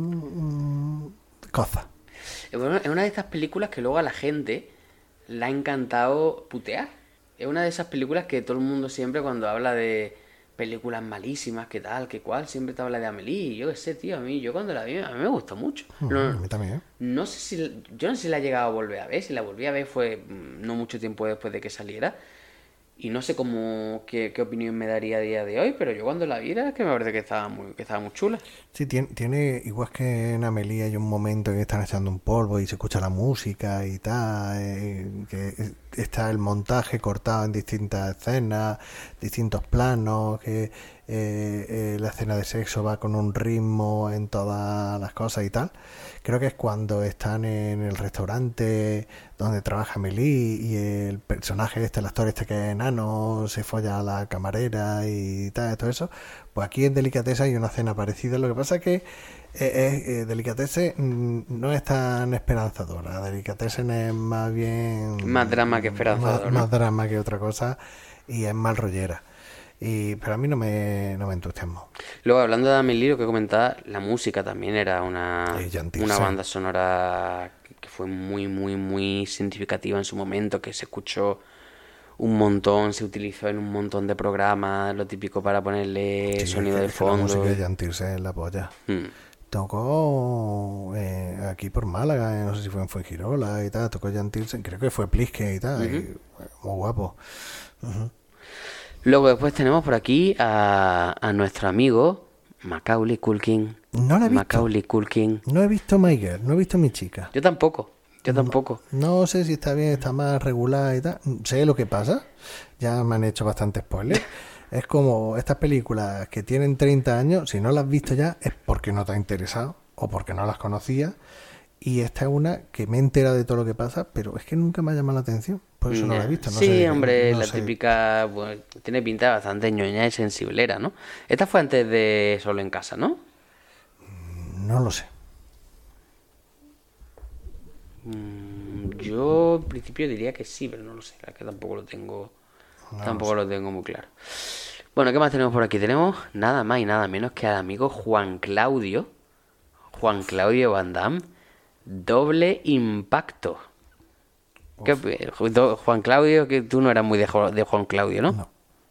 cosas. Bueno, es una de estas películas que luego a la gente le ha encantado putear. Es una de esas películas que todo el mundo siempre, cuando habla de películas malísimas, que tal, que cual, siempre te habla de Amélie. Yo qué sé, tío, yo cuando la vi, a mí me gustó mucho. A mí también. No sé yo no sé si la he llegado a volver a ver. Si la volví a ver fue no mucho tiempo después de que saliera. Y no sé qué opinión me daría a día de hoy, pero yo cuando la vi era que me parece que estaba muy chula. Sí, tiene igual que en Amélie hay un momento en que están echando un polvo y se escucha la música y tal, que está el montaje cortado en distintas escenas, distintos planos, que la escena de sexo va con un ritmo en todas las cosas y tal. Creo que es cuando están en el restaurante donde trabaja Amélie y el personaje el actor que es enano, se folla a la camarera y tal, todo eso. Pues aquí en Delicatessen hay una escena parecida. Lo que pasa es que Delicatessen no es tan esperanzadora. Delicatessen es más bien... Más drama que esperanzador, más drama que otra cosa, y es más rollera. Pero a mí no me entusiasmó. Luego, hablando de Amélie, lo que comentaba, la música también era una banda sonora que fue muy significativa en su momento, que se escuchó un montón, se utilizó en un montón de programas, lo típico para ponerle sonido de fondo. La música de Jan Tirsen en la polla. Tocó aquí por Málaga, no sé si fue en Fuengirola y tal, tocó Jan Tirsen, creo que fue Plisken y tal, y, muy guapo. Luego después tenemos por aquí a nuestro amigo Macaulay Culkin. No la he visto. Macaulay Culkin. No he visto My Girl, no he visto Mi Chica. Yo tampoco. No sé si está bien, está más regular y tal. Sé lo que pasa. Ya me han hecho bastante spoilers. Es como estas películas que tienen 30 años, si no las has visto ya es porque no te ha interesado o porque no las conocías Y esta es una que me entera de todo lo que pasa, pero es que nunca me ha llamado la atención. Por eso no la he visto. No sí, sé, hombre, no la sé. típica, bueno, tiene pinta bastante ñoña y sensiblera, ¿no? Esta fue antes de Solo en Casa, ¿no? No lo sé. Yo en principio diría que sí, pero no lo sé, la que tampoco lo tengo muy claro. Bueno, ¿qué más tenemos por aquí? Tenemos nada más y nada menos que al amigo Juan Claudio Van Damme, Doble Impacto. Juan Claudio, que tú no eras muy de Juan Claudio, ¿no?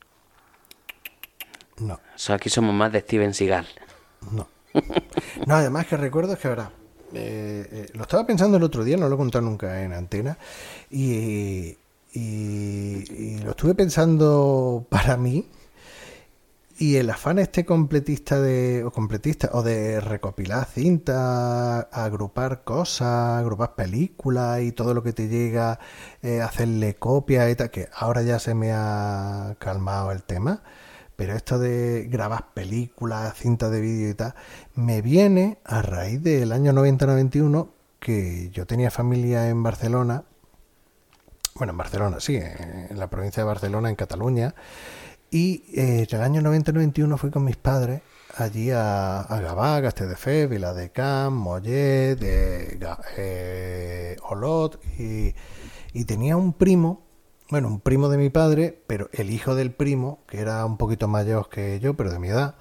No. Aquí somos más de Steven Seagal. No. No, además que recuerdo es que ahora lo estaba pensando el otro día, no lo he contado nunca en antena, y lo estuve pensando para mí, y el afán completista o de recopilar cintas, agrupar cosas, agrupar películas y todo lo que te llega, hacerle copias y tal, que ahora ya se me ha calmado el tema. Pero esto de grabar películas, cintas de vídeo y tal, me viene a raíz del año 90-91, que yo tenía familia en Barcelona. Bueno, en Barcelona, sí, en la provincia de Barcelona, en Cataluña. Y en el año 90-91 fui con mis padres allí a Gavà, Castelldefels, Viladecans, Mollet, Olot. Y tenía un primo. Bueno, un primo de mi padre, pero el hijo del primo, que era un poquito mayor que yo, pero de mi edad.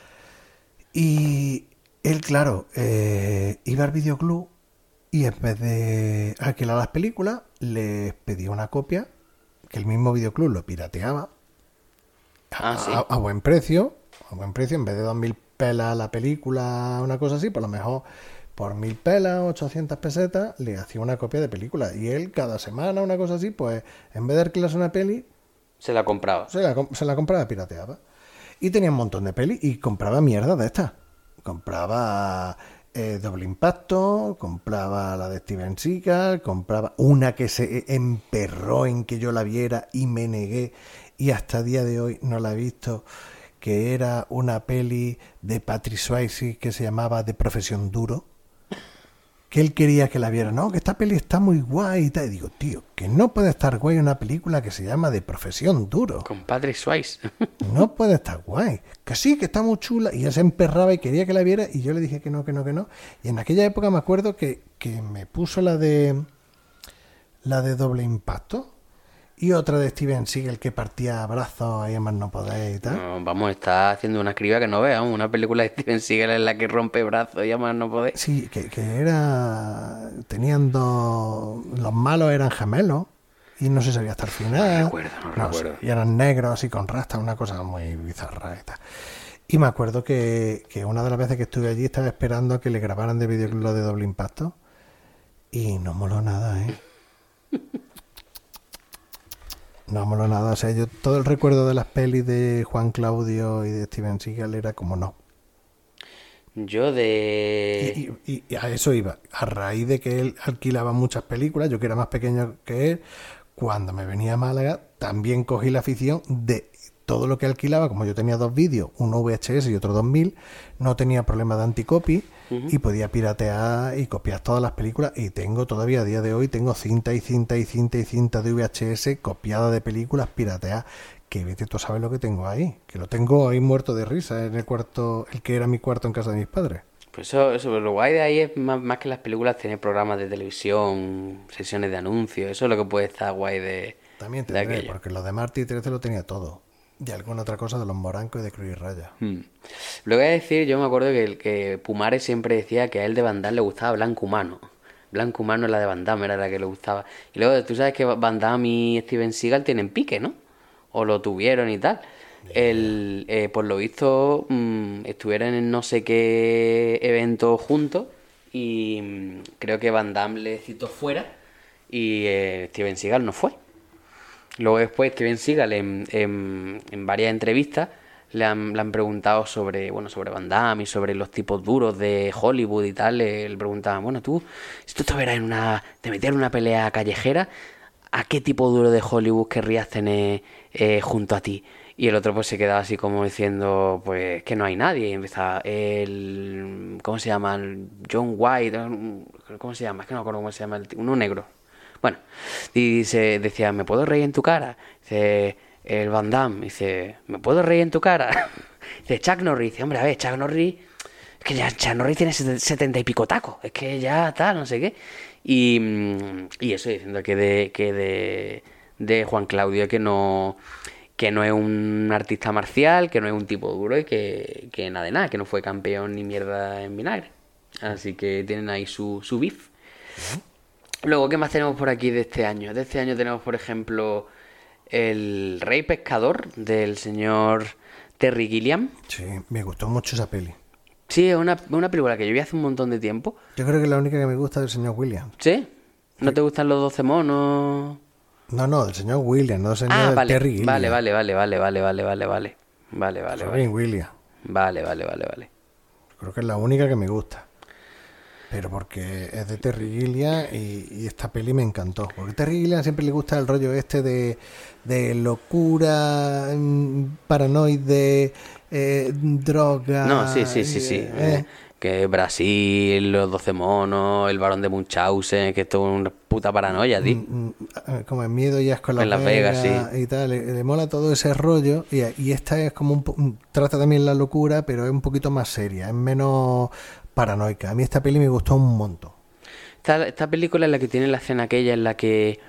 Y él, claro, iba al videoclub y en vez de alquilar las películas, les pedía una copia, que el mismo videoclub lo pirateaba ¿Sí? a buen precio, en vez de 2.000 pelas la película, una cosa así, por lo mejor por 1.000 pelas, 800 pesetas, le hacía una copia de película. Y él, cada semana, una cosa así, pues, en vez de alquilarse una peli, Se la compraba. se la compraba, pirateaba. Y tenía un montón de pelis y compraba mierda de estas. Compraba Doble Impacto, compraba la de Steven Seagal, compraba una que se emperró en que yo la viera y me negué, y hasta día de hoy no la he visto, que era una peli de Patrick Swayze que se llamaba De Profesión Duro, que él quería que la viera. No, que esta peli está muy guay y tal. Y digo, tío, que no puede estar guay una película que se llama De Profesión Duro. Con Patrick Swayze. No puede estar guay. Que sí, que está muy chula. Y él se emperraba y quería que la viera. Y yo le dije que no. Y en aquella época me acuerdo que me puso la de Doble Impacto. Y otra de Steven Seagal que partía brazos y además no podéis y tal. No, vamos, está haciendo una criba que no veamos. Una película de Steven Seagal en la que rompe brazos y además no podéis. Sí, que era... Tenían dos... Los malos eran gemelos. Y no se sabía hasta el final. No recuerdo. Y eran negros así con rastas, una cosa muy bizarra y tal. Y me acuerdo que una de las veces que estuve allí estaba esperando a que le grabaran de videoclub lo de Doble Impacto. Y no moló nada, ¿eh? No moló nada. O sea, yo todo el recuerdo de las pelis de Juan Claudio y de Steven Seagal era como no. Yo de... Y a eso iba. A raíz de que él alquilaba muchas películas, yo que era más pequeño que él, cuando me venía a Málaga, también cogí la afición de todo lo que alquilaba. Como yo tenía dos vídeos, uno VHS y otro 2000, no tenía problema de anticopy y podía piratear y copiar todas las películas. Y tengo todavía a día de hoy, tengo cinta de VHS copiada de películas pirateadas. Que vete, tú sabes lo que tengo ahí. Que lo tengo ahí muerto de risa en el cuarto, el que era mi cuarto en casa de mis padres. Pues eso, lo guay de ahí es más que las películas, tener programas de televisión, sesiones de anuncios. Eso es lo que puede estar guay de... También de tendré, aquello. porque lo de Marty 13 lo tenía todo. Y alguna otra cosa de los morancos y de Cruz y Raya. Lo que voy a decir, yo me acuerdo que Pumares siempre decía que a él de Van Damme le gustaba Blanco Humano. Blanco Humano es la de Van Damme, era la que le gustaba. Y luego tú sabes que Van Damme y Steven Seagal tienen pique, ¿no? O lo tuvieron y tal. Por lo visto, estuvieron en no sé qué evento juntos y creo que Van Damme le citó fuera y Steven Seagal no fue. Luego después Steven Seagal en varias entrevistas le han preguntado sobre Van Damme y sobre los tipos duros de Hollywood y tal. Le preguntaban, bueno, si tú te verás te meter en una pelea callejera, ¿a qué tipo duro de Hollywood querrías tener junto a ti? Y el otro pues se quedaba así como diciendo, pues que no hay nadie. Y empezaba ¿cómo se llama? El John White, ¿cómo se llama? Es que no me acuerdo cómo se llama, uno negro. Bueno, y decía, ¿me puedo reír en tu cara? Dice, el Van Damme, dice, ¿me puedo reír en tu cara? Dice, Chuck Norris, dice, hombre, a ver, Chuck Norris, es que ya Chuck Norris tiene 70 y pico tacos, es que ya tal, no sé qué. Y eso diciendo de Juan Claudio que no es un artista marcial, que no es un tipo duro y que nada de nada, que no fue campeón ni mierda en vinagre. Así que tienen ahí su beef. Luego, ¿qué más tenemos por aquí de este año? De este año tenemos, por ejemplo, El Rey Pescador, del señor Terry Gilliam. Sí, me gustó mucho esa peli. Sí, es una película que yo vi hace un montón de tiempo. Yo creo que es la única que me gusta del señor Williams. ¿Sí? ¿No te gustan los 12 monos? No, del señor Williams, no del señor Ah, vale, Terry Gilliam. vale. Robin Williams. Vale. Creo que es la única que me gusta. Pero porque es de Terry Gilliam y esta peli me encantó. Porque a Terry Gilliam siempre le gusta el rollo este de locura, paranoide, droga. No, sí. Que Brasil, los 12 monos, el Barón de Munchausen, que esto es una puta paranoia, tío. Como en Miedo y Asco En Las Vegas, sí. y tal, le mola todo ese rollo y esta es como trata también la locura, pero es un poquito más seria, es menos paranoica. A mí esta peli me gustó un montón. Esta película es la que tiene la escena aquella en la que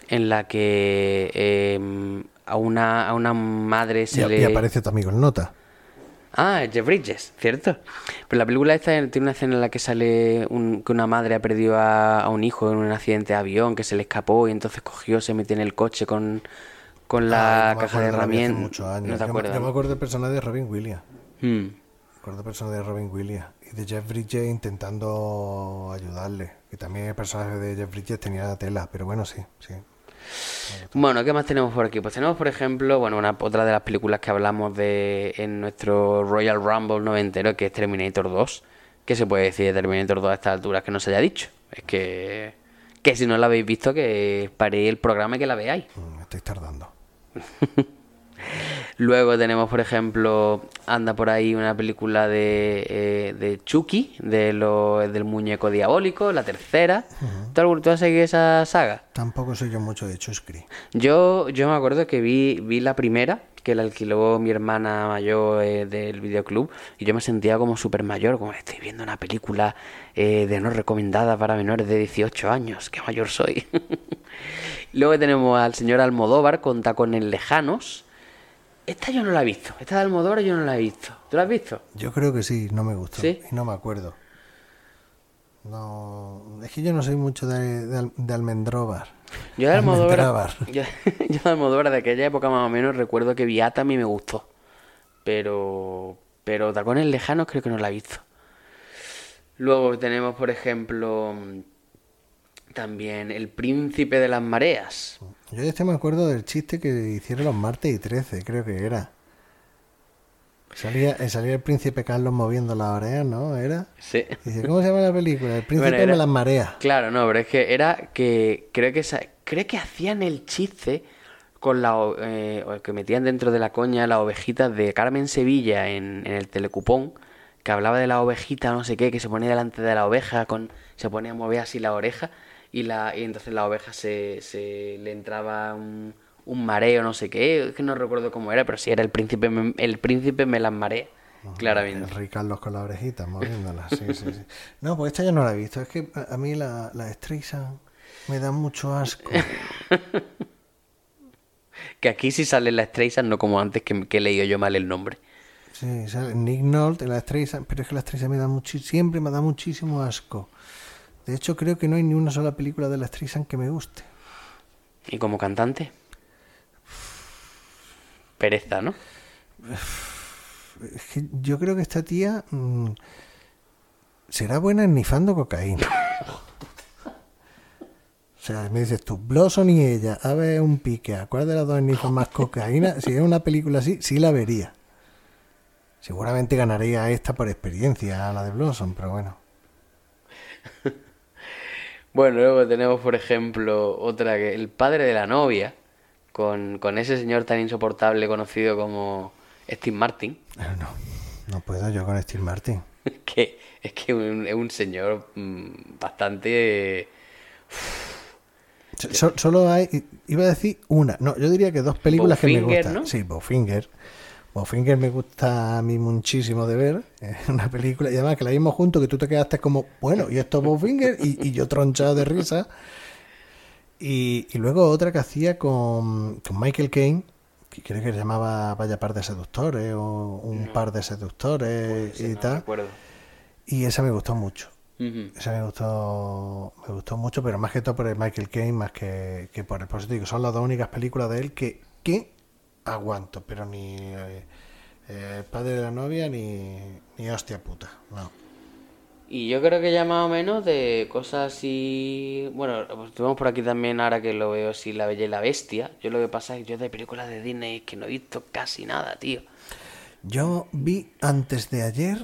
a una madre se Y aparece tu amigo el Nota. Ah, Jeff Bridges, ¿cierto? Pero la película esta tiene una escena en la que sale que una madre ha perdido a un hijo en un accidente de avión, que se le escapó y entonces cogió, se metió en el coche con la caja de herramientas. Muchos años. No te acuerdas. Yo me acuerdo del personaje de Robin Williams. Me acuerdo del personaje de Robin Williams y de Jeff Bridges intentando ayudarle. Que también el personaje de Jeff Bridges tenía tela, pero bueno, sí. Bueno, ¿qué más tenemos por aquí? Pues tenemos, por ejemplo, otra de las películas que hablamos en nuestro Royal Rumble noventero, que es Terminator 2. ¿Qué se puede decir de Terminator 2 a estas alturas que no se haya dicho? Es que si no la habéis visto, que paréis el programa y que la veáis. Me estáis tardando. Luego tenemos, por ejemplo, anda por ahí una película de Chucky, del muñeco diabólico, la tercera. ¿Tú has seguido esa saga? Tampoco soy yo mucho de Chucky. Yo me acuerdo que vi la primera, que la alquiló mi hermana mayor del videoclub, y yo me sentía como súper mayor, como estoy viendo una película de no recomendada para menores de 18 años, qué mayor soy. Luego tenemos al señor Almodóvar con Tacones Lejanos. Esta yo no la he visto. Esta de Almodóvar yo no la he visto. ¿Tú la has visto? Yo creo que sí, no me gustó. ¿Sí? Y no me acuerdo. No, es que yo no soy mucho de Almendróvar. Yo de Almodóvar, yo de Almodóvar de aquella época más o menos recuerdo que Viata a mí me gustó. Pero Tacones Lejanos creo que no la he visto. Luego tenemos, por ejemplo, también El Príncipe de las Mareas. Yo de este me acuerdo del chiste que hicieron los martes y 13, creo que era. Salía el príncipe Carlos moviendo las orejas, ¿no? ¿Era? Sí. Dice, ¿cómo se llama la película? El príncipe de las mareas. Claro, no, pero es que era que creo que hacían el chiste con que metían dentro de la coña las ovejitas de Carmen Sevilla en el Telecupón, que hablaba de la ovejita no sé qué, que se ponía delante de la oveja, se ponía a mover así la oreja y entonces la oveja se le entraba un mareo no sé qué, es que no recuerdo cómo era, pero sí era el príncipe me las marea, claramente. El Rey Carlos con las orejitas moviéndolas, sí. No, pues esta yo no la he visto, es que a mí la Streisand me da mucho asco. Que aquí sí sale la Streisand, no como antes que he leído yo mal el nombre. Sí, sale Nick Nolte, la Streisand, pero es que la Streisand siempre me da muchísimo asco. De hecho, creo que no hay ni una sola película de la Streisand que me guste. ¿Y como cantante? Pereza, ¿no? Es que yo creo que esta tía será buena ennifando cocaína. O sea, me dices tú, Blossom y ella, a ver un pique, ¿a cuál de las dos ennifan más cocaína? Si es una película así, sí la vería. Seguramente ganaría esta por experiencia, a la de Blossom, pero bueno. Bueno, luego tenemos, por ejemplo, otra que El padre de la novia, con ese señor tan insoportable conocido como Steve Martin. No puedo yo con Steve Martin. Que es que es un señor bastante... Solo hay, iba a decir una, no, yo diría que dos películas que me Bowfinger, gustan. ¿no? Sí, Bowfinger. Bowfinger me gusta a mí muchísimo de ver. Es una película, y además que la vimos juntos, que tú te quedaste como, bueno, y esto es Bowfinger, y yo tronchado de risa. Y luego otra que hacía con Michael Caine, que creo que se llamaba Vaya par de seductores, o un par de seductores y tal. Recuerdo. Y esa me gustó mucho. Ujú. Esa me gustó mucho, pero más que todo por el Michael Caine, más que por el... Por eso te digo, son las dos únicas películas de él que aguanto, pero ni el padre de la novia ni hostia puta, no. Y yo creo que ya más o menos de cosas así... Bueno, pues tenemos por aquí también, ahora que lo veo así, La Bella y la Bestia. Yo lo que pasa es que yo de películas de Disney es que no he visto casi nada, tío. Yo vi antes de ayer,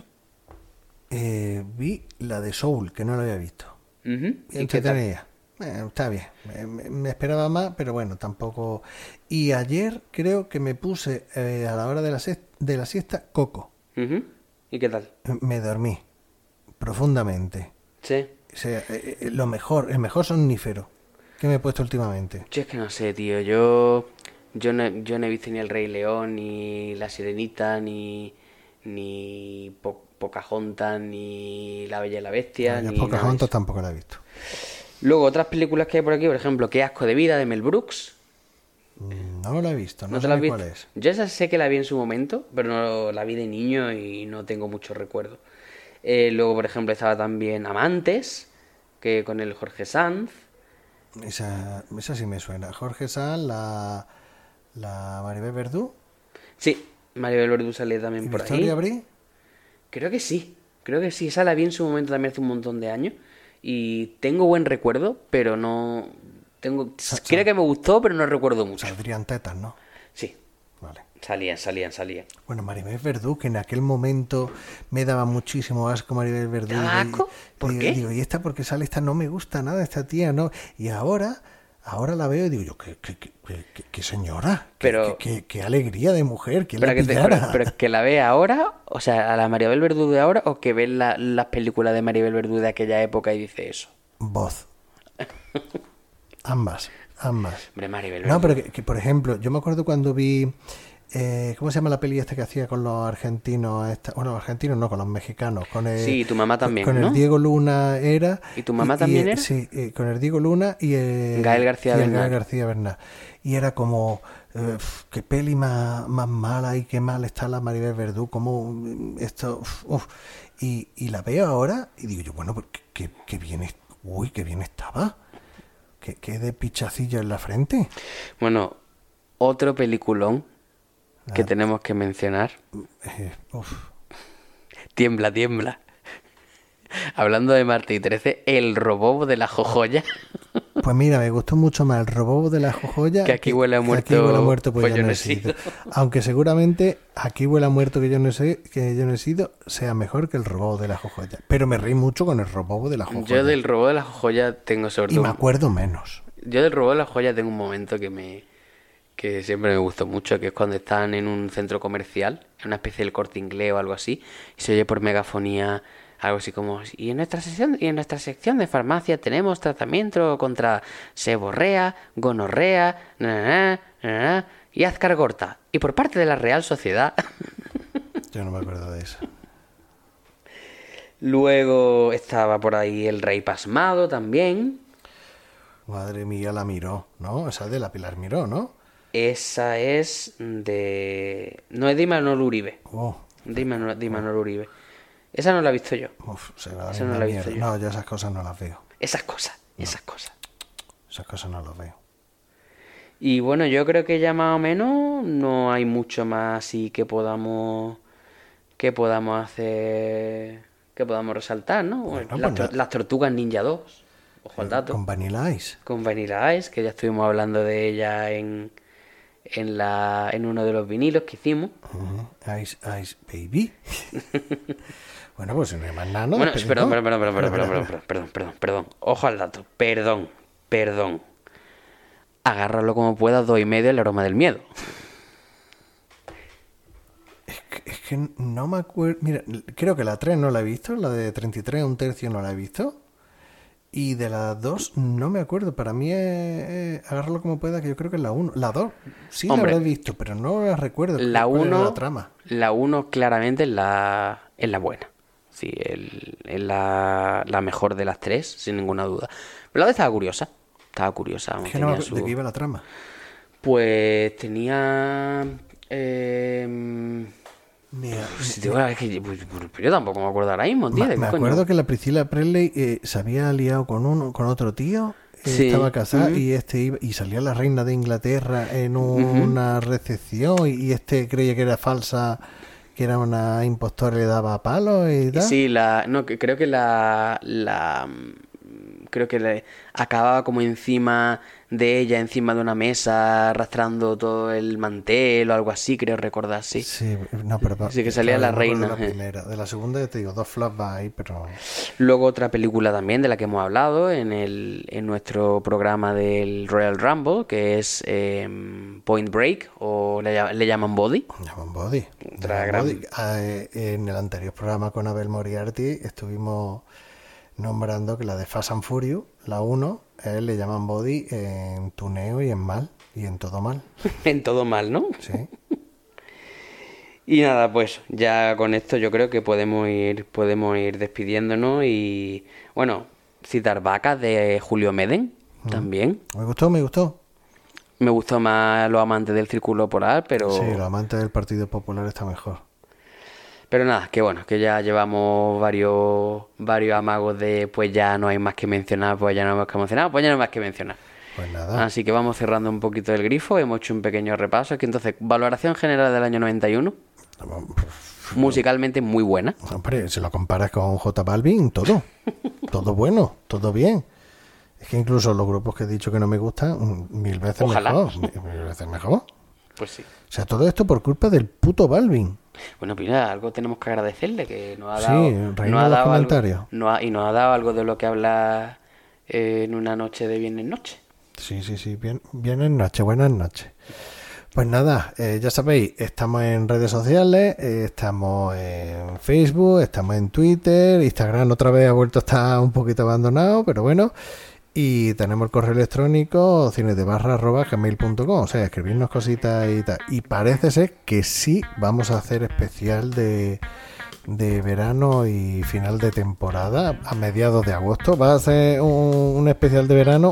vi la de Soul, que no la había visto. Ujú. Y ¿Y qué tal? entretenida. Está bien. Me esperaba más, pero bueno, tampoco. Y ayer creo que me puse a la hora de la siesta Coco. Ujú. ¿Y qué tal? Me dormí profundamente. Sí. O sea, el mejor somnífero que me he puesto últimamente. Yo es que no sé, tío. Yo no he visto ni El Rey León, ni La Sirenita, ni Pocahontas, ni La Bella y la Bestia, Yo ni nada de Pocahontas eso. tampoco la he visto. Luego, otras películas que hay por aquí, por ejemplo, Qué asco de vida, de Mel Brooks. No la he visto, no ¿No te sé la has ni visto? cuál es. Yo esa sé que la vi en su momento, pero no la vi de niño y no tengo mucho recuerdo. Luego, por ejemplo, estaba también Amantes, que con el Jorge Sanz. Esa sí me suena. Jorge Sanz, la Maribel Verdú Sí, Maribel Verdú sale y también por Victoria ahí. Abril. Creo que sí. Esa la vi en su momento también hace un montón de años. Y tengo buen recuerdo, pero no... Creo que me gustó, pero no recuerdo mucho. Saldrían tetas, ¿no? Sí, Vale. salían. Bueno, Maribel Verdú, que en aquel momento me daba muchísimo asco Maribel Verdú. ¿Te daba asco? ¿Por qué? Digo, ¿y esta por qué sale esta? No me gusta nada esta tía, ¿no? Y ahora la veo y digo yo, qué señora, Pero- qué alegría de mujer, que Pero la que, pillara. pero que la vea ahora, o sea, a la Maribel Verdú de ahora, o que ves las películas de Maribel Verdú de aquella época y dice eso. Voz. Ambas. Hombre, Maribel Verdú. No, pero que, por ejemplo, yo me acuerdo cuando vi... ¿cómo se llama la peli esta que hacía con los argentinos? Bueno, los argentinos no, con los mexicanos. Con el, Sí, Tu mamá también, con ¿no? el Diego Luna era... ¿Y tu mamá también era? Sí, con el Diego Luna y el Gael García y el Bernal. Gael García Bernal. Y era como... qué peli más mala y qué mal está la Maribel Verdú. Como esto... Y la veo ahora y digo yo, bueno, pues qué bien... Uy, qué bien estaba. Qué de pichacillo en la frente. Bueno, otro peliculón que tenemos que mencionar. Uf. Tiembla. Hablando de Marte y 13, El Robobo de la Jojoya. Pues mira, me gustó mucho más el Robobo de la Jojoya Que Aquí huele a que muerto, Aquí huele a muerto, pues pues yo no he sido. Aunque seguramente Aquí huele a muerto que yo no he sido sea mejor que el Robobo de la Jojoya. Pero me reí mucho con el Robobo de la Jojoya. Yo del Robobo de la Jojoya tengo sobre Y todo... me acuerdo menos. Yo del Robobo de la Joya tengo un momento que siempre me gustó mucho, que es cuando están en un centro comercial, en una especie del Corte Inglés o algo así, y se oye por megafonía algo así como: y en nuestra sección de farmacia tenemos tratamiento contra seborrea, gonorrea, y azcargorta. Y por parte de la Real Sociedad. Yo no me acuerdo de eso. Luego estaba por ahí El Rey Pasmado también. Madre mía, la Miró, ¿no? Esa es de la Pilar Miró, ¿no? Esa es de... No es de Imanol Uribe. De Imanol Uribe. Esa no la he visto yo. Se va a Esa dar no una la he visto mierda. yo. No, yo esas cosas no las veo. Esas cosas. Esas cosas no las veo. Y bueno, yo creo que ya más o menos no hay mucho más así que podamos hacer, que podamos resaltar, ¿no? Bueno, Las Tortugas Ninja 2, ojo al dato. Con Vanilla Ice. Con Vanilla Ice, que ya estuvimos hablando de ella en uno de los vinilos que hicimos. Ice Baby. Bueno, pues si no hay más nada, ¿no? Bueno, Despedimos. perdón. Ojo al dato. Perdón. Agárralo como puedas, 2,5, El aroma del miedo. Es que no me acuerdo. Mira, creo que la 3 no la he visto, la de 33 1/3 no la he visto. Y de las 2 no me acuerdo. Para mí es agárralo como pueda, que yo creo que es la 1. La 2 sí, hombre, la habré visto, pero no la recuerdo. La ¿Cuál era 1, la trama? la 1 claramente es la buena. Sí, es la mejor de las 3, sin ninguna duda. Pero la 2 estaba curiosa. Es que no me acuerdo de qué iba la trama. Pues tenía... Mira, yo tampoco me acuerdo ahora mismo, tío. me acuerdo que la Priscilla Presley se había liado con otro tío. Sí. Estaba casada y y salía la reina de Inglaterra en una recepción y este creía que era falsa, que era una impostora y le daba palos y tal. Sí, creo que creo que le acababa como encima de ella, encima de una mesa, arrastrando todo el mantel o algo así, creo recordar, sí. Sí, no, pero sí, que salía la reina. De la primera, de la segunda ya te digo, 2 flashbacks ahí, pero... Luego otra película también de la que hemos hablado en nuestro programa del Royal Rumble, que es Point Break, o le llaman Body. Llaman Body. Otra gran... Body. En el anterior programa con Abel Moriarty estuvimos nombrando que la de Fast and Furious, la 1, le llaman Body en tuneo y en mal, y en todo mal. En todo mal, ¿no? Sí. Y nada, pues ya con esto yo creo que podemos ir despidiéndonos y, bueno, citar Vacas de Julio Medem también. Me gustó. Me gustó más Los amantes del círculo polar, pero... Sí, Los amantes del Partido Popular está mejor. Pero nada, que bueno, que ya llevamos varios amagos de pues ya no hay más que mencionar, pues ya no hay más que mencionar, pues ya no hay más que mencionar. Pues nada. Así que vamos cerrando un poquito el grifo, hemos hecho un pequeño repaso. Aquí entonces, valoración general del año 91. Musicalmente muy buena. Hombre, si lo comparas con J Balvin, todo bueno, todo bien. Es que incluso los grupos que he dicho que no me gustan, mil veces mejor. Pues sí. O sea, todo esto por culpa del puto Balvin. Bueno, mira, algo tenemos que agradecerle, que nos ha Sí, dado... reímos en los comentarios. Y nos ha dado algo de lo que habla en una noche de viernes noche. Sí, viernes noche, buenas noches. Pues nada, ya sabéis, estamos en redes sociales, estamos en Facebook, estamos en Twitter, Instagram otra vez ha vuelto a estar un poquito abandonado, pero bueno, y tenemos el correo electrónico cinedebarra@gmail.com, o sea, escribirnos cositas y tal. Y parece ser que sí vamos a hacer especial de verano y final de temporada a mediados de agosto. Va a ser un especial de verano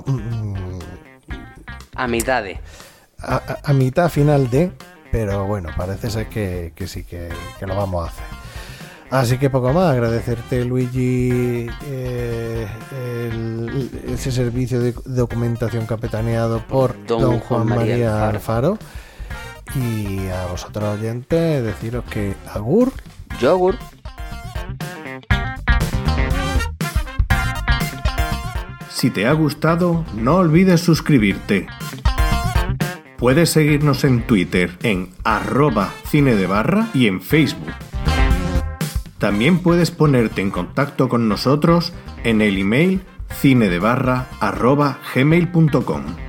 a mitad de... A mitad final de, pero bueno, parece ser que sí, que lo vamos a hacer. Así que poco más, agradecerte, Luigi, ese servicio de documentación capitaneado por don Juan María Alfaro. Y a vosotros oyentes, deciros que agur. Yogur. Si te ha gustado, no olvides suscribirte. Puedes seguirnos en Twitter en @cinedebarra y en Facebook. También puedes ponerte en contacto con nosotros en el email cinedebarra@gmail.com.